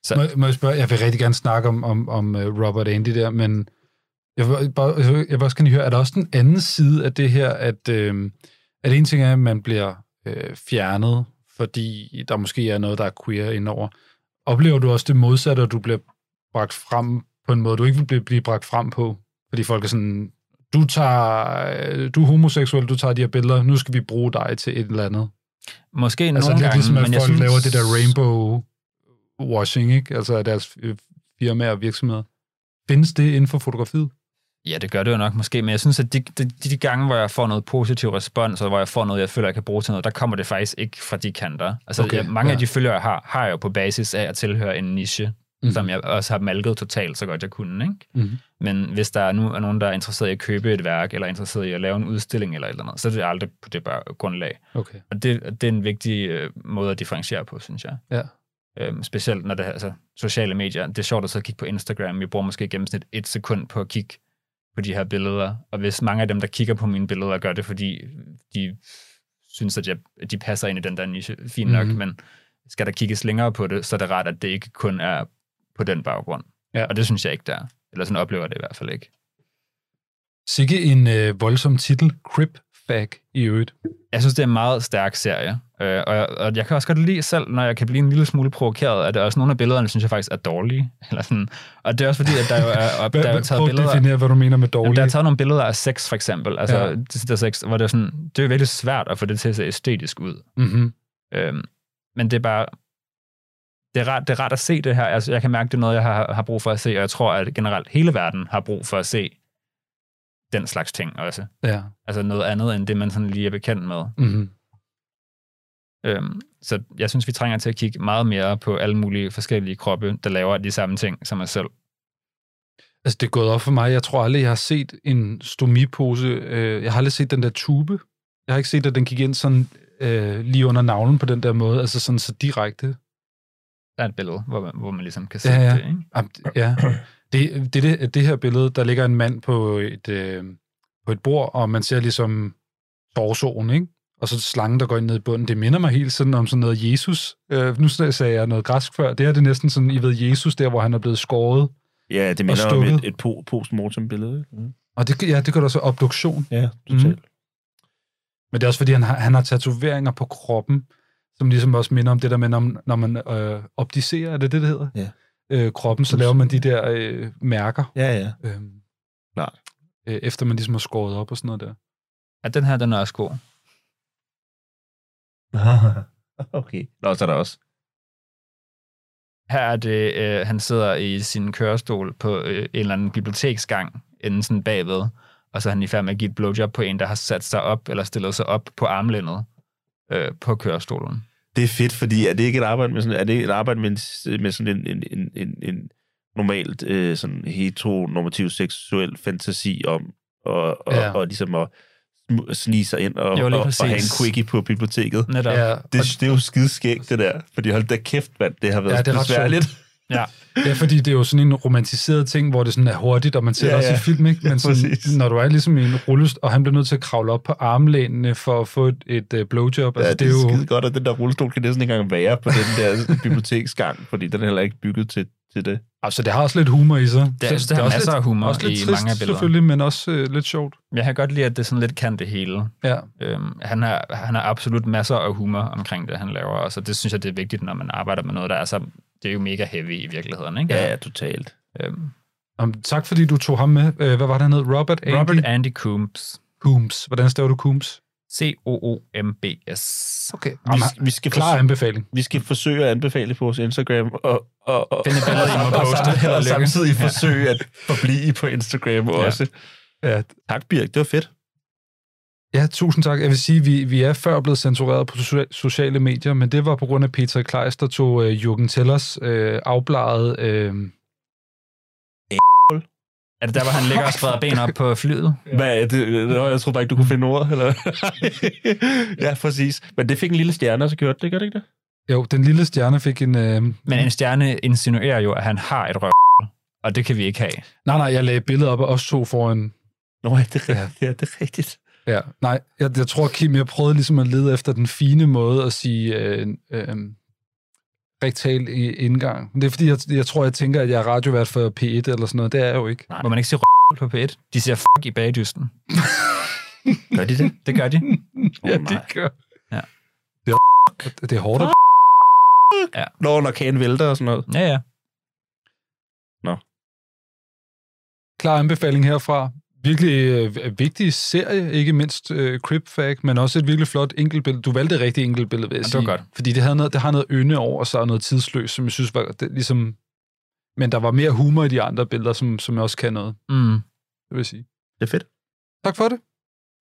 [SPEAKER 8] Så. Må, må jeg spørge, jeg vil rigtig gerne snakke om, om, om Robert Andy der, men jeg vil, bare, jeg vil også gerne høre, er der også den anden side af det her, at, øh, at en ting er, at man bliver øh, fjernet, fordi der måske er noget, der er queer indover. Oplever du også det modsatte, at du bliver bragt frem på en måde, du ikke vil blive bragt frem på? Fordi folk er sådan, du, tager, du er homoseksuel, du tager de her billeder, nu skal vi bruge dig til et eller andet.
[SPEAKER 10] Måske
[SPEAKER 8] altså,
[SPEAKER 10] nogle gange,
[SPEAKER 8] ligesom, at
[SPEAKER 10] men jeg
[SPEAKER 8] folk
[SPEAKER 10] synes...
[SPEAKER 8] laver det der rainbow washing, ikke? Altså af deres firmaer og virksomheder. Findes det inden for fotografiet?
[SPEAKER 10] Ja, det gør det jo nok måske, men jeg synes, at de, de, de gange, hvor jeg får noget positiv respons, og hvor jeg får noget, jeg føler, jeg kan bruge til noget, der kommer det faktisk ikke fra de kanter. Altså, okay, jeg, mange ja. af de følgere, jeg har, har jeg jo på basis af at tilhøre en niche, mm-hmm. som jeg også har malket totalt, så godt jeg kunne, ikke? Mm-hmm. Men hvis der nu er nogen, der er interesseret i at købe et værk, eller er interesseret i at lave en udstilling eller et eller andet, så er det aldrig på det bare grundlag. Okay. Og det, det er en vigtig øh, måde at differentiere på, synes jeg. Ja. Øhm, specielt når det er altså, sociale medier. Det er sjovt at så kigge på Instagram. Vi bruger måske i gennemsnit et sekund på at kigge på de her billeder. Og hvis mange af dem, der kigger på mine billeder, gør det, fordi de synes, at jeg, de passer ind i den der niche, fint nok, mm-hmm. men skal der kigges længere på det, så er det rart, at det ikke kun er på den baggrund. Ja. Og det synes jeg ikke, der er. Eller sådan oplever jeg det i hvert fald ikke.
[SPEAKER 8] Sikke en øh, voldsom titel, Crip Fag i øvrigt.
[SPEAKER 10] Jeg synes, det er en meget stærk serie. Øh, og, jeg, og jeg kan også godt lide selv, når jeg kan blive en lille smule provokeret, at der også nogle af billederne, synes jeg faktisk er dårlige. Eller sådan. Og det er også fordi, at der jo er, op, der er jo taget billeder... Prøv at definere, hvad du mener med dårlige. Jamen, der er taget nogle billeder af sex, for eksempel. Altså, ja. det, der sex, hvor det er sådan... Det er jo virkelig svært at få det til at se æstetisk ud. Mm-hmm. Øhm, men det er bare... Det er, rart, det er rart at se det her. Altså, jeg kan mærke, det er noget, jeg har, har brug for at se, og jeg tror, at generelt hele verden har brug for at se den slags ting også. Ja. Altså noget andet, end det, man sådan lige er bekendt med. Mm-hmm. Øhm, så jeg synes, vi trænger til at kigge meget mere på alle mulige forskellige kroppe, der laver de samme ting som os selv.
[SPEAKER 8] Altså, det er gået op for mig. Jeg tror aldrig, jeg har set en stomipose. Øh, jeg har aldrig set den der tube. Jeg har ikke set, at den gik ind sådan øh, lige under navlen på den der måde. Altså sådan så direkte.
[SPEAKER 10] Der er et billede, hvor man, hvor man ligesom kan se
[SPEAKER 8] ja, ja.
[SPEAKER 10] det, ikke?
[SPEAKER 8] Ja, det, det, det, det her billede, der ligger en mand på et, øh, på et bord, og man ser ligesom torsoen, ikke? Og så slangen, der går ind ned i bunden. Det minder mig helt sådan om sådan noget Jesus. Øh, nu sagde jeg noget græsk før. Det her det er næsten sådan, I ved, Jesus, der hvor han er blevet skåret.
[SPEAKER 9] Ja, det minder om et, et postmortem-billede. Mm.
[SPEAKER 8] Og det, ja, det gør der så obduktion.
[SPEAKER 9] Ja, totalt. Mm.
[SPEAKER 8] Men det er også fordi, han har, han har tatoveringer på kroppen, som ligesom også minder om det der med, når, når man øh, optiserer, er det det, det hedder? Ja. Øh, kroppen, så laver man de der øh, mærker.
[SPEAKER 9] Ja, ja. Øhm,
[SPEAKER 8] Klart. Øh, efter man ligesom har skåret op og sådan noget der.
[SPEAKER 10] Ja, den her, den er også god.
[SPEAKER 9] Okay. Nå, så er der også.
[SPEAKER 10] Her er det, øh, han sidder i sin kørestol på øh, en eller anden biblioteksgang, inden sådan bagved, og så er han i færd med at give et blowjob på en, der har sat sig op, eller stillet sig op på armlænet øh, på kørestolen.
[SPEAKER 9] Det er fedt, fordi er det ikke et arbejde med sådan, er det et arbejde med, en, med sådan en, en, en, en normalt øh, sådan heteronormativ seksuel fantasi om og, og, ja. og, og ligesom at snige sig ind og, jo, og, og have en quickie på biblioteket. Ja. Det, det er jo skideskægt, det der. Fordi hold da kæft, mand, det har været ja, det er besværligt.
[SPEAKER 8] Ja. ja, fordi det er jo sådan en romantiseret ting, hvor det sådan er hurtigt, og man ser ja, også ja. i film, ikke? Men sådan, når du er ligesom i en rullestol, og han bliver nødt til at kravle op på armlænene for at få et, et uh, blowjob.
[SPEAKER 9] Ja, altså, det, det er jo skide godt, at den der rullestol kan næsten ikke engang være på den der biblioteksgang, fordi den er heller ikke bygget til, til det.
[SPEAKER 8] Altså, det har også lidt humor i sig.
[SPEAKER 10] Det, det, det har masser af humor også i trist, mange af billeder.
[SPEAKER 8] Selvfølgelig, men også uh, lidt sjovt.
[SPEAKER 10] Jeg kan godt lide, at det sådan lidt kan det hele. Ja. Øhm, han, har, han har absolut masser af humor omkring det, han laver, og så det synes jeg, det er vigtigt, når man arbejder med noget, der er så... Det er jo mega heavy i virkeligheden, ikke?
[SPEAKER 9] Ja, ja, totalt. Øhm.
[SPEAKER 8] Um, tak, fordi du tog ham med. Uh, hvad var det, han hed? Robert Andy?
[SPEAKER 10] Robert Andy Coombs.
[SPEAKER 8] Coombs. Hvordan staver du Coombs?
[SPEAKER 10] C O O M B S.
[SPEAKER 8] Okay.
[SPEAKER 9] Vi, vi skal
[SPEAKER 8] Klar
[SPEAKER 9] forsøge,
[SPEAKER 8] anbefaling.
[SPEAKER 9] Vi skal forsøge at anbefale på vores Instagram, og, og, og,
[SPEAKER 10] finde billeder, I må poste.
[SPEAKER 9] Og, og samtidig forsøge at forblive på Instagram også. Ja. Ja. Tak, Birk. Det var fedt.
[SPEAKER 8] Ja, tusind tak. Jeg vil sige, at vi, vi er før blevet censureret på sociale medier, men det var på grund af Peter Kleis, der tog øh, Jürgen Tellers øh, afbladet... Øh...
[SPEAKER 10] Er det der, hvor han ligger og spreder ben op på flyet?
[SPEAKER 9] Hvad, det, det, jeg troede bare ikke, du kunne finde ordet. Eller? Ja, præcis. Men det fik en lille stjerne, og så gjorde det, gør det ikke det?
[SPEAKER 8] Jo, den lille stjerne fik en... Øh...
[SPEAKER 10] Men en stjerne insinuerer jo, at han har et røv, og det kan vi ikke have.
[SPEAKER 8] Nej, nej, jeg lagde billedet op af os to foran...
[SPEAKER 9] Nå, det er, ja. Ja, det er rigtigt.
[SPEAKER 8] Ja, nej, jeg, jeg tror, Kim, jeg prøvede ligesom at lede efter den fine måde at sige, øh, øh, rektal indgang. Det er fordi, jeg, jeg tror, jeg tænker, at jeg er radiovært for P et eller sådan noget. Det er jeg jo ikke.
[SPEAKER 10] Nej. Må man ikke sige r*** på P et? De siger f*** i bagdysten.
[SPEAKER 9] Gør de det?
[SPEAKER 10] Det gør de.
[SPEAKER 8] Ja, de gør.
[SPEAKER 10] Ja.
[SPEAKER 8] Det er, det er hårdt.
[SPEAKER 9] Ja. Når, når kagen vælter og sådan noget.
[SPEAKER 10] Ja, ja.
[SPEAKER 9] Nå.
[SPEAKER 8] Klar anbefaling herfra. Virkelig øh, vigtig serie, ikke mindst øh, Crip Fact, men også et virkelig flot enkeltbillede. Du valgte et rigtigt enkeltbillede, vil jeg
[SPEAKER 10] ja,
[SPEAKER 8] sige.
[SPEAKER 10] det var godt.
[SPEAKER 8] Fordi det, havde noget, det har noget ynde over sig og noget tidsløst, som jeg synes var det, ligesom... Men der var mere humor i de andre billeder, som, som jeg også kan noget.
[SPEAKER 10] Mm.
[SPEAKER 8] Det vil jeg sige.
[SPEAKER 9] Det er fedt.
[SPEAKER 8] Tak for det.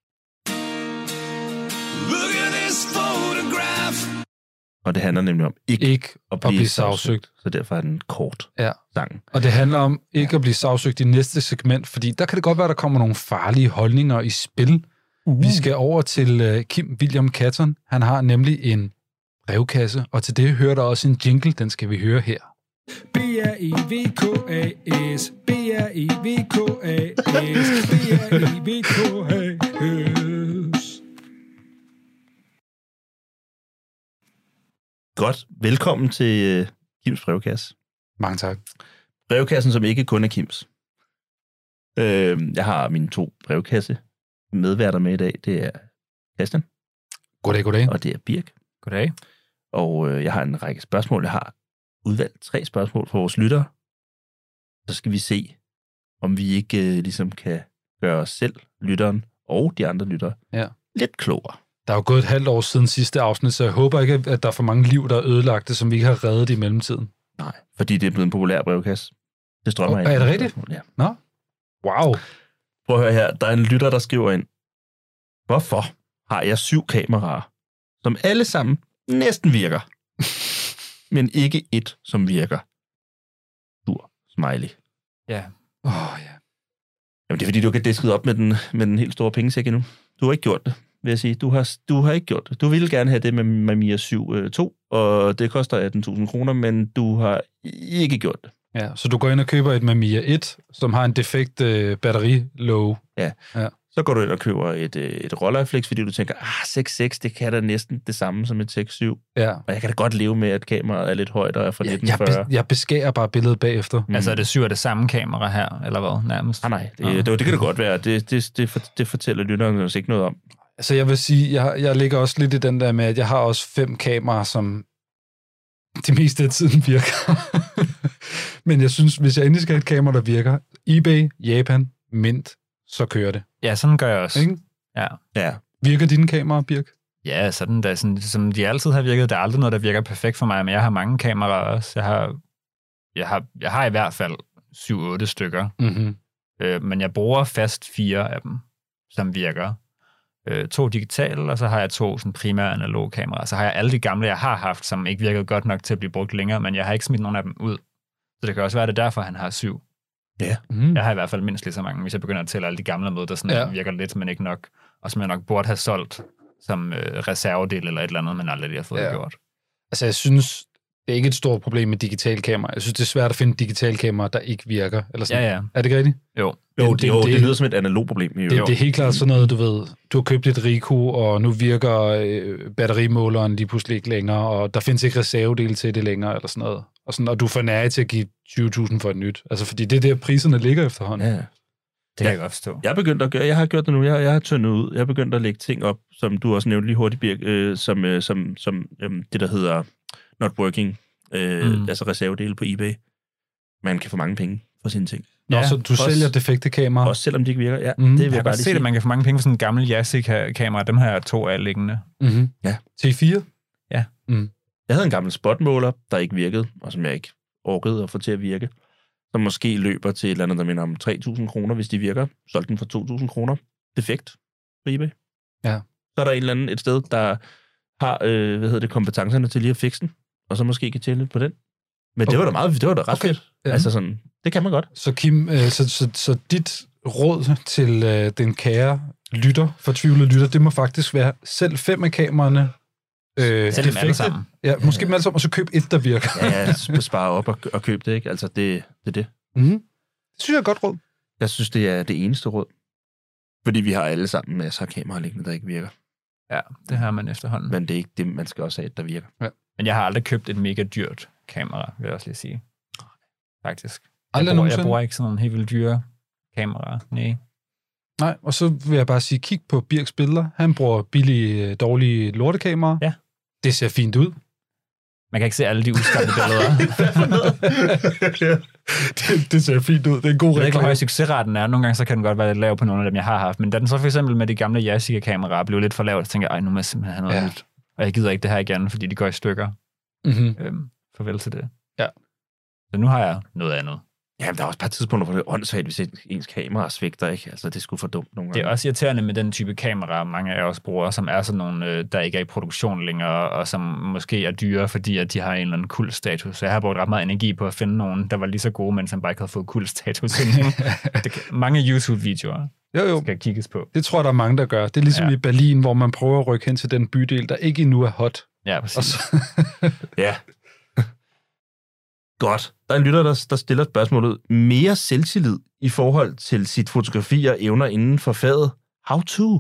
[SPEAKER 9] Og det handler nemlig om ikke,
[SPEAKER 8] ikke
[SPEAKER 9] at blive,
[SPEAKER 8] at blive
[SPEAKER 9] sagsøgt.
[SPEAKER 8] sagsøgt.
[SPEAKER 9] Så derfor er den kort
[SPEAKER 8] ja.
[SPEAKER 9] sang.
[SPEAKER 8] Og det handler om ikke at blive sagsøgt i næste segment, fordi der kan det godt være, der kommer nogle farlige holdninger i spil. Uh. Vi skal over til uh, Kim William Catton. Han har nemlig en brevkasse, og til det hører der også en jingle, den skal vi høre her.
[SPEAKER 1] B R E V K A S B R E V K A S B R E V K A S.
[SPEAKER 9] Godt. Velkommen til uh, Kims brevkasse.
[SPEAKER 8] Mange tak.
[SPEAKER 9] Brevkassen, som ikke kun er Kims. Øh, jeg har mine to brevkasse medværter med i dag. Det er Christian.
[SPEAKER 8] Goddag, goddag.
[SPEAKER 9] Og det er Birk.
[SPEAKER 10] Goddag.
[SPEAKER 9] Og øh, jeg har en række spørgsmål. Jeg har udvalgt tre spørgsmål fra vores lyttere. Så skal vi se, om vi ikke øh, ligesom kan gøre os selv, lytteren og de andre lyttere,
[SPEAKER 8] ja.
[SPEAKER 9] lidt klogere.
[SPEAKER 8] Der er jo gået et halvt år siden sidste afsnit, så jeg håber ikke, at der er for mange liv, der er ødelagte, som vi ikke har reddet i mellemtiden.
[SPEAKER 9] Nej, fordi det er blevet en populær brevkasse. Det strømmer
[SPEAKER 8] oh,
[SPEAKER 9] ind.
[SPEAKER 8] Er det rigtigt?
[SPEAKER 9] Ja.
[SPEAKER 8] Nå? Wow.
[SPEAKER 9] Prøv at høre her. Der er en lytter, der skriver ind. Hvorfor har jeg syv kameraer, som alle sammen næsten virker, men ikke et, som virker? Sur smiley.
[SPEAKER 10] Ja.
[SPEAKER 8] Åh, oh, ja.
[SPEAKER 9] Jamen, det er fordi, du kan diske op med den, med den helt store pengesæk endnu. Du har ikke gjort det, vil jeg sige. Du har, du har ikke gjort det. Du ville gerne have det med Mamiya syv to, og det koster atten tusind kroner, men du har ikke gjort det.
[SPEAKER 8] Ja, så du går ind og køber et Mamiya et, som har en defekt øh, batterilåge.
[SPEAKER 9] Ja.
[SPEAKER 8] ja.
[SPEAKER 9] Så går du ind og køber et, et Rolleiflex, fordi du tænker, ah, seks seks, det kan da næsten det samme som et seks syv.
[SPEAKER 8] Ja.
[SPEAKER 9] Og jeg kan da godt leve med, at kameraet er lidt højt og er fra
[SPEAKER 8] ja,
[SPEAKER 9] nitten
[SPEAKER 8] jeg,
[SPEAKER 9] fyrre.
[SPEAKER 8] be, jeg beskærer bare billedet bagefter.
[SPEAKER 10] Mm. Altså er det syv af det samme kamera her, eller hvad, nærmest?
[SPEAKER 9] Ah, nej, det, ah. det, det, det kan det godt være. Det, det, det, for, det fortæller lytterne os ikke noget om.
[SPEAKER 8] Altså jeg vil sige, jeg, jeg ligger også lidt i den der med, at jeg har også fem kameraer, som de meste af tiden virker. Men jeg synes, hvis jeg endelig skal have et kamera, der virker, eBay, Japan, Mint, så kører det.
[SPEAKER 10] Ja, sådan gør jeg også.
[SPEAKER 8] Ikke?
[SPEAKER 10] Ja.
[SPEAKER 9] ja.
[SPEAKER 8] Virker dine kameraer, Birk?
[SPEAKER 10] Ja, sådan, der, sådan, som de altid har virket. Der er aldrig noget, der virker perfekt for mig, men jeg har mange kameraer også. Jeg har, jeg har, jeg har i hvert fald syv otte stykker.
[SPEAKER 8] Mm-hmm.
[SPEAKER 10] Øh, men jeg bruger fast fire af dem, som virker. Øh, to digitale, og så har jeg to sådan, primære analoge kameraer. Så har jeg alle de gamle, jeg har haft, som ikke virkede godt nok til at blive brugt længere, men jeg har ikke smidt nogen af dem ud. Så det kan også være, det er derfor, han har syv.
[SPEAKER 9] Ja.
[SPEAKER 8] Mm.
[SPEAKER 10] Jeg har i hvert fald mindst lige så mange, hvis jeg begynder at tælle alle de gamle med, der sådan, ja. virker lidt, men ikke nok. Og som jeg nok burde have solgt som øh, reservedel eller et eller andet, men aldrig lige har fået ja. det gjort.
[SPEAKER 8] Altså, jeg synes, det er ikke et stort problem med digital kamera. Jeg synes, det er svært at finde digital kamera, der ikke virker. Eller sådan.
[SPEAKER 10] Ja, ja.
[SPEAKER 8] Er det ikke rigtigt?
[SPEAKER 10] Jo.
[SPEAKER 9] Jo, det, jo, det, det lyder som et analog problem.
[SPEAKER 8] Det, det er helt klart sådan noget, du ved, du har købt et Ricoh, og nu virker øh, batterimåleren lige pludselig ikke længere, og der findes ikke reservedel til det længere, eller sådan noget. Og, sådan, og du får nær til at give tyve tusind for et nyt. Altså, fordi det er der, priserne ligger efterhånden.
[SPEAKER 9] Ja.
[SPEAKER 10] Det kan jeg godt forstå.
[SPEAKER 9] Jeg er begyndt at gøre, jeg har gjort det nu, jeg, jeg har tyndet ud, jeg har begyndt at lægge ting op, som du også nævnte lige hurtigt, Birk, øh, som, øh, som, som øh, det, der hedder not working, øh, mm. altså reservedele på eBay. Man kan få mange penge for sine ting.
[SPEAKER 8] Nå, ja, så du også, sælger defekte kameraer?
[SPEAKER 9] Også selvom de ikke virker, ja.
[SPEAKER 8] Mm.
[SPEAKER 9] Det vil
[SPEAKER 10] jeg,
[SPEAKER 9] jeg bare
[SPEAKER 10] se,
[SPEAKER 9] sige.
[SPEAKER 10] at man kan få mange penge for sådan en gammel Yassi-kamera. Dem har jeg to af liggende.
[SPEAKER 8] Mm-hmm.
[SPEAKER 9] Ja.
[SPEAKER 8] T fire?
[SPEAKER 10] Ja.
[SPEAKER 8] Mm.
[SPEAKER 9] Jeg havde en gammel spotmåler, der ikke virkede, og som jeg ikke orkede at få til at virke, som måske løber til et eller andet, der minder om tre tusind kroner, hvis de virker. Solgte den for to tusind kroner. Defekt på eBay.
[SPEAKER 8] Ja.
[SPEAKER 9] Så er der en eller anden et sted, der har øh, hvad hedder det, kompetencerne til lige at fikse den, og så måske kan tjene lidt på den. Men okay. det var da meget, det var da ret okay. fedt. Ja. Altså sådan, det kan man godt.
[SPEAKER 8] Så Kim, øh, så, så, så dit råd til øh, den kære lytter, fortvivlede lytter, det må faktisk være selv fem af kameraerne øh,
[SPEAKER 10] selv dem alle sammen.
[SPEAKER 8] Ja, måske dem alle sammen, og så køb et, der virker.
[SPEAKER 9] Ja, spare op og, og køb det, ikke? Altså, det, det er det.
[SPEAKER 8] Mm-hmm. Det synes jeg er et godt råd.
[SPEAKER 9] Jeg synes, det er det eneste råd. Fordi vi har alle sammen masser af kameraer liggende, der ikke virker.
[SPEAKER 10] Ja, det har man efterhånden.
[SPEAKER 9] Men det er ikke det, man skal også have, der virker.
[SPEAKER 8] Ja.
[SPEAKER 10] Men jeg har aldrig købt et mega dyrt kamera, vil jeg også lige sige. Faktisk.
[SPEAKER 8] Aldrig
[SPEAKER 10] jeg, bruger,
[SPEAKER 8] nogensinde?
[SPEAKER 10] jeg bruger ikke sådan nogle helt vildt dyre kameraer. Nej.
[SPEAKER 8] Nej, og så vil jeg bare sige, kig på Birks billeder. Han bruger billige, dårlige lortekameraer.
[SPEAKER 10] Ja.
[SPEAKER 8] Det ser fint ud.
[SPEAKER 10] Man kan ikke se alle de udskamte billeder.
[SPEAKER 8] det, det ser fint ud. Det er en god
[SPEAKER 10] reklame. Jeg ved ikke, hvor høj
[SPEAKER 8] reklame.
[SPEAKER 10] succesraten er. Nogle gange så kan den godt være lidt lav på nogle af dem, jeg har haft. Men da den så for eksempel med de gamle Yashica-kameraer blev lidt for lavt, så tænker jeg, ej, nu må jeg simpelthen have noget
[SPEAKER 8] Ja.
[SPEAKER 10] nyt. Og jeg gider ikke det her igen, fordi de går i stykker.
[SPEAKER 8] Mm-hmm.
[SPEAKER 10] Øhm, farvel til det.
[SPEAKER 8] Ja.
[SPEAKER 10] Så nu har jeg noget andet.
[SPEAKER 9] Jamen, der er også et par tidspunkter, hvor det er åndssvagt, hvis ens kamera svigter, ikke? Altså, det er sgu for dumt nogle gange.
[SPEAKER 10] Det er også irriterende med den type kamera, mange af os bruger, som er sådan nogle, øh, der ikke er i produktion længere, og som måske er dyre, fordi at de har en eller anden kul status. Så jeg har brugt ret meget energi på at finde nogen, der var lige så gode, men som bare ikke havde fået kul status. Mange YouTube-videoer
[SPEAKER 8] Jo, jo.
[SPEAKER 10] skal kigges på.
[SPEAKER 8] Det tror jeg, der er mange, der gør. Det er ligesom
[SPEAKER 10] Ja.
[SPEAKER 8] i Berlin, hvor man prøver at rykke hen til den bydel, der ikke endnu er hot.
[SPEAKER 10] Ja, præcis.
[SPEAKER 8] Og så...
[SPEAKER 9] Ja. Godt. Der er en lytter, der, der stiller spørgsmålet. Mere selvtillid i forhold til sit fotografi og evner inden for faget. How to?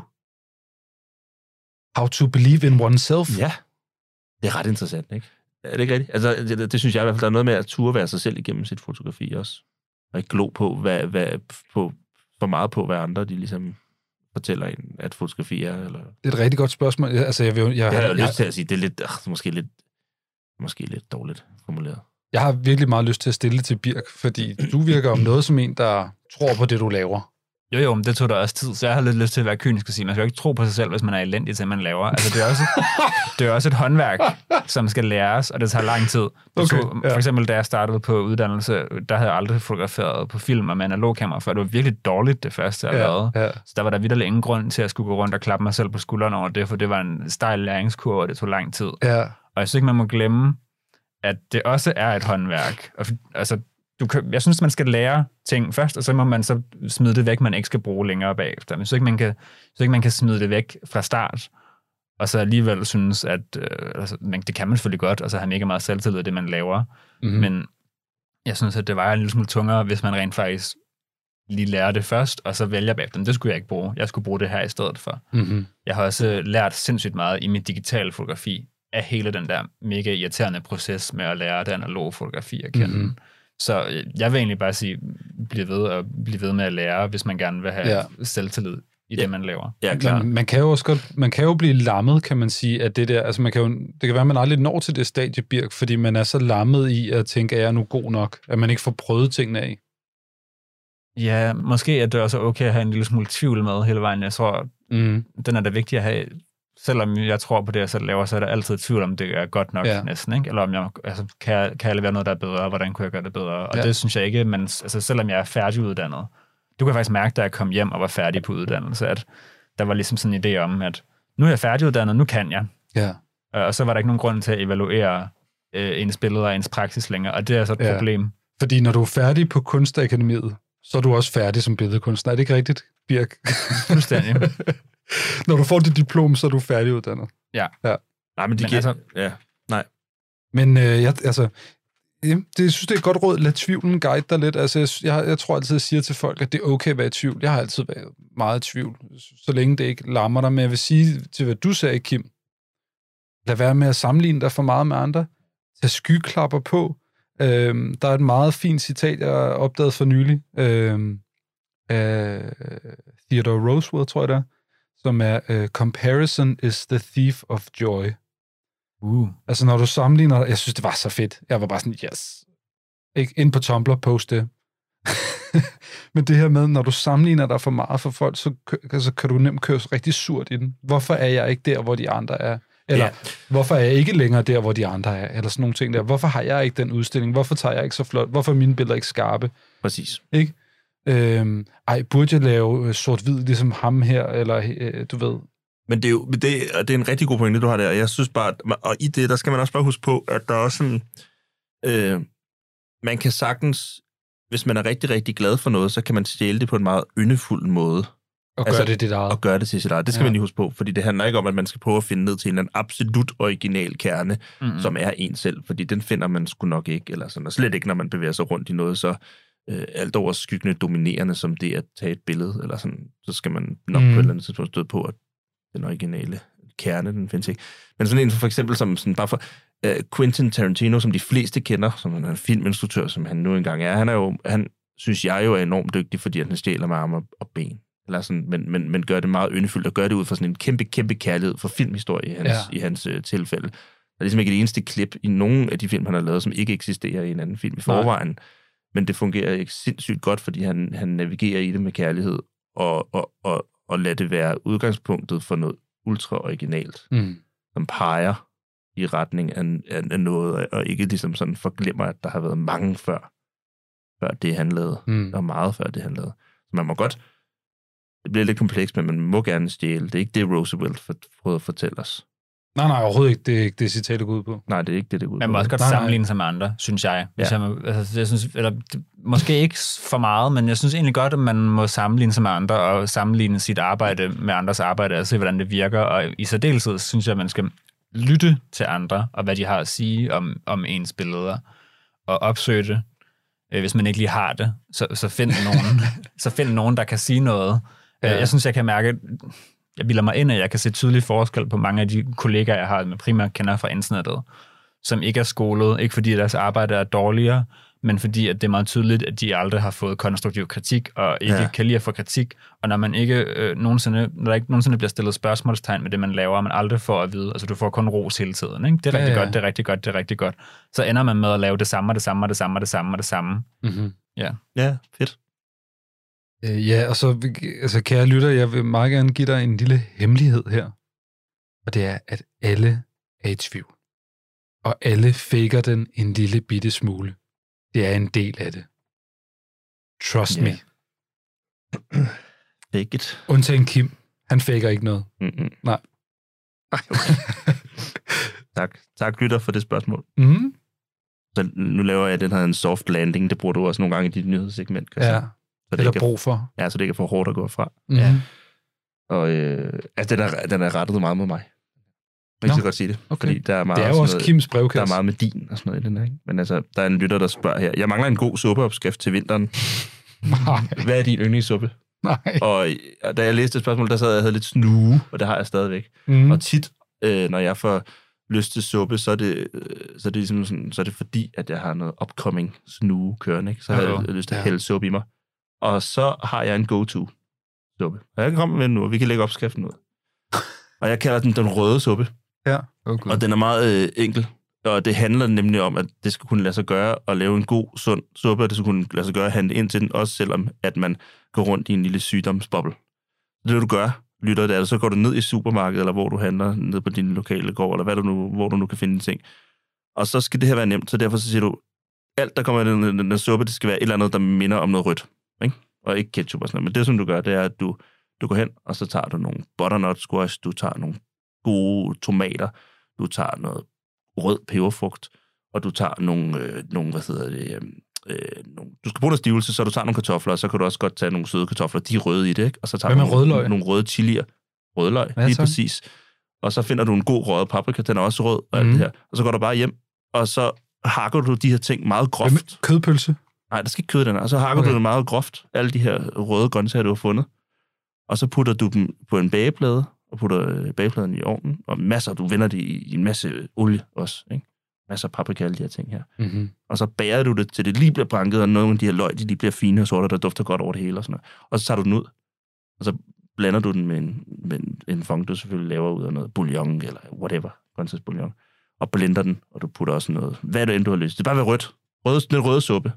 [SPEAKER 8] How to believe in oneself.
[SPEAKER 9] Ja. Det er ret interessant, ikke? Er det ikke rigtigt? Altså, det, det synes jeg i hvert fald, der er noget med at turde være sig selv igennem sit fotografi også. Og ikke glo på, hvad, hvad, på, for meget på, hvad andre de ligesom fortæller en, at fotografi er. Eller...
[SPEAKER 8] Det er et rigtig godt spørgsmål. Altså, jeg, vil, jeg,
[SPEAKER 9] jeg har
[SPEAKER 8] jeg,
[SPEAKER 9] jo lyst
[SPEAKER 8] jeg,
[SPEAKER 9] til at sige, det er lidt, øh, måske lidt, måske lidt dårligt formuleret.
[SPEAKER 8] jeg har virkelig meget lyst til at stille det til Birk, fordi du virker om noget som en, der tror på det, du laver.
[SPEAKER 10] Jo, jo, men det tog da også tid, så jeg har lidt lyst til at være kynisk og sige, man skal jo ikke tro på sig selv, hvis man er elendig til, man laver. Altså, det er også, det er også et håndværk, som skal læres, og det tager lang tid. Det
[SPEAKER 8] Okay,
[SPEAKER 10] tog,
[SPEAKER 8] ja.
[SPEAKER 10] For eksempel, da jeg startede på uddannelse, der havde jeg aldrig fotograferet på film og med analogkamera før. Det var virkelig dårligt, det første, jeg
[SPEAKER 8] Ja,
[SPEAKER 10] lavede.
[SPEAKER 8] ja.
[SPEAKER 10] Så der var der vitterlig ingen grund til at skulle gå rundt og klappe mig selv på skulderen over det, for det var en stejl læringskurve, og det tog lang tid.
[SPEAKER 8] Ja.
[SPEAKER 10] Og jeg synes ikke, man må glemme, at det også er et håndværk. Og, altså, du kan, jeg synes, man skal lære ting først, og så må man så smide det væk, man ikke skal bruge længere bagefter. Men så ikke man kan, så ikke man kan smide det væk fra start, og så alligevel synes, at øh, altså, man, det kan man selvfølgelig godt, og så have mega meget selvtillid i det, man laver.
[SPEAKER 8] Mm-hmm.
[SPEAKER 10] Men jeg synes, at det var en lille smule tungere, hvis man rent faktisk lige lærer det først, og så vælger bagefter. Men det skulle jeg ikke bruge. Jeg skulle bruge det her i stedet for.
[SPEAKER 8] Mm-hmm.
[SPEAKER 10] Jeg har også lært sindssygt meget i mit digitale fotografi af hele den der mega irriterende proces med at lære det analoge fotografi at kende.
[SPEAKER 8] Mm-hmm.
[SPEAKER 10] Så jeg vil egentlig bare sige, bliv ved og bliv ved med at lære, hvis man gerne vil have
[SPEAKER 8] Ja.
[SPEAKER 10] selvtillid i
[SPEAKER 9] Ja.
[SPEAKER 10] det, man laver.
[SPEAKER 9] Ja, klar.
[SPEAKER 8] Man, man kan jo også godt, man kan jo blive lammet, kan man sige, at det der, altså man kan jo, det kan være, at man aldrig når til det stadie, Birk, fordi man er så lammet i at tænke, at jeg er nu god nok, at man ikke får prøvet tingene af.
[SPEAKER 10] Ja, måske er det også okay at have en lille smule tvivl med hele vejen. Jeg tror,
[SPEAKER 8] Mm.
[SPEAKER 10] den er da vigtig at have. Selvom jeg tror på det, jeg selv laver, så er der altid tvivl om, det er godt nok
[SPEAKER 8] Ja.
[SPEAKER 10] næsten, ikke? Eller om jeg, altså, kan, jeg, kan jeg levere noget, der er bedre, hvordan kunne jeg gøre det bedre? Og
[SPEAKER 8] Ja.
[SPEAKER 10] det synes jeg ikke, men altså, selvom jeg er færdiguddannet, du kan faktisk mærke, da jeg kom hjem og var færdig på uddannelse, at der var ligesom sådan en idé om, at nu er jeg færdiguddannet, nu kan jeg.
[SPEAKER 8] Ja.
[SPEAKER 10] Og så var der ikke nogen grund til at evaluere øh, ens billeder og ens praksis længere, og det er altså et
[SPEAKER 8] Ja.
[SPEAKER 10] problem.
[SPEAKER 8] Fordi når du er færdig på Kunstakademiet, så er du også færdig som billedkunstner. Er det ikke rigtigt, Birk?
[SPEAKER 10] Fuldstændig.
[SPEAKER 8] Når du får dit diplom, så er du færdiguddannet.
[SPEAKER 10] Ja.
[SPEAKER 8] Ja.
[SPEAKER 9] Nej, men de
[SPEAKER 10] Men
[SPEAKER 9] giver...
[SPEAKER 10] altså-
[SPEAKER 9] Ja, nej.
[SPEAKER 8] Men øh, jeg, altså, ja, det, jeg synes, det er et godt råd. Lad tvivlen guide dig lidt. Altså, jeg, jeg, jeg tror altid, jeg siger til folk, at det er okay at være i tvivl. Jeg har altid været meget i tvivl, så længe det ikke lammer dig. Men jeg vil sige til, hvad du sagde, Kim, lad være med at sammenligne dig for meget med andre. Tag skyklapper på. Øhm, der er et meget fint citat, jeg har opdaget for nylig, øhm, af Theodore Roosevelt, tror jeg det er, som er, uh, comparison is the thief of joy.
[SPEAKER 10] Uh.
[SPEAKER 8] Altså, når du sammenligner, jeg synes, det var så fedt. Jeg var bare sådan, yes. Ikke ind på Tumblr, post det. Men det her med, når du sammenligner dig for meget for folk, så, kø- så kan du nemt køre rigtig surt i den. Hvorfor er jeg ikke der, hvor de andre er? Eller,
[SPEAKER 9] Ja.
[SPEAKER 8] hvorfor er jeg ikke længere der, hvor de andre er? Eller sådan nogle ting der. Hvorfor har jeg ikke den udstilling? Hvorfor tager jeg ikke så flot? Hvorfor er mine billeder ikke skarpe?
[SPEAKER 9] Præcis.
[SPEAKER 8] Ikke? Øhm, ej, burde jeg lave øh, sort-hvid, ligesom ham her? Eller, øh, du ved...
[SPEAKER 9] Men det er jo det, det er en rigtig god pointe, du har der. Jeg synes bare, og i det, der skal man også bare huske på, at der er også sådan, øh, man kan sagtens, hvis man er rigtig, rigtig glad for noget, så kan man stjæle det på en meget yndefuld måde.
[SPEAKER 8] Og gøre det dit eget.
[SPEAKER 9] Og gøre det til sit eget. Det skal
[SPEAKER 8] Ja.
[SPEAKER 9] man lige huske på, fordi det handler ikke om, at man skal prøve at finde ned til en eller anden absolut original kerne,
[SPEAKER 10] Mm-hmm.
[SPEAKER 9] som er en selv, fordi den finder man sgu nok ikke, eller sådan, og slet ikke, når man bevæger sig rundt i noget, så øh, alt over skyggende dominerende, som det at tage et billede, eller sådan, så skal man nok
[SPEAKER 8] Mm.
[SPEAKER 9] på et eller andet tidspunkt støde på, at den originale kerne, den findes ikke. Men sådan en for eksempel, som sådan bare for, uh, Quentin Tarantino, som de fleste kender, som han er en filminstruktør, som han nu engang er, han er jo, han synes jeg jo er enormt dygtig, fordi han stjæler med arme og ben. Eller sådan, men, men, men gør det meget yndefyldt, og gør det ud fra sådan en kæmpe, kæmpe kærlighed for filmhistorie i hans, ja. i hans uh, tilfælde. Der er ligesom ikke det eneste klip i nogen af de film, han har lavet, som ikke eksisterer i en anden film i forvejen. Nej. Men det fungerer ikke sindssygt godt, fordi han, han navigerer i det med kærlighed, og, og, og, og lader det være udgangspunktet for noget ultra-originalt, mm. som peger i retning af, af, af noget, og ikke ligesom sådan forglemmer, at der har været mange før, før det, han lavede. Mm. Der var meget før det, han lavede. Så man må godt... Det bliver lidt komplekst, men man må gerne stjæle. Det er ikke det, Roosevelt for, prøvede at fortælle os.
[SPEAKER 8] Nej, nej, overhovedet ikke. Det er ikke det, citatet går ud på.
[SPEAKER 9] Nej, det er ikke det, det går ud på.
[SPEAKER 10] Man må også godt nej, sammenligne sig med andre, synes jeg. Hvis ja. jeg, altså, jeg synes, eller, måske ikke for meget, men jeg synes egentlig godt, at man må sammenligne sig med andre, og sammenligne sit arbejde med andres arbejde, og se, hvordan det virker. Og i særdeleshed synes jeg, at man skal lytte til andre, og hvad de har at sige om, om ens billeder, og opsøge det. Hvis man ikke lige har det, så, så find nogen, så find nogen, der kan sige noget. Ja. Jeg synes, jeg kan mærke... Jeg bilder mig ind, at jeg kan se tydelig forskel på mange af de kollegaer, jeg har med primært kender fra internettet, som ikke er skolet, ikke fordi deres arbejde er dårligere, men fordi at det er meget tydeligt, at de aldrig har fået konstruktiv kritik, og ikke ja. kan lide at få kritik. Og når man ikke øh, nogensinde, når der ikke nogensinde bliver stillet spørgsmålstegn med det, man laver, og man aldrig får at vide, altså du får kun ros hele tiden, ikke? Det er rigtig ja, ja. godt, det er rigtig godt, det er rigtig godt. Så ender man med at lave det samme, og det samme, og det samme, og det samme, og det samme.
[SPEAKER 8] Mm-hmm.
[SPEAKER 10] Ja.
[SPEAKER 9] Ja, fedt.
[SPEAKER 8] Ja, og så altså, kære lytter, jeg vil meget gerne give dig en lille hemmelighed her. Og det er, at alle er i tvivl. Og alle faker den en lille bitte smule. Det er en del af det. Trust yeah. me.
[SPEAKER 9] Fake it.
[SPEAKER 8] Undtagen Kim. Han faker ikke noget.
[SPEAKER 9] Mm-hmm.
[SPEAKER 8] Nej.
[SPEAKER 9] tak. Tak, lytter, for det spørgsmål.
[SPEAKER 8] Mm-hmm.
[SPEAKER 9] Så nu laver jeg den her en soft landing. Det bruger du også nogle gange i dit nyhedssegment.
[SPEAKER 8] Ja.
[SPEAKER 9] Så
[SPEAKER 8] det er der brug for.
[SPEAKER 9] Ja, så det ikke er for hårdt at gå fra.
[SPEAKER 8] Mm-hmm.
[SPEAKER 9] Ja. Og øh, altså, den er, den er rettet meget mod mig. Jeg kan godt sige det.
[SPEAKER 8] Okay.
[SPEAKER 9] Fordi der er meget
[SPEAKER 8] det er jo også
[SPEAKER 9] noget,
[SPEAKER 8] Kims brevkasse.
[SPEAKER 9] Der er meget med din og sådan noget i den her. Ikke? Men altså, der er en lytter, der spørger her. Jeg mangler en god suppeopskrift til vinteren.
[SPEAKER 8] Nej.
[SPEAKER 9] Hvad er din yndlingssuppe?
[SPEAKER 8] Nej.
[SPEAKER 9] Og da jeg læste et spørgsmål, der sad jeg havde lidt snue, og det har jeg stadigvæk. Mm. Og tit, øh, når jeg får lyst til suppe, så er det, øh, så er det, ligesom sådan, så er det fordi, at jeg har noget upcoming snue kørende. Ikke? Så har jeg lyst til at hælde suppe i mig. Og så har jeg en go-to-suppe. Og jeg kan komme med den nu, og vi kan lægge opskriften ud. Og jeg kalder den den røde suppe.
[SPEAKER 8] Ja, okay.
[SPEAKER 9] Og den er meget øh, enkel. Og det handler nemlig om, at det skal kunne lade sig gøre at lave en god, sund suppe, og det skal kunne lade sig gøre at handle ind til den, også selvom at man går rundt i en lille sygdomsboble. Det du gør, lytter det er, så går du ned i supermarkedet, eller hvor du handler, ned på din lokale gård, eller hvad du nu, hvor du nu kan finde ting. Og så skal det her være nemt, så derfor så siger du, alt der kommer i den, den, den suppe, det skal være et eller andet, der minder om noget rødt. Ikke? Og ikke ketchup og sådan noget. Men det, som du gør, det er, at du, du går hen, og så tager du nogle butternut squash, du tager nogle gode tomater, du tager noget rød peberfrugt, og du tager nogle, øh, nogle hvad hedder det, øh, nogle, du skal bruge noget stivelse, så du tager nogle kartofler, og så kan du også godt tage nogle søde kartofler, de er røde i det, ikke? Og så tager du nogle, nogle røde chilier, rødløg, ja, lige så. Præcis. Og så finder du en god rød paprika, den er også rød, og alt mm. det her. Og så går du bare hjem, og så hakker du de her ting meget groft.
[SPEAKER 8] Kødpølse?
[SPEAKER 9] Nej, der skal ikke kød den, og så hakker okay. du det meget groft, alle de her røde grøntsager, du har fundet. Og så putter du dem på en bageplade, og putter bagepladen i ovnen, og masser, du vender det i, i en masse olie også, ikke? Masser af paprika, alle de her ting her.
[SPEAKER 8] Mm-hmm.
[SPEAKER 9] Og så bager du det, til det lige bliver branket, og nogle af de her løg, de lige bliver fine og sorte, der dufter godt over det hele og sådan noget. Og så tager du den ud, og så blander du den med en, med en, en fond, du selvfølgelig laver ud af noget bouillon, eller whatever, grøntsagsbouillon, og blender den, og du putter også noget, hvad er det end, du har lyst. Det er bare ved rødt. Røde, den røde suppe.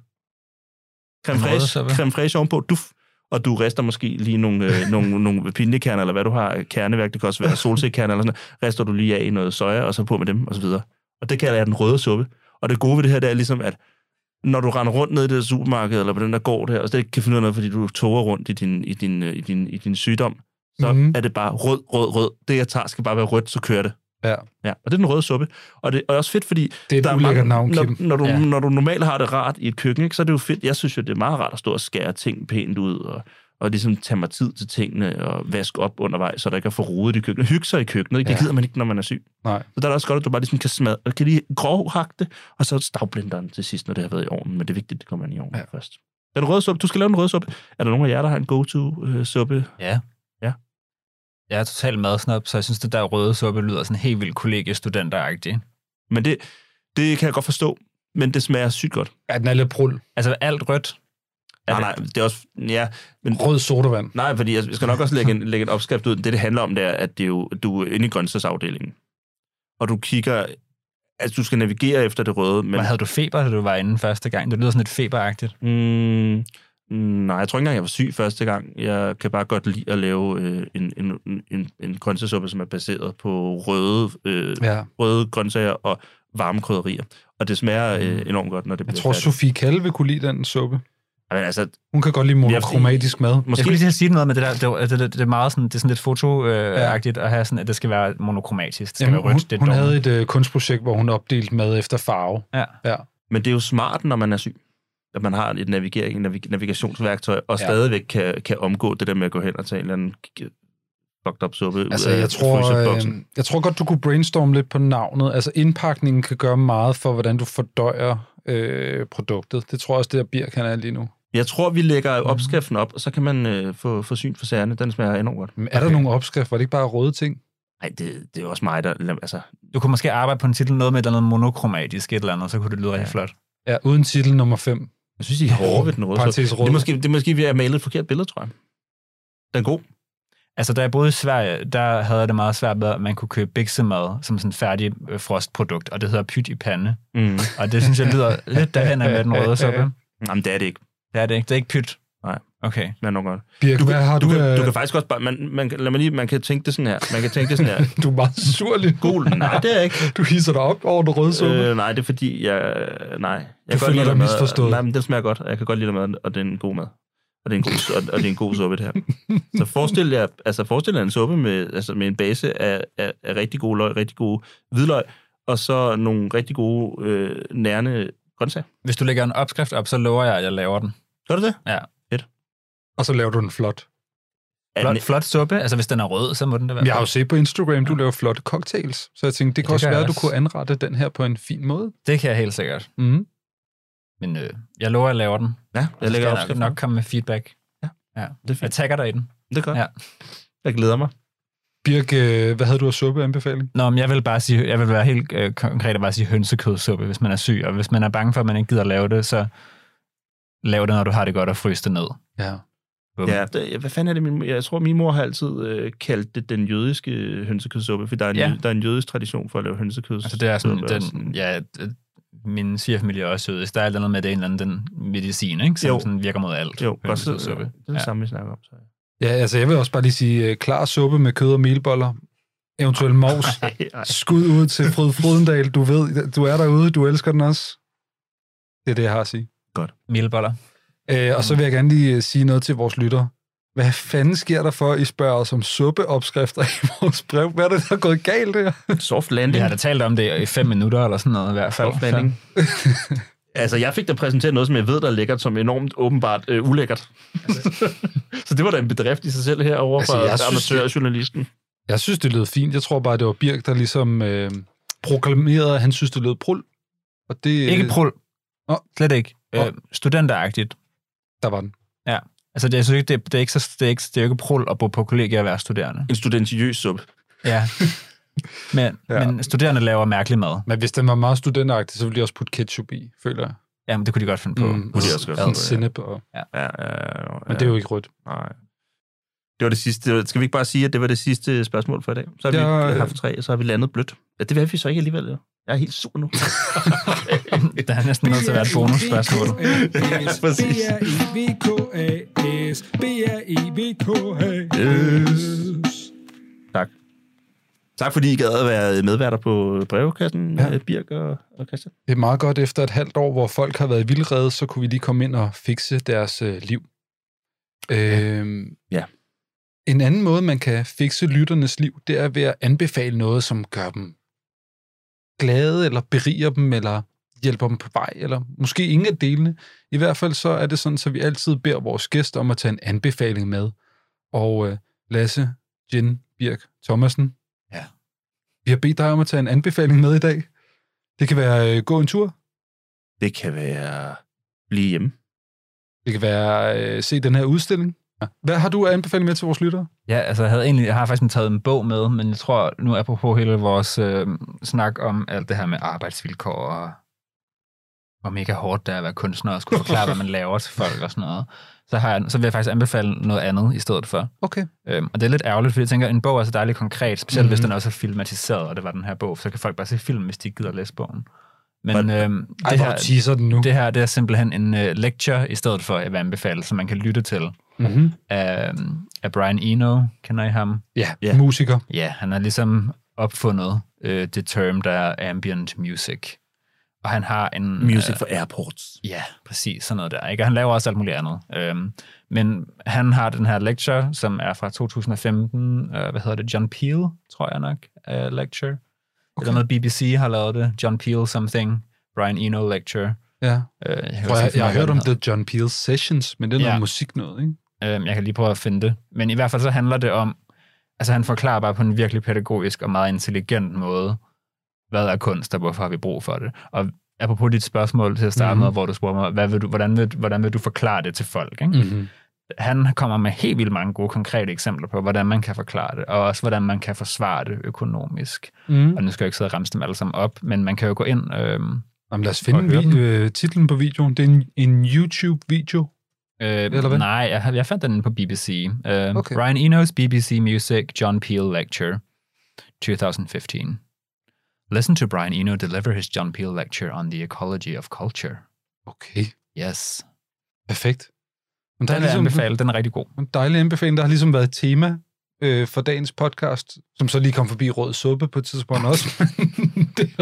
[SPEAKER 9] Creme fraiche, creme fraiche ovenpå, duf. Og du rester måske lige nogle, øh, nogle, nogle pinjekerner, eller hvad du har, kerneværk, det kan også være solsikkerner, eller sådan noget, rester du lige af i noget soja, og så på med dem, og så videre. Og det kalder jeg den røde suppe. Og det gode ved det her, det er ligesom, at når du render rundt ned i det supermarked, eller på den der gård der, og så ikke kan finde ud af noget, fordi du toger rundt i din, i din, i din, i din sygdom, så mm-hmm. er det bare rød, rød, rød. Det, jeg tager, skal bare være rødt, så kører det.
[SPEAKER 8] Ja.
[SPEAKER 9] Ja, og det er den røde suppe. Og det er også fedt, fordi...
[SPEAKER 8] Det er et ulækkert navn, Kim.
[SPEAKER 9] Når, når, du,
[SPEAKER 8] ja.
[SPEAKER 9] når du normalt har det rart i et køkken, ikke, så er det jo fedt. Jeg synes jo, det er meget rart at stå og skære ting pænt ud, og, og ligesom tage mig tid til tingene, og vaske op undervejs, så der ikke er for rodet i køkkenet. Hygge sig i køkkenet, ikke? Det ja. gider man ikke, når man er syg.
[SPEAKER 8] Nej.
[SPEAKER 9] Så der er det også godt, at du bare ligesom kan smadre, kan lige grovhakke det, og så stavblenderen til sidst, når det har været i ovnen. Men det er vigtigt, at det kommer ind i ovnen ja. først. Den røde suppe, du skal lave en røde suppe. Er der nogen af jer, der har en go-to-suppe?
[SPEAKER 10] Ja.
[SPEAKER 9] Ja.
[SPEAKER 10] Jeg er totalt madsnop, så jeg synes, det der røde suppe lyder sådan helt vildt kollegiestudenteragtigt.
[SPEAKER 9] Men det, det kan jeg godt forstå, men det smager sygt godt.
[SPEAKER 8] Ja, den er lidt brul.
[SPEAKER 10] Altså alt rødt?
[SPEAKER 9] Nej, nej, det er også... Ja, men,
[SPEAKER 8] Rød sodavand.
[SPEAKER 9] Nej, fordi jeg skal nok også lægge en, lægge en opskrift ud. Det, det handler om, det er, at det er jo, du er inde i grøntsagsafdelingen. Og du kigger... Altså, du skal navigere efter det røde, men...
[SPEAKER 10] Men havde du feber, da du var inde første gang? Det lyder sådan lidt feberagtigt.
[SPEAKER 9] Mm, nej, jeg tror ikke engang, jeg var syg første gang. Jeg kan bare godt lide at lave øh, en, en, en, en grøntsagssuppe, som er baseret på røde, øh, ja. røde grøntsager og varme krydderier. Og det smager øh, enormt godt, når det bliver
[SPEAKER 8] Jeg tror,
[SPEAKER 9] færdigt.
[SPEAKER 8] Sofie Kalle vil kunne lide den suppe.
[SPEAKER 9] Men altså,
[SPEAKER 8] hun kan godt lide monokromatisk mad.
[SPEAKER 10] Måske... Jeg skulle lige til at sige noget med det der. Det, det, det, det er meget sådan, det er sådan lidt fotoagtigt øh, ja. at have sådan, at det skal være monokromatisk. Det skal
[SPEAKER 8] Jamen,
[SPEAKER 10] være rødt.
[SPEAKER 8] Hun, hun havde et øh, kunstprojekt, hvor hun opdelte mad efter farve.
[SPEAKER 10] Ja.
[SPEAKER 8] ja.
[SPEAKER 9] Men det er jo smart, når man er syg. At man har et navigering, navig- navigationsværktøj, og ja. stadigvæk kan, kan omgå det der med at gå hen og tage en eller anden fucked up suppe
[SPEAKER 8] altså,
[SPEAKER 9] ud af
[SPEAKER 8] jeg tror,
[SPEAKER 9] fryseboksen.
[SPEAKER 8] øh, jeg tror godt, du kunne brainstorme lidt på navnet. Altså, indpakningen kan gøre meget for, hvordan du fordøjer øh, produktet. Det tror jeg også, det er Birk, han er lige nu.
[SPEAKER 9] Jeg tror, vi lægger opskriften op, og så kan man øh, få, få syn for sagerne. Den smager enormt godt.
[SPEAKER 8] Men er okay. der nogle opskrifter? Var det ikke bare røde ting?
[SPEAKER 9] Nej, det, det er også mig, der... Altså...
[SPEAKER 10] Du kunne måske arbejde på en titel noget med et eller andet monokromatisk et eller andet, så kunne det lyde ja. rigtig flot.
[SPEAKER 8] Ja, uden titel nummer fem.
[SPEAKER 9] Jeg synes, I er hårde ved den røde. Det er måske, det er måske, vi har malet et forkert billede, tror jeg. Den er god.
[SPEAKER 10] Altså, da jeg boede i Sverige, der havde jeg det meget svært med, at man kunne købe biksemad som sådan en færdig øh, frostprodukt, og det hedder pyt i pande. Mm. Og det synes jeg lyder lidt derhen af med den røde suppe.
[SPEAKER 9] Jamen, det er det ikke.
[SPEAKER 10] Det er det ikke. Det er ikke pyt.
[SPEAKER 9] Nej.
[SPEAKER 10] Okay.
[SPEAKER 9] Men nok godt.
[SPEAKER 8] Birk,
[SPEAKER 9] du,
[SPEAKER 8] hvad har du?
[SPEAKER 9] Du, kan,
[SPEAKER 8] øh...
[SPEAKER 9] du kan faktisk også bare... Man, man, lad mig lige, man kan tænke det sådan her. Man kan tænke det sådan her.
[SPEAKER 8] Du er meget sur lidt.
[SPEAKER 9] Gul. Nej, det er ikke.
[SPEAKER 8] Du hisser dig op over den røde suppe.
[SPEAKER 9] Øh, nej, det er fordi, jeg... Nej. Jeg
[SPEAKER 8] du
[SPEAKER 9] kan
[SPEAKER 8] føler dig misforstået.
[SPEAKER 9] Nej, men det smager godt, og jeg kan godt lide mad, og det er en god mad. Og det er en god, og, og det er en god suppe, det her. Så forestil jer, altså forestil jer en suppe med, altså med en base af, af, af rigtig gode løg, rigtig gode hvidløg, og så nogle rigtig gode øh, nærende grøntsager.
[SPEAKER 10] Hvis du lægger en opskrift op, så lover jeg, at jeg laver den.
[SPEAKER 9] Gør du det?
[SPEAKER 10] Ja.
[SPEAKER 9] Fedt.
[SPEAKER 8] Og så laver du den flot.
[SPEAKER 10] Flot, flot suppe? Altså, hvis den er rød, så må den da være.
[SPEAKER 8] Jeg har jo set på Instagram, du laver flotte cocktails. Så jeg tænkte, det kan ja, det også kan være, at du kunne anrette den her på en fin måde.
[SPEAKER 10] Det kan jeg helt sikkert.
[SPEAKER 8] Mm.
[SPEAKER 10] Men øh, jeg lover at lave den.
[SPEAKER 9] Ja, jeg lægger
[SPEAKER 10] op. nok komme med feedback.
[SPEAKER 9] Ja,
[SPEAKER 10] ja.
[SPEAKER 9] Det er fint.
[SPEAKER 10] Jeg tagger dig i den.
[SPEAKER 9] Det er godt.
[SPEAKER 10] Ja.
[SPEAKER 9] Jeg glæder mig.
[SPEAKER 8] Birk, øh, hvad havde du af suppeanbefaling?
[SPEAKER 10] Nå, men jeg vil bare sige, jeg vil være helt øh, konkret og bare sige hønsekødsuppe, hvis man er syg. Og hvis man er bange for, at man ikke gider at lave det, så lav det, når du har det godt, og frys det ned.
[SPEAKER 8] Ja.
[SPEAKER 9] Ja, det, hvad fanden er det? Min, jeg tror, min mor har altid øh, kaldt det den jødiske hønsekødsuppe, for der er en, ja. der er en jødisk tradition for at lave hønsekød.
[SPEAKER 10] Altså det er sådan, den, sådan. Ja, min svigerfamilie er også jødisk. Der er et eller andet med det, en eller anden den medicin, ikke? Som jo. Sådan virker mod alt.
[SPEAKER 9] Jo, godt så, det er det ja. samme, vi snakker om. Så.
[SPEAKER 8] Ja, altså jeg vil også bare lige sige, uh, klar suppe med kød og melboller, eventuelt mos, skud ud til Frød Frydendal, du ved, du er derude, du elsker den også. Det er det, jeg har at sige.
[SPEAKER 9] Godt.
[SPEAKER 10] Melboller.
[SPEAKER 8] Uh, og så vil jeg gerne lige uh, sige noget til vores lyttere. Hvad fanden sker der for, at I spørger os om suppeopskrifter i vores brev? Hvad er det, der er gået galt her?
[SPEAKER 9] Soft landing.
[SPEAKER 10] Vi har da talt om det i fem minutter eller sådan noget i hvert fald.
[SPEAKER 9] Soft landing. Altså, jeg fik da præsenteret noget, som jeg ved, der er lækkert, som enormt åbenbart øh, ulækkert. Så det var da en bedrift i sig selv herovre altså, fra amatørjournalisten.
[SPEAKER 8] Jeg synes, det lød fint. Jeg tror bare, det var Birk, der ligesom øh, proklamerede, at han synes, det lød prul. Og det,
[SPEAKER 10] ikke prul.
[SPEAKER 8] Oh.
[SPEAKER 10] Slet ikke. Oh. Øh, studenteragtigt.
[SPEAKER 8] Der var den.
[SPEAKER 10] Ja. Altså, det, jeg synes ikke, det, det, er ikke så, det, er ikke, det er jo ikke prul at bo på kollegier og være studerende.
[SPEAKER 9] En studentiøs suppe.
[SPEAKER 10] Ja. Men, ja. men studerende laver mærkelig mad.
[SPEAKER 8] Men hvis den var meget studenteragtig, så ville de også putte ketchup i, føler jeg.
[SPEAKER 10] Ja, men det kunne de godt finde på.
[SPEAKER 8] Mm,
[SPEAKER 9] kunne de også godt finde på,
[SPEAKER 8] Sinep og...
[SPEAKER 10] Ja.
[SPEAKER 9] Ja, ja, ja, ja.
[SPEAKER 8] Men det er jo ikke rødt.
[SPEAKER 9] Nej. Det var det sidste. Skal vi ikke bare sige, at det var det sidste spørgsmål for i dag? Så har
[SPEAKER 8] ja,
[SPEAKER 9] vi haft tre, og så har vi landet blødt. Ja, det vil vi så ikke alligevel. Ja. Jeg er helt sur nu.
[SPEAKER 10] Der er næsten nødt til at være et bonusspørgsmål.
[SPEAKER 1] B R I V K A S B R I V K A S
[SPEAKER 9] Tak. Tak fordi I gad at være medværter på brevkassen, ja. Birk og, og Christian.
[SPEAKER 8] Det er meget godt efter et halvt år, hvor folk har været i vildrede, så kunne vi lige komme ind og fikse deres øh, liv. Øhm,
[SPEAKER 9] ja.
[SPEAKER 8] En anden måde, man kan fikse lytternes liv, det er ved at anbefale noget, som gør dem glade, eller beriger dem, eller hjælper dem på vej, eller måske ingen af delene. I hvert fald så er det sådan, så vi altid beder vores gæster om at tage en anbefaling med. Og øh, Lasse, Jen, Birk, Thomasen,
[SPEAKER 10] ja.
[SPEAKER 8] Vi har bedt dig om at tage en anbefaling med i dag. Det kan være øh, gå en tur.
[SPEAKER 9] Det kan være blive hjemme.
[SPEAKER 8] Det kan være øh, se den her udstilling. Ja. Hvad har du anbefalet med til vores lyttere?
[SPEAKER 10] Ja, altså jeg, havde egentlig, jeg har faktisk taget en bog med, men jeg tror nu apropos hele vores øh, snak om alt det her med arbejdsvilkår og hvor mega hårdt det er at være kunstner og skulle forklare, hvad man laver til folk og sådan noget, så, har jeg, så vil jeg faktisk anbefale noget andet i stedet for.
[SPEAKER 8] Okay.
[SPEAKER 10] Øhm, og det er lidt ærgerligt, fordi jeg tænker, at en bog er så dejligt konkret, specielt
[SPEAKER 8] mm-hmm.
[SPEAKER 10] hvis den også er filmatiseret, og det var den her bog, så kan folk bare se film, hvis de ikke gider læse bogen. Men øhm,
[SPEAKER 8] Ej,
[SPEAKER 10] det, her,
[SPEAKER 8] den nu.
[SPEAKER 10] det her det er simpelthen en uh, lecture i stedet for, jeg vil anbefale, som man kan lytte til.
[SPEAKER 8] Mm-hmm.
[SPEAKER 10] Af, af Brian Eno, kender I ham?
[SPEAKER 8] Ja, yeah. musiker.
[SPEAKER 10] Ja, han har ligesom opfundet øh, det term, der er ambient music. Og han har en...
[SPEAKER 9] Music for airports.
[SPEAKER 10] Ja, præcis, sådan noget der. Ikke? Og han laver også alt muligt andet. Øhm, men han har den her lecture, som er fra to tusind og femten. Øh, hvad hedder det? John Peel, tror jeg nok, uh, lecture. Okay. Eller noget B B C har lavet det. John Peel something. Brian Eno lecture.
[SPEAKER 8] Ja.
[SPEAKER 10] Øh, jeg,
[SPEAKER 8] jeg, jeg, jeg har hørt om The John Peel Sessions, men det er noget ja. musik noget, ikke?
[SPEAKER 10] Øhm, jeg kan lige prøve at finde det. Men i hvert fald så handler det om... Altså han forklarer bare på en virkelig pædagogisk og meget intelligent måde, hvad er kunst, og hvorfor har vi brug for det. Og apropos dit spørgsmål til at starte mm-hmm. med, hvor du spurgte mig, hvad vil du, hvordan, vil, hvordan vil du forklare det til folk? Ikke?
[SPEAKER 8] Mm-hmm.
[SPEAKER 10] Han kommer med helt vildt mange gode, konkrete eksempler på, hvordan man kan forklare det, og også hvordan man kan forsvare det økonomisk. Mm. Og nu skal jeg ikke sidde og ramse dem alle sammen op, men man kan jo gå ind øhm,
[SPEAKER 8] Jamen, lad os finde vi, øh, titlen på videoen. Det er en, en YouTube-video.
[SPEAKER 10] Øh, Eller hvad? Nej, jeg, jeg fandt den på B B C. Uh,
[SPEAKER 8] okay.
[SPEAKER 10] Brian Eno's B B C Music John Peel Lecture, twenty fifteen. Listen to Brian Eno deliver his John Peel lecture on the ecology of culture.
[SPEAKER 8] Okay.
[SPEAKER 10] Yes.
[SPEAKER 8] Perfekt. Men
[SPEAKER 10] der den er ligesom, anbefalet, den er rigtig god.
[SPEAKER 8] En dejlig anbefaling. Der har ligesom været et tema øh, for dagens podcast, som så lige kom forbi rød suppe på et tidspunkt også. det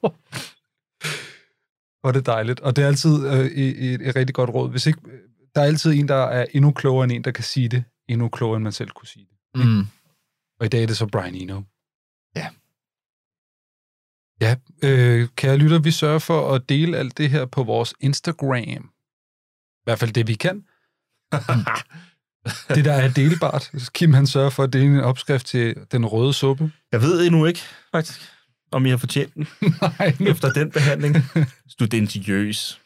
[SPEAKER 8] var det dejligt. Og det er altid øh, et, et rigtig godt råd. Hvis ikke, der er altid en, der er endnu klogere end en, der kan sige det. Endnu klogere, end man selv kunne sige det.
[SPEAKER 10] Mm.
[SPEAKER 8] Og i dag er det så Brian Eno.
[SPEAKER 10] Ja.
[SPEAKER 8] Ja, øh, kære lytter, vi sørger for at dele alt det her på vores Instagram. I hvert fald det, vi kan. det, der er delbart. Kim, han sørger for at dele en opskrift til den røde suppe.
[SPEAKER 9] Jeg ved endnu ikke, faktisk, om I har fortjent den.
[SPEAKER 8] Nej,
[SPEAKER 9] efter den behandling. Studentiøs.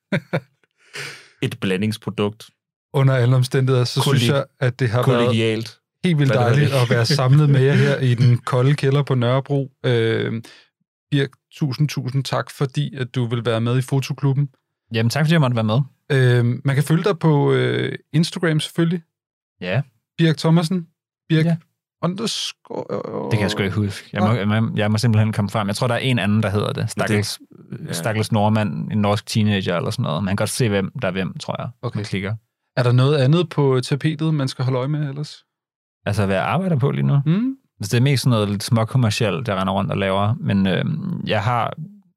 [SPEAKER 9] Et blandingsprodukt.
[SPEAKER 8] Under alle omstændigheder, så Kolli- synes jeg, at det har
[SPEAKER 9] kollegialt.
[SPEAKER 8] været helt vildt dejligt at være samlet med jer her i den kolde kælder på Nørrebro. Øh, Birk, tusind, tusind tak, fordi at du vil være med i Fotoklubben.
[SPEAKER 10] Jamen, tak fordi jeg måtte være med.
[SPEAKER 8] Øh, man kan følge dig på øh, Instagram selvfølgelig.
[SPEAKER 10] Ja.
[SPEAKER 8] Birk Thomasen. Birk
[SPEAKER 10] ja.
[SPEAKER 8] underscore...
[SPEAKER 10] Det kan jeg sgu ikke huske. Jeg må, jeg, jeg må simpelthen komme frem. Jeg tror, der er en anden, der hedder det. Stakkels, det. Ja. Stakkels nordmand, en norsk teenager eller sådan noget. Man kan godt se, hvem der er hvem, tror jeg.
[SPEAKER 8] Okay.
[SPEAKER 10] Man klikker.
[SPEAKER 8] Er der noget andet på tapetet, man skal holde øje med ellers?
[SPEAKER 10] Altså, hvad jeg arbejder på lige nu?
[SPEAKER 8] Mm.
[SPEAKER 10] Altså, det er mest sådan noget lidt småkommercielt, der render rundt og laver. Men øh, jeg har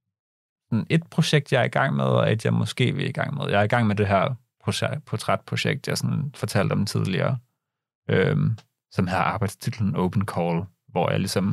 [SPEAKER 10] et projekt, jeg er i gang med, og et, jeg måske vil i gang med. Jeg er i gang med det her projekt, portrætprojekt, jeg sådan fortalte om tidligere, øh, som har arbejdstitlen Open Call, hvor jeg ligesom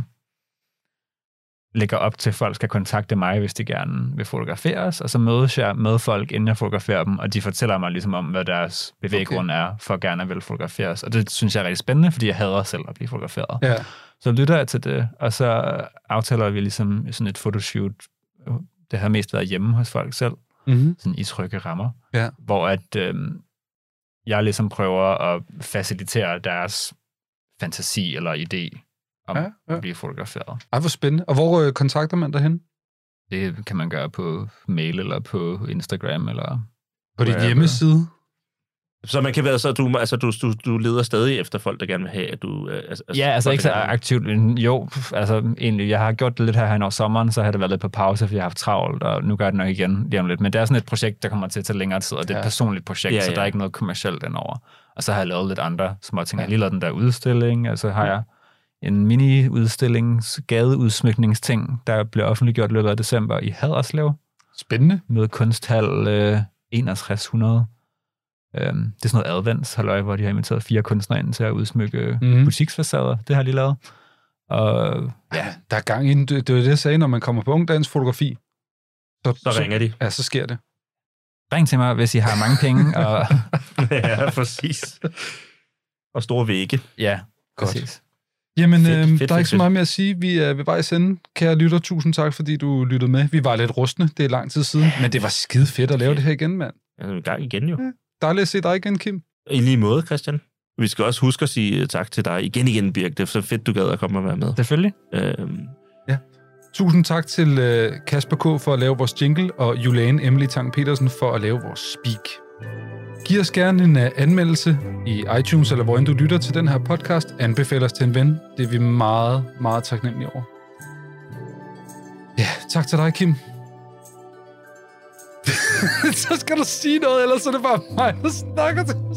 [SPEAKER 10] lægger op til, at folk skal kontakte mig, hvis de gerne vil fotograferes, og så mødes jeg med folk, inden jeg fotograferer dem, og de fortæller mig ligesom om, hvad deres bevæggrund okay. er, for at gerne vil fotograferes. Og det synes jeg er rigtig spændende, fordi jeg hader selv at blive fotograferet.
[SPEAKER 8] Ja.
[SPEAKER 10] Så lytter jeg til det, og så aftaler vi ligesom sådan et fotoshoot. Det har mest været hjemme hos folk selv,
[SPEAKER 8] mm-hmm.
[SPEAKER 10] sådan i trygge rammer,
[SPEAKER 8] ja.
[SPEAKER 10] hvor at øh, jeg ligesom prøver at facilitere deres fantasi eller idé om ja, ja. at blive fotograferet.
[SPEAKER 8] Ej, hvor spændende. Og hvor øh, kontakter man dig hen?
[SPEAKER 10] Det kan man gøre på mail eller på Instagram eller
[SPEAKER 8] på din hjemmeside.
[SPEAKER 9] Så man kan være så du altså du, du du leder stadig efter folk der gerne vil have at du altså,
[SPEAKER 10] ja altså ikke så aktivt jo altså egentlig jeg har gjort det lidt her hen over sommeren, så har det været lidt på pause, fordi jeg har haft travlt, og nu gør jeg det nok igen lige om lidt, men det er sådan et projekt der kommer til at tage længere tid, og det er et ja. personligt projekt, ja, ja. så der er ikke noget kommercielt indover. Og så har jeg lavet lidt andre små ting. Ja. Jeg har lige lavet den der udstilling, og så har jeg en mini-udstillings, gadeudsmykningsting, der bliver offentliggjort i løbet af december i Haderslev.
[SPEAKER 8] Spændende.
[SPEAKER 10] Med kunsthal øh, enogtres hundrede. Øhm, det er sådan noget adventshalløj, hvor de har inviteret fire kunstnere ind til at udsmykke mm. butiksfacader. Det har de lavet. Og,
[SPEAKER 8] ja, der er gang i det, det var det, jeg sagde, når man kommer på ungdagens fotografi.
[SPEAKER 9] Så, så ringer de.
[SPEAKER 8] Ja, så sker det.
[SPEAKER 10] Ring til mig, hvis I har mange penge. Og
[SPEAKER 9] ja, præcis. Og store vægge.
[SPEAKER 10] Ja,
[SPEAKER 8] godt.
[SPEAKER 10] Præcis.
[SPEAKER 8] Jamen,
[SPEAKER 9] fedt,
[SPEAKER 8] øh,
[SPEAKER 9] fedt,
[SPEAKER 8] der er
[SPEAKER 9] fedt,
[SPEAKER 8] ikke
[SPEAKER 9] fedt.
[SPEAKER 8] så meget mere at sige. Vi er ved vejs ende. Kære lytter, tusind tak, fordi du lyttede med. Vi var lidt rustne, det er lang tid siden, men det var skide fedt at lave det her igen, mand.
[SPEAKER 9] Ja, en gang igen jo.
[SPEAKER 8] Ja. Dejligt at se dig igen, Kim.
[SPEAKER 9] I lige måde, Christian. Vi skal også huske at sige tak til dig igen igen, Birk. Det er så fedt, du gad at komme og være med.
[SPEAKER 10] Selvfølgelig.
[SPEAKER 9] Øhm.
[SPEAKER 8] Ja. Tusind tak til øh, Kasper K. for at lave vores jingle, og Juliane Emily Tang Petersen for at lave vores speak. Giv os gerne en uh, anmeldelse i iTunes, eller hvor end du lytter til den her podcast. Anbefal os til en ven. Det er vi meget, meget taknemmelige over. Ja, tak til dig, Kim. Så skal du sige noget, ellers er det bare mig, der snakker til